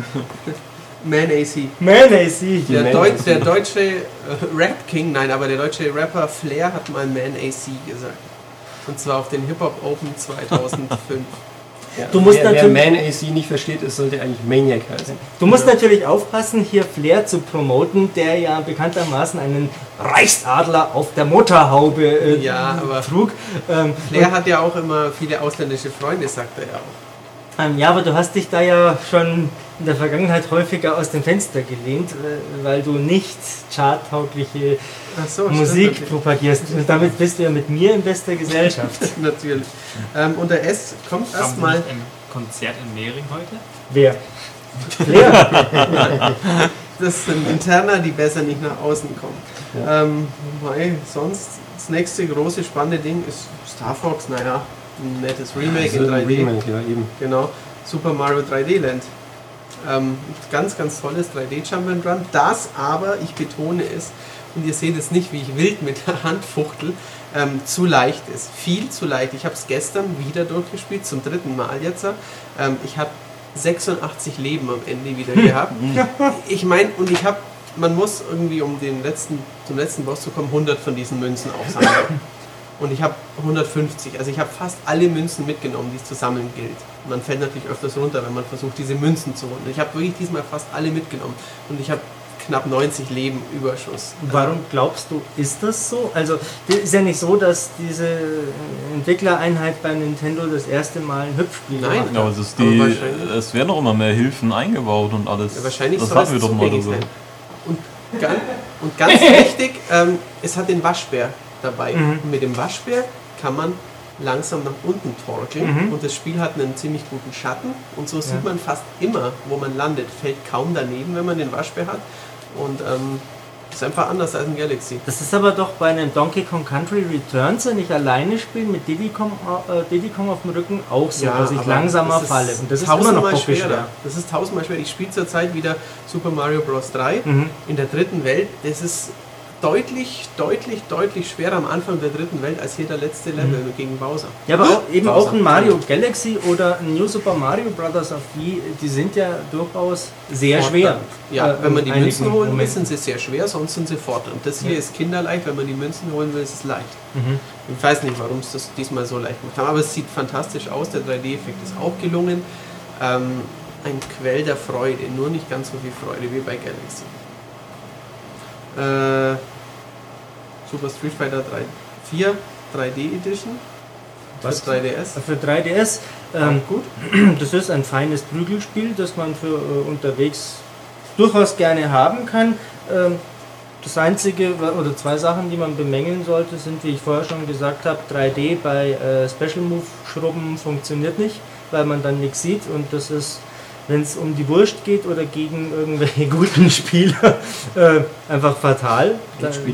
Man AC. Man AC. Der, Man AC. Der deutsche Rap King, nein, aber der deutsche Rapper Flair hat mal Man AC gesagt. Und zwar auf den Hip Hop Open 2005. Ja. Du musst wer natürlich- Man AC nicht versteht, es sollte eigentlich Maniac heißen. Du musst natürlich aufpassen, hier Flair zu promoten, der ja bekanntermaßen einen Reichsadler auf der Motorhaube Ja, aber trug. Flair hat ja auch immer viele ausländische Freunde, sagt er ja auch. Ja, aber du hast dich da ja schon in der Vergangenheit häufiger aus dem Fenster gelehnt, weil du nicht charttaugliche Ach so, Musik stimmt propagierst. Und damit bist du ja mit mir in bester Gesellschaft. natürlich. Und der S kommt Haben Sie erstmal. nicht ein Konzert in Mehring heute? Wer? Flair? Das sind Interner, die besser nicht nach außen kommen. Sonst das nächste große spannende Ding ist Star Fox, naja, ein nettes Remake in 3D. Remake, ja, eben. Genau, Super Mario 3D Land. Ganz, ganz tolles 3D Jump'n'Run, das aber, ich betone es, und ihr seht es nicht, wie ich wild mit der Hand fuchtel, zu leicht ist. Viel zu leicht. Ich habe es gestern wieder durchgespielt, zum 3. Mal jetzt. Ich habe 86 Leben am Ende wieder gehabt. Ich meine, und man muss irgendwie, um zum letzten Boss zu kommen, 100 von diesen Münzen aufsammeln. Und ich habe 150, also ich habe fast alle Münzen mitgenommen, die es zu sammeln gilt. Man fällt natürlich öfters runter, wenn man versucht, diese Münzen zu holen. Ich habe wirklich diesmal fast alle mitgenommen und ich habe knapp 90 Leben Überschuss. Warum glaubst du, ist das so? Also ist ja nicht so, dass diese Entwicklereinheit bei Nintendo das erste Mal ein Hüpfspiel Nein. gemacht hat. Ja, es, Aber wahrscheinlich- es werden auch immer mehr Hilfen eingebaut und alles. Ja, wahrscheinlich das soll hatten wir es doch mal zugänglich so. sein. Und ganz wichtig, es hat den Waschbär dabei. Und mit dem Waschbär kann man langsam nach unten torkeln und das Spiel hat einen ziemlich guten Schatten und so sieht man fast immer, wo man landet. Fällt kaum daneben, wenn man den Waschbär hat und ist einfach anders als in Galaxy. Das ist aber doch bei einem Donkey Kong Country Returns, wenn ich alleine spiele mit Diddy Kong auf dem Rücken, auch so, dass ich aber langsamer das ist falle. Und das ist immer noch tausendmal bockig schwerer. schwer. Das ist tausendmal schwerer. Ich spiele zurzeit wieder Super Mario Bros. 3 in der dritten Welt. Das ist deutlich schwerer am Anfang der dritten Welt als hier der letzte Level gegen Bowser. Ja, aber auch, eben Bowser. auch ein Mario Galaxy oder ein New Super Mario Bros. Auf die sind ja durchaus sehr schwer. Ja, wenn man die in Münzen einigen holen will, Momenten. sind sie sehr schwer, sonst sind sie fordernd. Das hier ist kinderleicht, wenn man die Münzen holen will, ist es leicht. Ich weiß nicht, warum es das diesmal so leicht gemacht haben, aber es sieht fantastisch aus, der 3D-Effekt ist auch gelungen. Ein Quell der Freude, nur nicht ganz so viel Freude wie bei Galaxy. Super Street Fighter 4 3D Edition. Was? Für 3DS. Für 3DS. Gut. Das ist ein feines Prügelspiel, das man für unterwegs durchaus gerne haben kann. Das einzige oder zwei Sachen, die man bemängeln sollte, sind, wie ich vorher schon gesagt habe, 3D bei Special Move Schrubben funktioniert nicht, weil man dann nichts sieht und das ist, wenn es um die Wurst geht oder gegen irgendwelche guten Spieler, einfach fatal. Das Spiel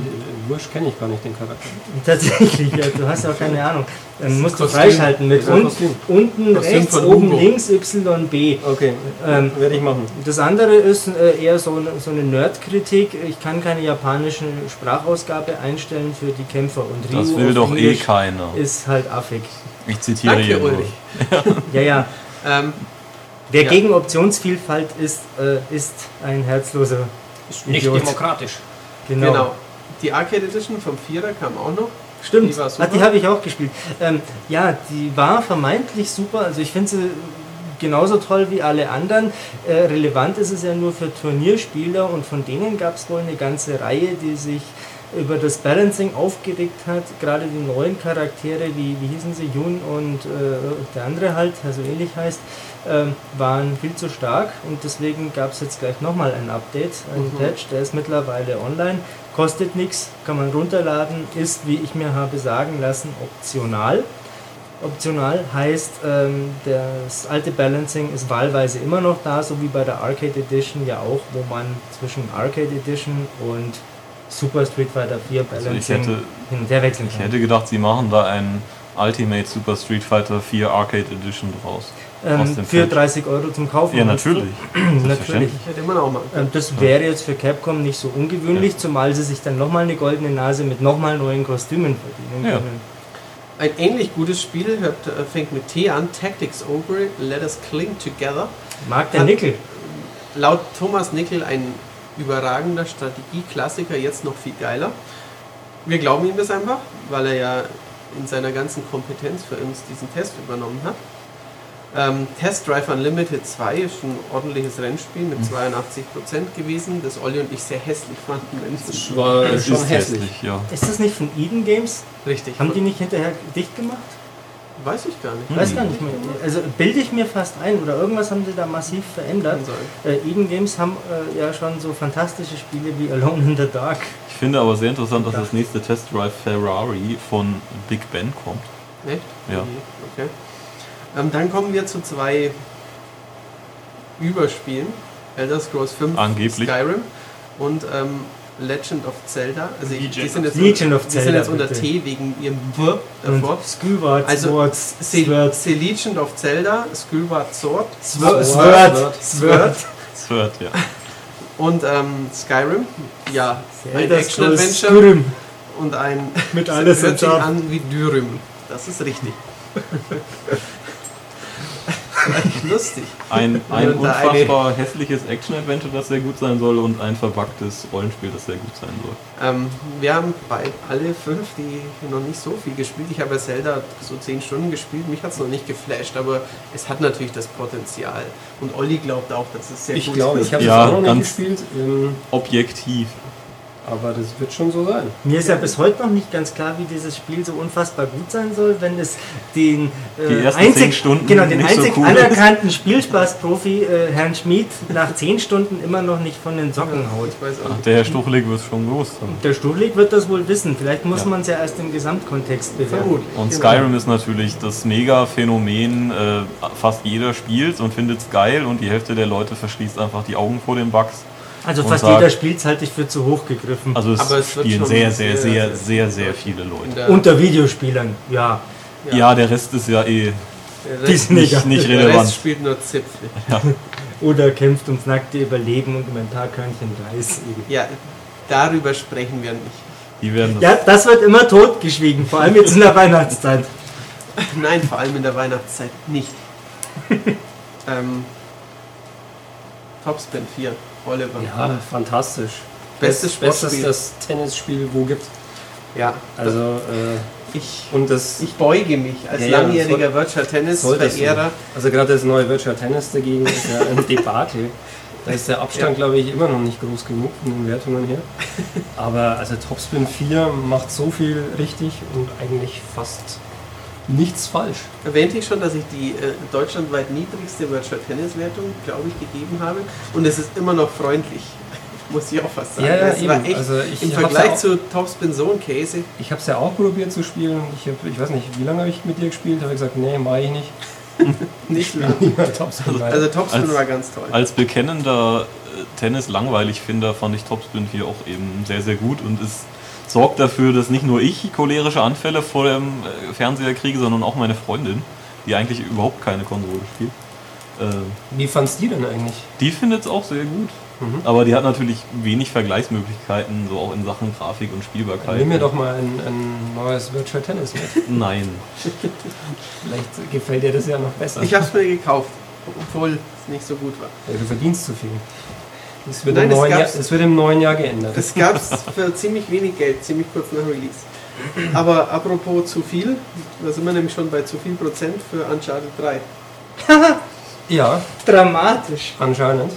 Wurscht kenne ich gar nicht den Charakter. Tatsächlich, ja, du hast ja auch keine Ahnung. Dann musst du Kostüm. freischalten mit Ja, Kostüm. unten Kostüm rechts, von oben Hugo. links, Y, B. Okay, werde ich machen. Das andere ist eher so eine Nerd-Kritik. Ich kann keine japanische Sprachausgabe einstellen für die Kämpfer. Und Ryu Das will auf doch Englisch keiner. ist halt affig. Ich zitiere Danke, hier nur. Ulrich. Ja. Ähm, Wer Ja. gegen Optionsvielfalt ist ein herzloser Nicht Idiot. demokratisch. Genau. Die Arcade Edition vom Vierer kam auch noch. Stimmt, Die war super. die habe ich auch gespielt. Ja, die war vermeintlich super. Also ich finde sie genauso toll wie alle anderen. Relevant ist es ja nur für Turnierspieler und von denen gab es wohl eine ganze Reihe, die sich über das Balancing aufgeregt hat. Gerade die neuen Charaktere, wie hießen sie, Jun und der andere halt, also ähnlich heißt, waren viel zu stark und deswegen gab es jetzt gleich nochmal ein Update, ein Patch, der ist mittlerweile online, kostet nichts, kann man runterladen, ist, wie ich mir habe sagen lassen, optional. Optional heißt, das alte Balancing ist wahlweise immer noch da, so wie bei der Arcade Edition ja auch, wo man zwischen Arcade Edition und Super Street Fighter 4 Balancing ich hätte- hin und her wechseln Ich kann. hätte gedacht, sie machen da einen Ultimate Super Street Fighter 4 Arcade Edition draus. aus dem Für Patch. 30 € zum Kaufen. Ja, meinst du? natürlich. Natürlich. Selbstverständlich. Hätte man auch machen können. Das wäre jetzt für Capcom nicht so ungewöhnlich, zumal sie sich dann nochmal eine goldene Nase mit nochmal neuen Kostümen verdienen Ja. können. Ein ähnlich gutes Spiel fängt mit T an. Tactics Ogre, Let Us Cling Together. Mag der Hat- Nickel. Laut Thomas Nickel ein überragender Strategieklassiker, jetzt noch viel geiler. Wir glauben ihm das einfach, weil er ja in seiner ganzen Kompetenz für uns diesen Test übernommen hat. Test Drive Unlimited 2 ist ein ordentliches Rennspiel mit 82% gewesen, das Olli und ich sehr hässlich fanden. Wenn es Das war Es schon ist hässlich. ja. Ist das nicht von Eden Games? richtig. Haben die nicht hinterher dicht gemacht? Weiß ich gar nicht. Weiß gar nicht mehr. Also bilde ich mir fast ein oder irgendwas haben sie da massiv verändert. Kann sein. Eden Games haben ja schon so fantastische Spiele wie Alone in the Dark. Ich finde aber sehr interessant, dass das nächste Test Drive Ferrari von Big Ben kommt. Echt? Ja. Okay. Dann kommen wir zu zwei Überspielen. Elder Scrolls 5 Angeblich. Skyrim und Legend of Zelda. Also die sind jetzt, Legend of die sind Zelda, jetzt unter bitte. T wegen ihrem W davor. Und Skyward Also Sword. The Legend of Zelda, Skyward Sword Sword. Third, ja. und Skyrim. Ja, ein Elder Scrolls Action-Adventure Skyrim. und ein Mit alles hört sich und an wie Dürüm. Das ist richtig. Echt lustig. Ein Und da unfassbar hässliches Action-Adventure, das sehr gut sein soll, und ein verbuggtes Rollenspiel, das sehr gut sein soll. Wir haben alle 5, die noch nicht so viel gespielt. Ich habe ja Zelda so 10 Stunden gespielt. Mich hat es noch nicht geflasht, aber es hat natürlich das Potenzial. Und Olli glaubt auch, dass es sehr Ich gut glaube, ist. ich habe es Ja, auch noch nicht ganz- gespielt, Objektiv. aber das wird schon so sein. Mir ist ja bis heute noch nicht ganz klar, wie dieses Spiel so unfassbar gut sein soll, wenn es den Die ersten 10 Stunden den nicht so einzig cool anerkannten Spielspaßprofi Herrn Schmid nach 10 Stunden immer noch nicht von den Socken haut. Ich weiß auch Ach, nicht. der Herr Stuchelig wird es schon gewusst haben. Der Stuhlig wird das wohl wissen. Vielleicht muss Ja. man es ja erst im Gesamtkontext bewerten. Vermutlich. Und Genau. Skyrim ist natürlich das Mega-Phänomen, fast jeder spielt und findet es geil und die Hälfte der Leute verschließt einfach die Augen vor den Bugs. Also Und fast sagt- jeder spielt halte ich für zu hoch gegriffen. Also Aber es wird spielen schon sehr sehr viele In Leute. der- Unter Videospielern, ja. Ja, der Rest ist ja eh der Die Rest, sind nicht nicht der relevant. Rest spielt nur Zipfel. Oder kämpft ums nackte Überleben und um ein paar Körnchen Reis. Ja, darüber sprechen wir nicht. Die werden das Ja, das wird immer totgeschwiegen, vor allem jetzt in der Weihnachtszeit. Nein, vor allem in der Weihnachtszeit nicht. Topspin 4, Oliver. Ja, fantastisch. Bestes Bestes Sportspiel. das Tennisspiel wo gibt. Ja, Also ich und das beuge mich als Ja, ja, langjähriger Virtual Tennis solltest du. Verehrer. Also gerade das neue Virtual Tennis dagegen ist ja ein Debakel. Da ist der Abstand, Ja. glaube ich, immer noch nicht groß genug von den Wertungen her. Aber also Topspin 4 macht so viel richtig und eigentlich fast nichts falsch. Erwähnte ich schon, dass ich die deutschlandweit niedrigste Virtual Tennis Wertung, glaube ich, gegeben habe. Und es ist immer noch freundlich. Muss ich auch fast sagen. Ja, ja, es war eben. echt Also ich im hab's Vergleich ja auch- zu Topspin so ein Käse. Ich habe es ja auch probiert zu spielen. Ich weiß nicht, wie lange habe ich mit dir gespielt? Habe ich gesagt, nee, mache ich nicht. Nicht lang. Topspin weiter. Also Topspin Als- war ganz toll. als bekennender Tennis-Langweilig-Finder fand ich Topspin 4 auch eben sehr, sehr gut und ist sorgt dafür, dass nicht nur ich cholerische Anfälle vor dem Fernseher kriege, sondern auch meine Freundin, die eigentlich überhaupt keine Konsole spielt. Wie fandst du die denn eigentlich? Die findet es auch sehr gut. Aber die hat natürlich wenig Vergleichsmöglichkeiten, so auch in Sachen Grafik und Spielbarkeit. Nimm mir doch mal ein neues Virtual Tennis mit. Nein. Vielleicht gefällt dir das ja noch besser. Ich habe es mir gekauft, obwohl es nicht so gut war. Ja, du verdienst zu viel. Es wird, Nein, es wird im neuen Jahr geändert. Es gab es für ziemlich wenig Geld, ziemlich kurz nach Release. Aber apropos zu viel, da sind wir nämlich schon bei zu viel Prozent für Uncharted 3. Ja, Dramatisch. anscheinend.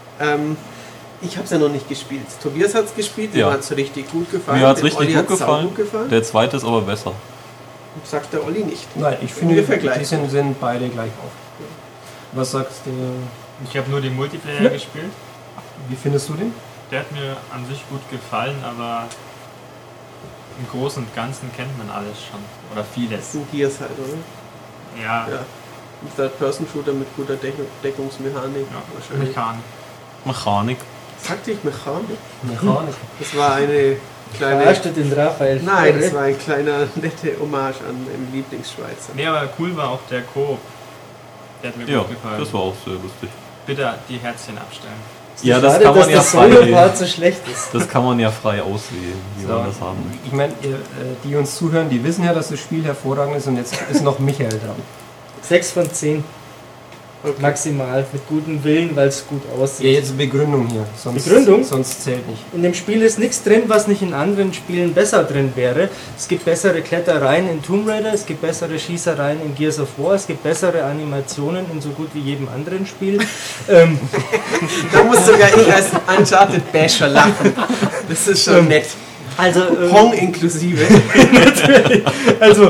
Ich habe es ja noch nicht gespielt. Tobias hat es gespielt, Ja. ihm hat es richtig gut gefallen. Mir hat es Dem richtig Olli gut hat's saugut gefallen. Der zweite ist aber besser. Sagt der Olli nicht. Nein, ich finde, Wir vergleichen. die sind beide gleich auf. Was sagst du? Ich habe nur den Multiplayer gespielt. Wie findest du den? Der hat mir an sich gut gefallen, aber im Großen und Ganzen kennt man alles schon. Oder Das vieles. sind Gears halt, oder? Ja, Ja. Ein Third-Person-Shooter mit guter Deckungsmechanik. ja. Wahrscheinlich. Mechanik. Mechanik. Sagte ich Mechanik? Mechanik. Das war eine kleine... Verarscht den Raphael. Nein, das war ein kleiner, nette Hommage an meinen Lieblingsschweizer. Nee, aber cool war auch der Koop. Der hat mir Ja, gut gefallen. das war auch sehr lustig. Bitte die Herzchen abstellen. Ja, Schade, das kann man dass ja das Solo-Part frei. so schlecht ist. Das kann man ja frei auswählen, wie man das haben will. Ich meine, die uns zuhören, die wissen ja, dass das Spiel hervorragend ist und jetzt ist noch Michael dran. 6 von 10. Okay. Maximal. Mit gutem Willen, weil es gut Ja, aussieht. jetzt Begründung hier. Sonst, Begründung? Sonst zählt nicht. In dem Spiel ist nichts drin, was nicht in anderen Spielen besser drin wäre. Es gibt bessere Klettereien in Tomb Raider, es gibt bessere Schießereien in Gears of War, es gibt bessere Animationen in so gut wie jedem anderen Spiel. Da muss sogar ich als Uncharted-Basher lachen. Das ist schon nett. Also, Pong inklusive. also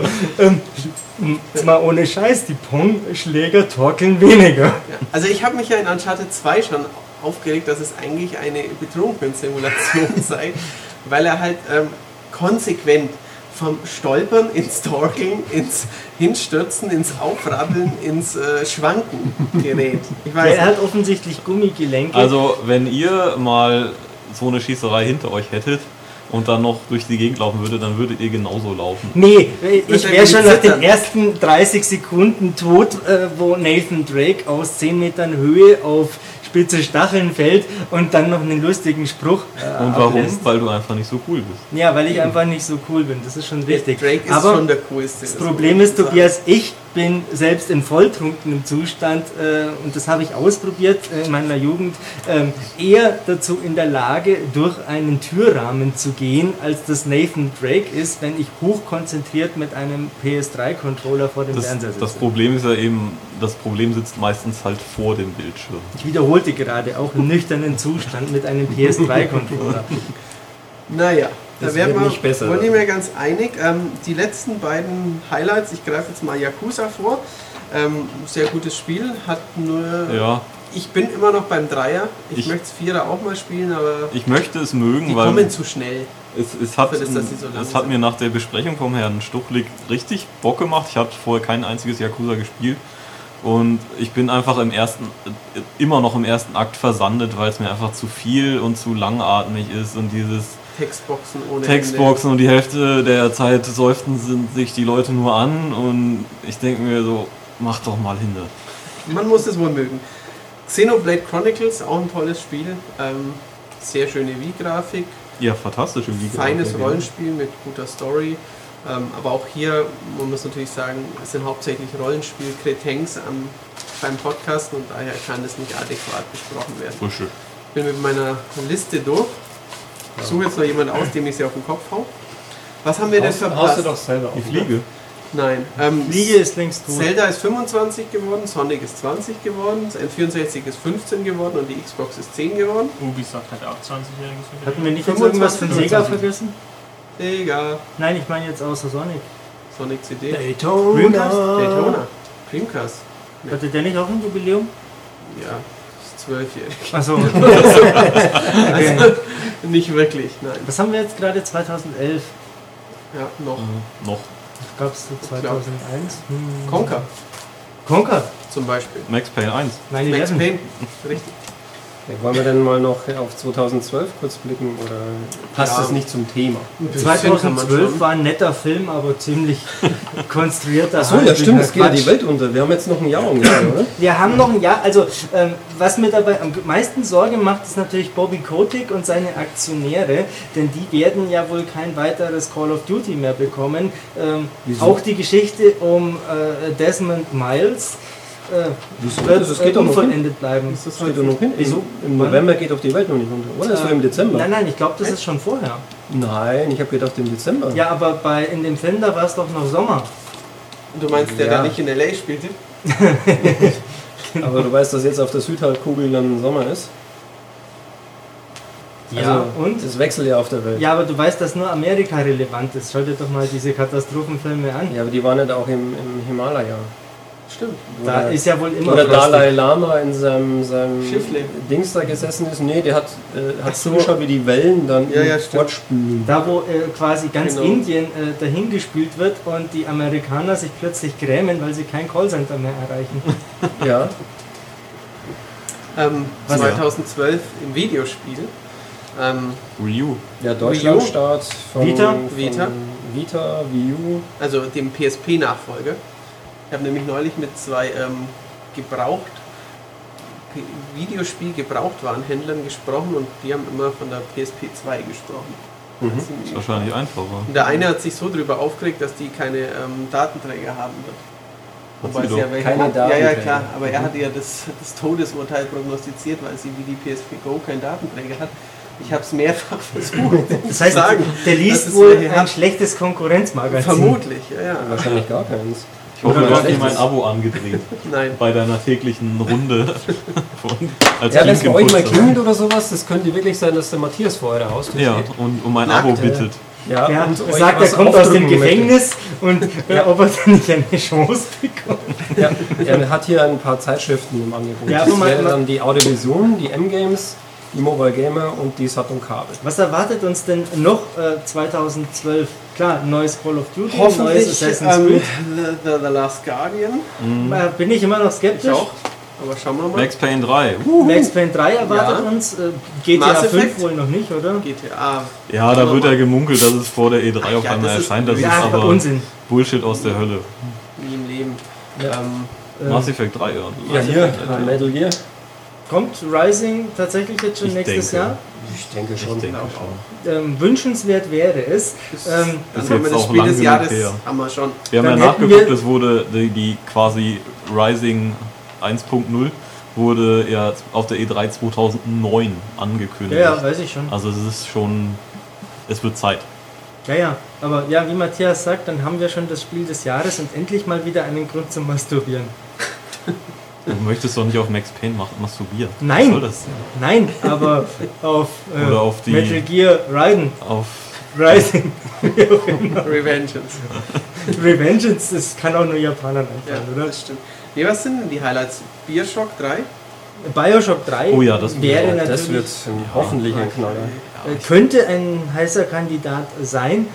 jetzt mal ohne Scheiß, die Pong-Schläger torkeln weniger. Also ich habe mich ja in Uncharted 2 schon aufgeregt, dass es eigentlich eine Betrunkenssimulation sei, weil er halt konsequent vom Stolpern ins Torkeln, ins Hinstürzen, ins Aufrabbeln, ins Schwanken gerät. Ich weiß Er nicht. hat offensichtlich Gummigelenke. Also, wenn ihr mal so eine Schießerei hinter euch hättet und dann noch durch die Gegend laufen würdet, dann würdet ihr genauso laufen. Nee, ich er wäre schon nach zittern. den ersten 30 Sekunden tot, wo Nathan Drake aus 10 Metern Höhe auf spitze Stacheln fällt und dann noch einen lustigen Spruch Und warum? ablässt. Weil du einfach nicht so cool bist. Ja, weil ich einfach nicht so cool bin, das ist schon richtig. Drake ist Aber schon der coolste. das Problem ist, Tobias, ich bin selbst in volltrunkenem Zustand und das habe ich ausprobiert in meiner Jugend, eher dazu in der Lage, durch einen Türrahmen zu gehen, als das Nathan Drake ist, wenn ich hochkonzentriert mit einem PS3-Controller vor dem Fernseher Das sitze. Problem ist ja eben, das Problem sitzt meistens halt vor dem Bildschirm. Ich wiederholte gerade auch im nüchternen Zustand mit einem PS3-Controller. Naja, da Das werden wird wir nicht besser. wohl nicht mehr ganz einig. Die letzten beiden Highlights, ich greife jetzt mal Yakuza vor. Sehr gutes Spiel, hat nur... Ja, Ich bin immer noch beim Dreier. Ich Ich- möchte es Vierer auch mal spielen, aber ich möchte es mögen, die weil kommen zu schnell. es hat, für das, dass sie so lang es hat sind. mir nach der Besprechung vom Herrn Stuchlik richtig Bock gemacht. Ich habe vorher kein einziges Yakuza gespielt. Und ich bin einfach immer noch im ersten Akt versandet, weil es mir einfach zu viel und zu langatmig ist und dieses Textboxen ohne Textboxen und die Hälfte der Zeit seufzen sich die Leute nur an und ich denke mir so, mach doch mal hin. Ende. Man muss es wohl mögen. Xenoblade Chronicles, auch ein tolles Spiel. Sehr schöne Wii-Grafik. Ja, fantastisch im Video. Feines Rollenspiel mit guter Story. Aber auch hier, man muss natürlich sagen, es sind hauptsächlich Rollenspiel-Kretengs beim Podcasten und daher kann es nicht adäquat besprochen werden. Frische. Ich bin mit meiner Liste durch. Ich suche jetzt noch jemanden aus, dem ich sie auf den Kopf hau. Was haben wir denn Haust du verpasst? doch selber auf. Die Fliege. Nein. Fliege ist längst tot. Zelda ist 25 geworden, Sonic ist 20 geworden, das N64 ist 15 geworden und die Xbox ist 10 geworden. Ubisoft hat auch 20-jähriges Hatten wir nicht jetzt irgendwas von 25? Sega vergessen? Egal. Nein, ich meine jetzt außer Sonic. Sonic CD. Daytona. Daytona. Dreamcast. Hatte der nicht auch ein Jubiläum? Ja, ist 12-jährig. Achso. Also, nicht wirklich, nein. Was haben wir jetzt gerade 2011? Ja, noch. Noch. Gab es so 2001? Conker Conker. zum Beispiel. Max Payne 1. Nein, Max 11. Payne, richtig. Wollen wir denn mal noch auf 2012 kurz blicken oder passt das nicht zum Thema? 2012 war ein netter Film, aber ziemlich konstruierter. Achso, ja stimmt, es geht ja die Welt unter. Wir haben jetzt noch ein Jahr ungefähr, oder? Wir haben noch ein Jahr, also was mir dabei am meisten Sorge macht, ist natürlich Bobby Kotick und seine Aktionäre, denn die werden ja wohl kein weiteres Call of Duty mehr bekommen. Auch die Geschichte um Desmond Miles Das geht doch noch unvollendet bleiben. Das geht doch noch hin. Wieso? Im November geht doch die Welt noch nicht unter, oder? Das war im Dezember. Nein, ich glaube, das ist schon vorher. Nein, ich habe gedacht im Dezember. Ja, aber in dem Film, da war es doch noch Sommer. Du meinst, der da nicht in L.A. spielte? Aber du weißt, dass jetzt auf der Südhalbkugel dann Sommer ist? Ja, also, und? das wechselt ja auf der Welt. Ja, aber du weißt, dass nur Amerika relevant ist. Schau dir doch mal diese Katastrophenfilme an. Ja, aber die waren nicht auch im Himalaya. Stimmt. Da ist ja wohl immer Oder Dalai Lama in seinem Schiffle. Dings da gesessen ist. Nee, der hat zugeschaut, wie die Wellen dann fortspülen. Da, wo quasi ganz Genau. Indien dahin gespült wird und die Amerikaner sich plötzlich grämen, weil sie kein Callcenter mehr erreichen. Ja. 2012 im Videospiel. Wii U. Ja, Deutschlandstart von Vita. Wii U. Also dem PSP-Nachfolger. Ich habe nämlich neulich mit zwei Videospiel-Gebrauchtwarenhändlern gesprochen und die haben immer von der PSP 2 gesprochen. Das ist wahrscheinlich einfacher. Und der eine hat sich so drüber aufgeregt, dass die keine Datenträger haben wird. Wobei sie ja welche keine hat. Ja, Datenträger. klar, aber er hatte ja das Todesurteil prognostiziert, weil sie wie die PSP Go keinen Datenträger hat. Ich habe es mehrfach versucht. Das heißt, der dass liest es wohl welche ein hat. schlechtes Konkurrenzmagazin. Vermutlich, ja. Wahrscheinlich gar keins. Ich hoffe, Oder du hast was nicht mein Echtes. Abo angedreht. Nein. Bei deiner täglichen Runde. Als Ja, wenn es bei euch mal Link-Impulse. klingelt oder sowas, das könnte wirklich sein, dass der Matthias vor eurer Haustür Ja, steht. und um ein Nackt, Abo bittet. Ja, Ja, und euch sagt, er was kommt aus dem aufdrücken Gefängnis und ob er dann nicht eine Chance bekommt. möchte. Ja, er hat hier ein paar Zeitschriften im Angebot. Ja, das aber wäre mal- dann die Audiovision, die M-Games, die Mobile Gamer und die Sat und Kabel. Was erwartet uns denn noch 2012? Klar, ein neues Call of Duty, ein neues Hoffentlich Assassin's Creed. The Last Guardian. Bin ich immer noch Ich skeptisch. auch. Aber schauen wir mal. Max Payne 3. Max Payne 3 erwartet Ja. uns. GTA Mass 5 Effect? wohl noch nicht, oder? GTA. Ja, da wird ja gemunkelt, dass es vor der E3 auf Ja, einmal das ist- erscheint. Das Ja, ist aber Unsinn. Bullshit aus der Hölle. Nie im Leben. Ja. Mass Effect 3, ja. Ja, hier, Metal Gear. Kommt Rising tatsächlich jetzt schon Ich nächstes denke. Jahr? Ich denke Ich schon. denke schon. Wünschenswert wäre es. Dann Ist haben wir jetzt das auch Spiel lang des genug Jahres. her. Haben wir schon. Wir haben Dann ja hätten nachgeguckt, wir- es wurde die quasi Rising 1.0 wurde ja auf der E3 2009 angekündigt. Ja, weiß ich schon. Also es ist schon, es wird Zeit. Ja, aber ja, wie Matthias sagt, dann haben wir schon das Spiel des Jahres und endlich mal wieder einen Grund zum Masturbieren. Du möchtest doch nicht auf Max Payne masturbieren. Nein. Was soll das denn? Nein, aber auf, Oder auf die- Metal Gear Auf Rising. Wie auch immer. Revengeance. Revengeance, das kann auch nur Japanern Ja, einfallen, oder? das stimmt. Nee, was sind denn die Highlights? Bioshock 3? Bioshock 3 Oh ja, das wäre wird- Das natürlich, wird hoffentlich ein Knaller. könnte ein heißer Kandidat sein.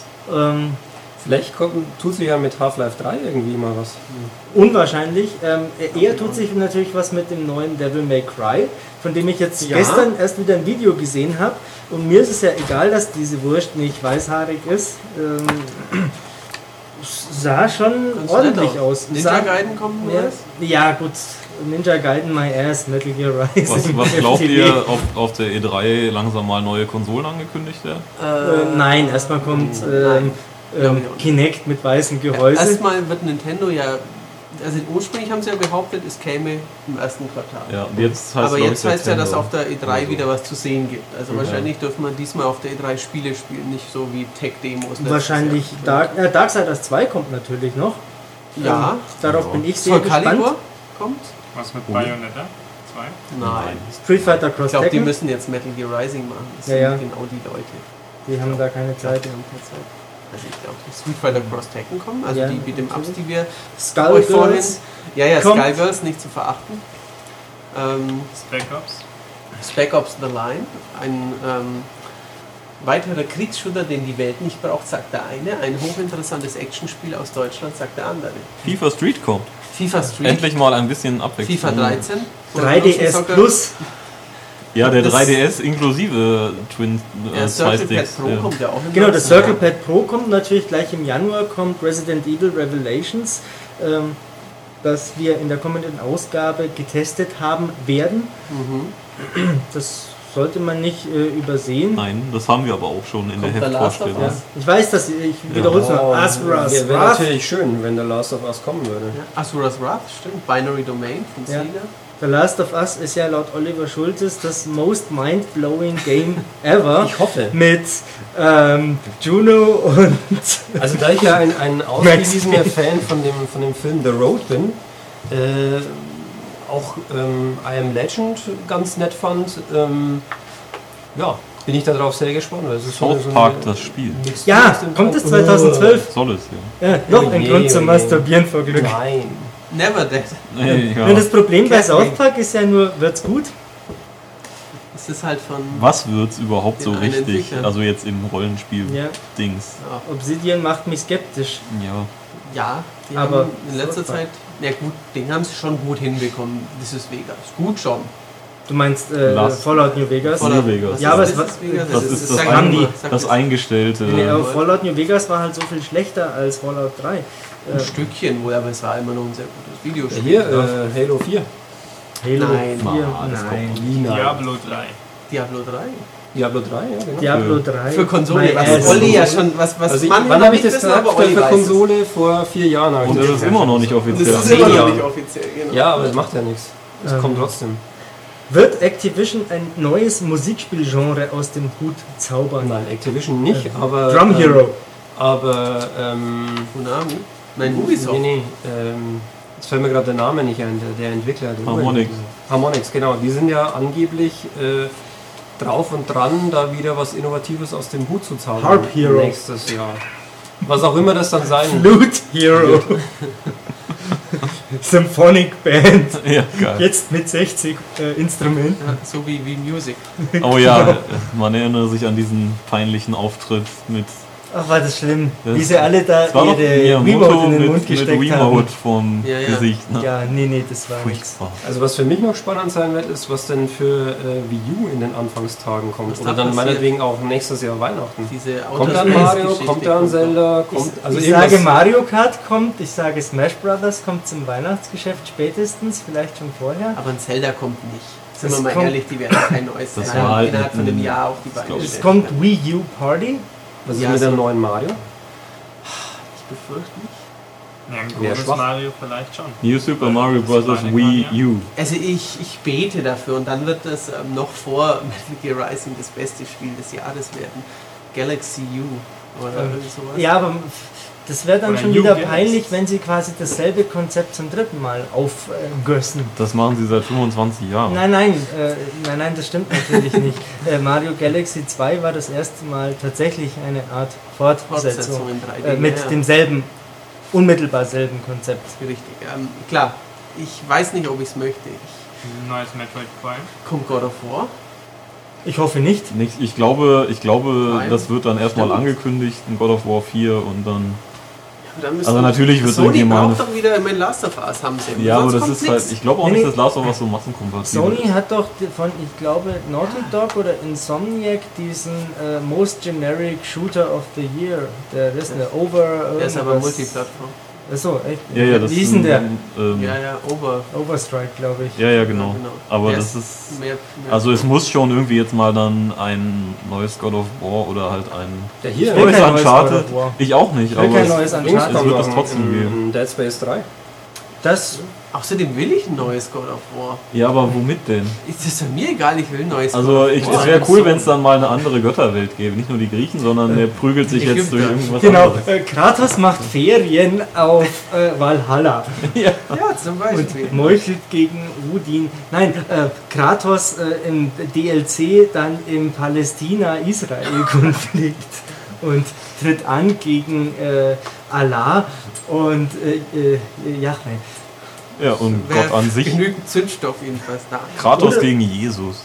Vielleicht tut sich ja mit Half-Life 3 irgendwie mal was. Unwahrscheinlich. Eher tut sich natürlich was mit dem neuen Devil May Cry, von dem ich jetzt Ja. gestern erst wieder ein Video gesehen habe. Und mir ist es ja egal, dass diese Wurst nicht weißhaarig ist. Sah schon Ganz ordentlich nett aus. Ninja Sah, Gaiden kommt ja, neues? ja, gut. Ninja Gaiden, My Ass, Metal Gear Rising. was glaubt FTW. ihr, ob auf der E3 langsam mal neue Konsolen angekündigt werden? Nein, erstmal kommt Nein. Glaube ich auch nicht. Kinect mit weißem Gehäuse. Erstmal wird Nintendo ja, also ursprünglich haben sie ja behauptet, es käme im ersten Quartal. Ja, jetzt heißt Aber glaub jetzt ich, heißt ja, dass September. auf der E3 Oder so. wieder was zu sehen gibt. Also wahrscheinlich dürfen wir diesmal auf der E3 Spiele spielen, nicht so wie Tech-Demos. Wahrscheinlich Jahr. Darksiders 2 kommt natürlich noch. Ja. Darauf Ja. bin ich sehr Soul Calibur gespannt. kommt? Was mit Bayonetta 2? Nein. Street Fighter Ich Cross glaube, die Tekken, müssen jetzt Metal Gear Rising machen. Das Ja, sind ja. genau die Leute. die haben da keine Ich glaube, Zeit. die haben keine Zeit. Also ich glaube, Street Fighter Cross Tekken kommen, also Ja, die mit dem Ups, die wir Skull euch vorhin... Girls. Ja, kommt. Skygirls, nicht zu verachten. Spec Ops? Spec Ops The Line, ein weiterer Kriegsshooter, den die Welt nicht braucht, sagt der eine. Ein hochinteressantes Actionspiel aus Deutschland, sagt der andere. FIFA Street kommt. FIFA Street, Endlich mal ein bisschen Abwechslung. FIFA 13, 3DS Soccer. Plus. Ja, der Das- 3DS inklusive Twin Der zwei Circle Pad Sticks. Pro kommt ja auch im Genau, nächsten das Circle Jahr. Pad Pro kommt natürlich gleich im Januar, kommt Resident Evil Revelations, das wir in der kommenden Ausgabe getestet haben werden. Das sollte man nicht übersehen. Nein, das haben wir aber auch schon in Kommt der der Last of Heftvorstellung. Us? Ich weiß, dass ich wiederhole es noch. Asuras Wäre Wrath. natürlich schön, wenn der Last of Us kommen würde. Ja, Asuras Wrath, stimmt. Binary Domain von Ja. Sega. The Last of Us ist ja laut Oliver Schultes das most mind-blowing Game ever. Ich hoffe. Mit Juno und Also da ich ja ein ausgewiesener Fan von dem Film The Road bin, auch I Am Legend ganz nett fand, ja, bin ich darauf sehr gespannt. Weil es ist South Park, das Spiel. ja, kommt es 2012? Soll es, ja. Ja, noch ein je, Grund zum je. Masturbieren vor Glück. Nein. Never Dead. Ja. Nur das Problem bei Catwing. South Park ist ja nur, wird's gut? Es ist halt von. Was wird's überhaupt Den so einen richtig? Entwickler. Also jetzt im Rollenspiel-Dings. Ja. Ja, Obsidian macht mich skeptisch. Ja. ja, die Aber haben in letzter South Park. Zeit. Ja, gut, den haben sie schon gut hinbekommen, dieses Vegas. Gut schon. Du meinst Last- Fallout New Vegas? New Vegas. Was Ja, aber es ist war- das Vegas? Das ist das, sag haben mal, die- sag das es. eingestellte. Nee, aber Fallout New Vegas war halt so viel schlechter als Fallout 3. Ein Stückchen wohl, aber es war immer noch ein sehr gutes Videospiel. Hier, Halo 4. Halo Nein. 4, das nein. Diablo 3. Diablo 3. Diablo 3, ja genau. Diablo 3. Für Konsole, My was ass. Olli ja schon, was Also manche wann noch habe ich nicht das wissen, aber gesagt? Olli Für weiß Konsole vor 4 Jahren. habe ich Und das das ist gesagt. immer noch nicht es. offiziell. Das ist immer noch Ja. nicht offiziell, genau. Ja, aber das macht ja nichts. Es Ähm, kommt trotzdem. Wird Activision ein neues Musikspielgenre aus dem Hut zaubern? Nein, Activision nicht, aber... Drum Hero. Aber, Konami? Nein, Ubisoft. Nee, jetzt fällt mir gerade der Name nicht ein, der Entwickler. der Harmonix. Harmonix, genau. Die sind ja angeblich drauf und dran, da wieder was Innovatives aus dem Hut zu zaubern. Harp Hero. Nächstes Jahr. Was auch immer das dann sein Flute Hero. Symphonic Band. Ja, geil. Jetzt mit 60 Instrumenten. Ja, so wie Music. Oh ja, man erinnere sich an diesen peinlichen Auftritt mit. Ach, war das schlimm. Das- Wie sie alle da Es war doch ihre Remote Miyamoto in den Mund mit gesteckt Remote haben. vom Ja, ja. Gesicht. Ne? Ja, nee, das war nichts. Furchtbar. Also was für mich noch spannend sein wird, ist, was denn für Wii U in den Anfangstagen kommt. Was Oder da dann passiert. meinetwegen auch nächstes Jahr Weihnachten. Diese Kommt dann Outer Space Mario, Geschichte kommt dann kommt Zelda, kommt... Also ich irgendwas- sage Mario Kart kommt, ich sage Smash Brothers kommt zum Weihnachtsgeschäft spätestens, vielleicht schon vorher. Aber ein Zelda kommt nicht. Sind Das wir mal kommt- ehrlich, die werden kein neues Das Zelda war halt innerhalb von ein- einem Jahr auf die Beine glaub ich. Es stellen. kommt Wii U Party. Was ist Ja, mit so- dem neuen Mario? Ich befürchte nicht. Ja, ein Wär großes schwach. Mario vielleicht schon. New Super Mario Bros. Sonic Wii Mania. U. Also ich bete dafür und dann wird das noch vor Metal Gear Rising das beste Spiel des Jahres werden. Galaxy U oder irgend sowas. Ja, aber das wäre dann Oder schon New wieder Games. peinlich, wenn sie quasi dasselbe Konzept zum dritten Mal aufgössen. Das machen sie seit 25 Jahren. Nein, das stimmt natürlich nicht. Mario Galaxy 2 war das erste Mal tatsächlich eine Art Fortsetzung Fortsetzung in 3D. mit ja, demselben, unmittelbar selben Konzept. richtig. Klar, ich weiß nicht, ob ich es möchte. Neues Metroid Prime. Kommt God of War? Ich hoffe nicht. Nicht, ich glaube, Nein. das wird dann erstmal Stimmt. angekündigt in God of War 4 und dann. Aber dann müssen Also natürlich wird Sony irgendjemand- braucht doch wieder mein Last of Us, haben sie. Ja, aber Sonst das kommt ist halt. nix. Ich glaube auch Nee, nicht, nee. dass Last of Us so massenkompatibel Sony ist. hat doch von, ich glaube, Naughty Dog oder Insomniac diesen Most Generic Shooter of the Year. Der ist eine Over. Der ist aber irgendwas- Multiplattform. Achso, echt? Ja, das Wie hieß denn der? Ja, Overstrike, glaube ich. Ja, genau. Ja, genau. Aber Der das ist ist. mehr Also es muss schon irgendwie jetzt mal dann ein neues God of War oder halt ein Der hier, will neues kein neues Uncharted. God of War. Ich auch nicht, will aber kein es, neues Uncharted. es wird das trotzdem geben. Dead Space 3. Das, Außerdem will ich ein neues God of War. Ja, aber womit denn? Es ist ja mir egal, ich will ein neues Also God of es War. wäre cool, wenn es dann mal eine andere Götterwelt gäbe. Nicht nur die Griechen, sondern der prügelt sich jetzt durch Ägypter. irgendwas genau, anderes. Kratos macht Ferien auf Valhalla Ja, zum Beispiel. und meuchelt gegen Odin. Nein, Kratos im DLC dann im Palästina-Israel-Konflikt und tritt an gegen Allah und Jahwe. Ja, und Wäre Gott an sich. genügend Zündstoff jedenfalls da. Kratos Oder- gegen Jesus.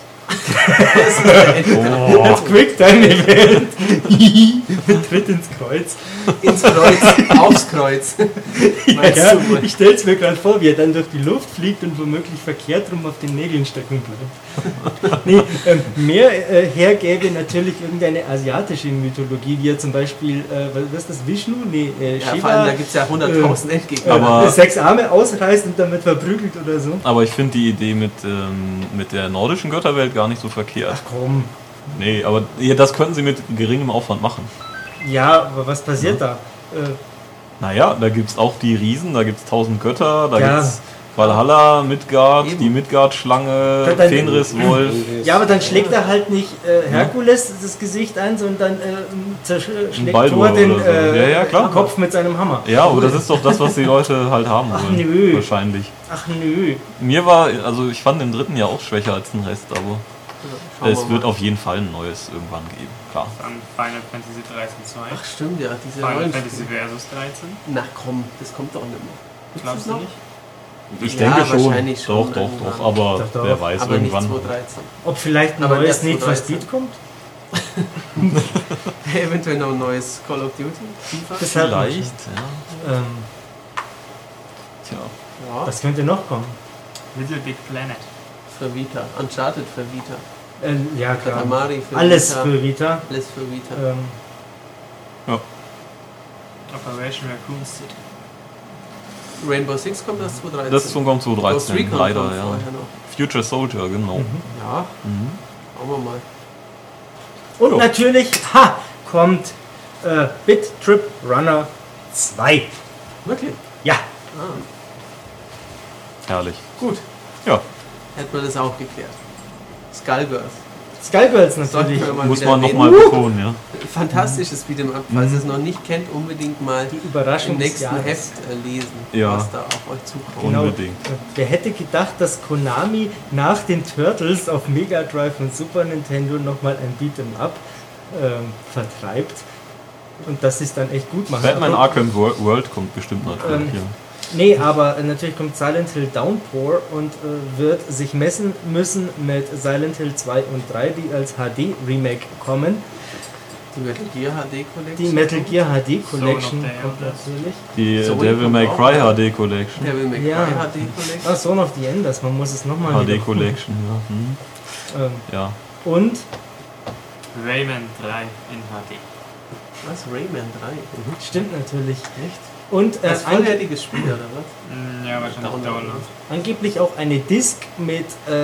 Das ist der Endkampf. Oh. Quicktime-Event. Tritt ins Kreuz. ins Kreuz, aufs Kreuz. Meinst Ja, du wohl? ich stelle es mir gerade vor, wie er dann durch die Luft fliegt und womöglich verkehrt rum auf den Nägeln stecken bleibt. Nee, mehr hergäbe natürlich irgendeine asiatische Mythologie, wie ja zum Beispiel, was ist das, Vishnu? Nee, Ja, Shiva. vor allem, da gibt es ja 100.000 Endgegner. Aber- 6 Arme ausreißt und damit verprügelt oder so. Aber ich finde die Idee mit der nordischen Götterwelt gar nicht so verkehrt. Ach komm. Nee, aber ja, das könnten sie mit geringem Aufwand machen. Ja, aber was passiert da? Naja, da gibt es auch die Riesen, da gibt es 1000 Götter, da Ja. gibt es Valhalla, Midgard, Eben. die Midgard-Schlange, Dann- Fenriswolf. Ja, aber dann schlägt er halt nicht Herkules das Gesicht ein, sondern schlägt Baldur Thor den oder so. Ja, klar. Kopf mit seinem Hammer. Ja, aber das ist doch das, was die Leute halt haben Ach, wollen. nö. Wahrscheinlich. Ach nö. Mir war, also ich fand den dritten ja auch schwächer als den Rest, aber Schauen es wir wird mal. auf jeden Fall ein neues irgendwann geben, klar. Dann Final Fantasy 13 2. Ach stimmt, ja, diese Final neuen Fantasy Spiele. Versus 13. Na komm, das kommt doch nicht mehr. Gibt's Glaubst das du noch? nicht? Ich Ja, denke schon. wahrscheinlich schon Doch, irgendwann. aber Doch, wer weiß, Aber nicht irgendwann. 2013. Ob vielleicht ein Aber neues erst Need for 2013. Speed kommt? Eventuell noch ein neues Call of Duty, FIFA. Das hat man Vielleicht, ja. schon. Tja. Ja, Was könnte noch kommen? Little Big Planet. für Vita. Uncharted für Vita. Ja, klar. Katamari für Alles Vita. für Vita. Alles für Vita. Operation Raccoon City. Rainbow Six kommt erst 2013. Das kommt Ghost 2013, Recon leider, kommt ja. vorher noch. Future Soldier, genau. Ja, Mhm. schauen wir mal. Und Ja. natürlich kommt Bit Trip Runner 2. Wirklich? Ja, Ah, Herrlich. gut. Ja, Hätten wir das auch geklärt. Skullgirls. Skullgirls Sollten natürlich. wir mal muss wieder man erwähnen. nochmal betonen, ja. Fantastisches Beat'em Up. Falls ihr es noch nicht kennt, unbedingt mal Die Überraschung im des nächsten Jahres. Heft lesen, Ja. was da auf euch zukommt. Genau. Unbedingt. Wer hätte gedacht, dass Konami nach den Turtles auf Mega Drive und Super Nintendo nochmal ein Beat'em Up vertreibt und dass sie es dann echt gut machen. Batman Aber- Arkham World kommt bestimmt natürlich, ja. Nee, aber natürlich kommt Silent Hill Downpour und wird sich messen müssen mit Silent Hill 2 und 3, die als HD-Remake kommen. Die Metal Gear HD Collection. Die Metal Gear HD Collection Son of the kommt Enders. natürlich. Die So, Devil kommt May auch, Cry ja. HD Collection. Devil May Cry Ja. HD Collection. Ah, Son of the Enders, man muss es nochmal HD Collection, ja. Ja. Und Rayman 3 in HD. Was? Rayman 3? stimmt natürlich. Echt? Und Das vollwertiges Spiel, oder was? Ja, wahrscheinlich Download. angeblich auch eine Disc mit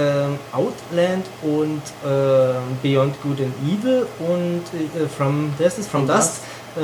Outland und Beyond Good and Evil und From Dust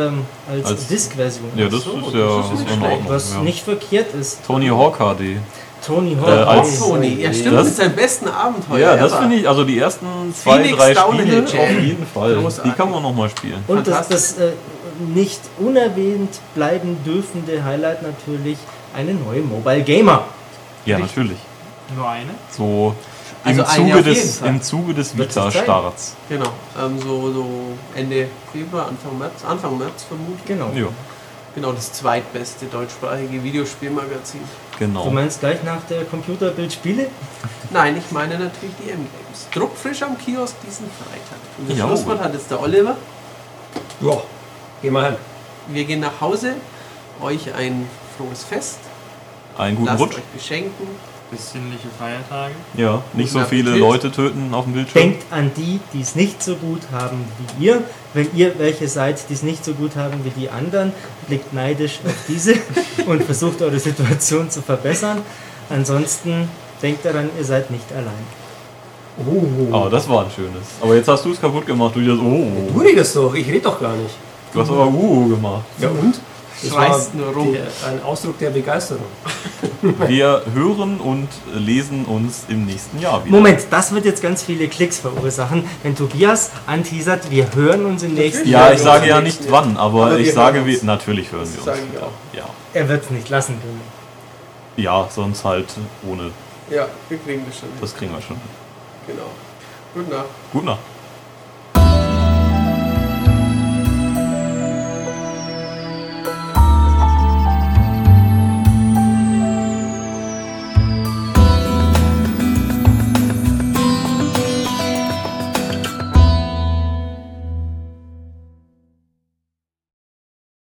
als Disc-Version. Ja, das so, ist das ja ist nicht in schlecht. Ordnung. Was Ja. nicht verkehrt ist. Tony Hawk HD. Tony Hawk. als- Auch Tony. Ja, stimmt, Das- mit seinem besten Abenteuer. Ja, das ever. finde ich, also die ersten 2, Phoenix 3 Downhill Spiele Jam. auf jeden Fall. Großartig. Die kann man nochmal spielen. Und das Fantastisch. nicht unerwähnt bleiben dürfende Highlight natürlich eine neue Mobile Gamer. Ja, Richtig. natürlich. Nur eine? So Also im eine Zuge auf jeden des, Fall. im Zuge des Wird sich Vita-Starts. Genau. So Ende Februar, Anfang März vermutlich. Genau. Ja, Genau, das zweitbeste deutschsprachige Videospielmagazin. genau. Du meinst gleich nach der Computerbildspiele? Nein, ich meine natürlich die M-Games. Druckfrisch am Kiosk diesen Freitag. Und das Ja. Schlusswort hat jetzt der Oliver. Ja, geh mal hin. Wir gehen nach Hause. Euch ein frohes Fest. Einen guten Lasst Rutsch. euch beschenken. Besinnliche Feiertage. Ja, nicht so Guten viele Appetit. Leute töten auf dem Bildschirm. Denkt an die, die es nicht so gut haben wie ihr. Wenn ihr welche seid, die es nicht so gut haben wie die anderen, blickt neidisch auf diese und versucht eure Situation zu verbessern. Ansonsten denkt daran, ihr seid nicht allein. Aber das war ein schönes. Aber jetzt hast du es kaputt gemacht. Du das, Tu das doch, ich rede doch gar nicht. du hast aber gemacht. Ja und? Das Schmeißt nur rum. ein Ausdruck der Begeisterung. Wir hören und lesen uns im nächsten Jahr wieder. Moment, das wird jetzt ganz viele Klicks verursachen, wenn Tobias anteasert, wir hören uns im nächsten Ja, Jahr. ich sage ja nicht wann, aber Aber ich wir sage, hören uns. natürlich hören Das wir uns. sage ich wieder. auch. Ja. Er wird es nicht lassen können. Ja, sonst halt ohne. Ja, wir kriegen das schon. hin. Das kriegen wir schon. Genau. Gute Nacht. Gute Nacht.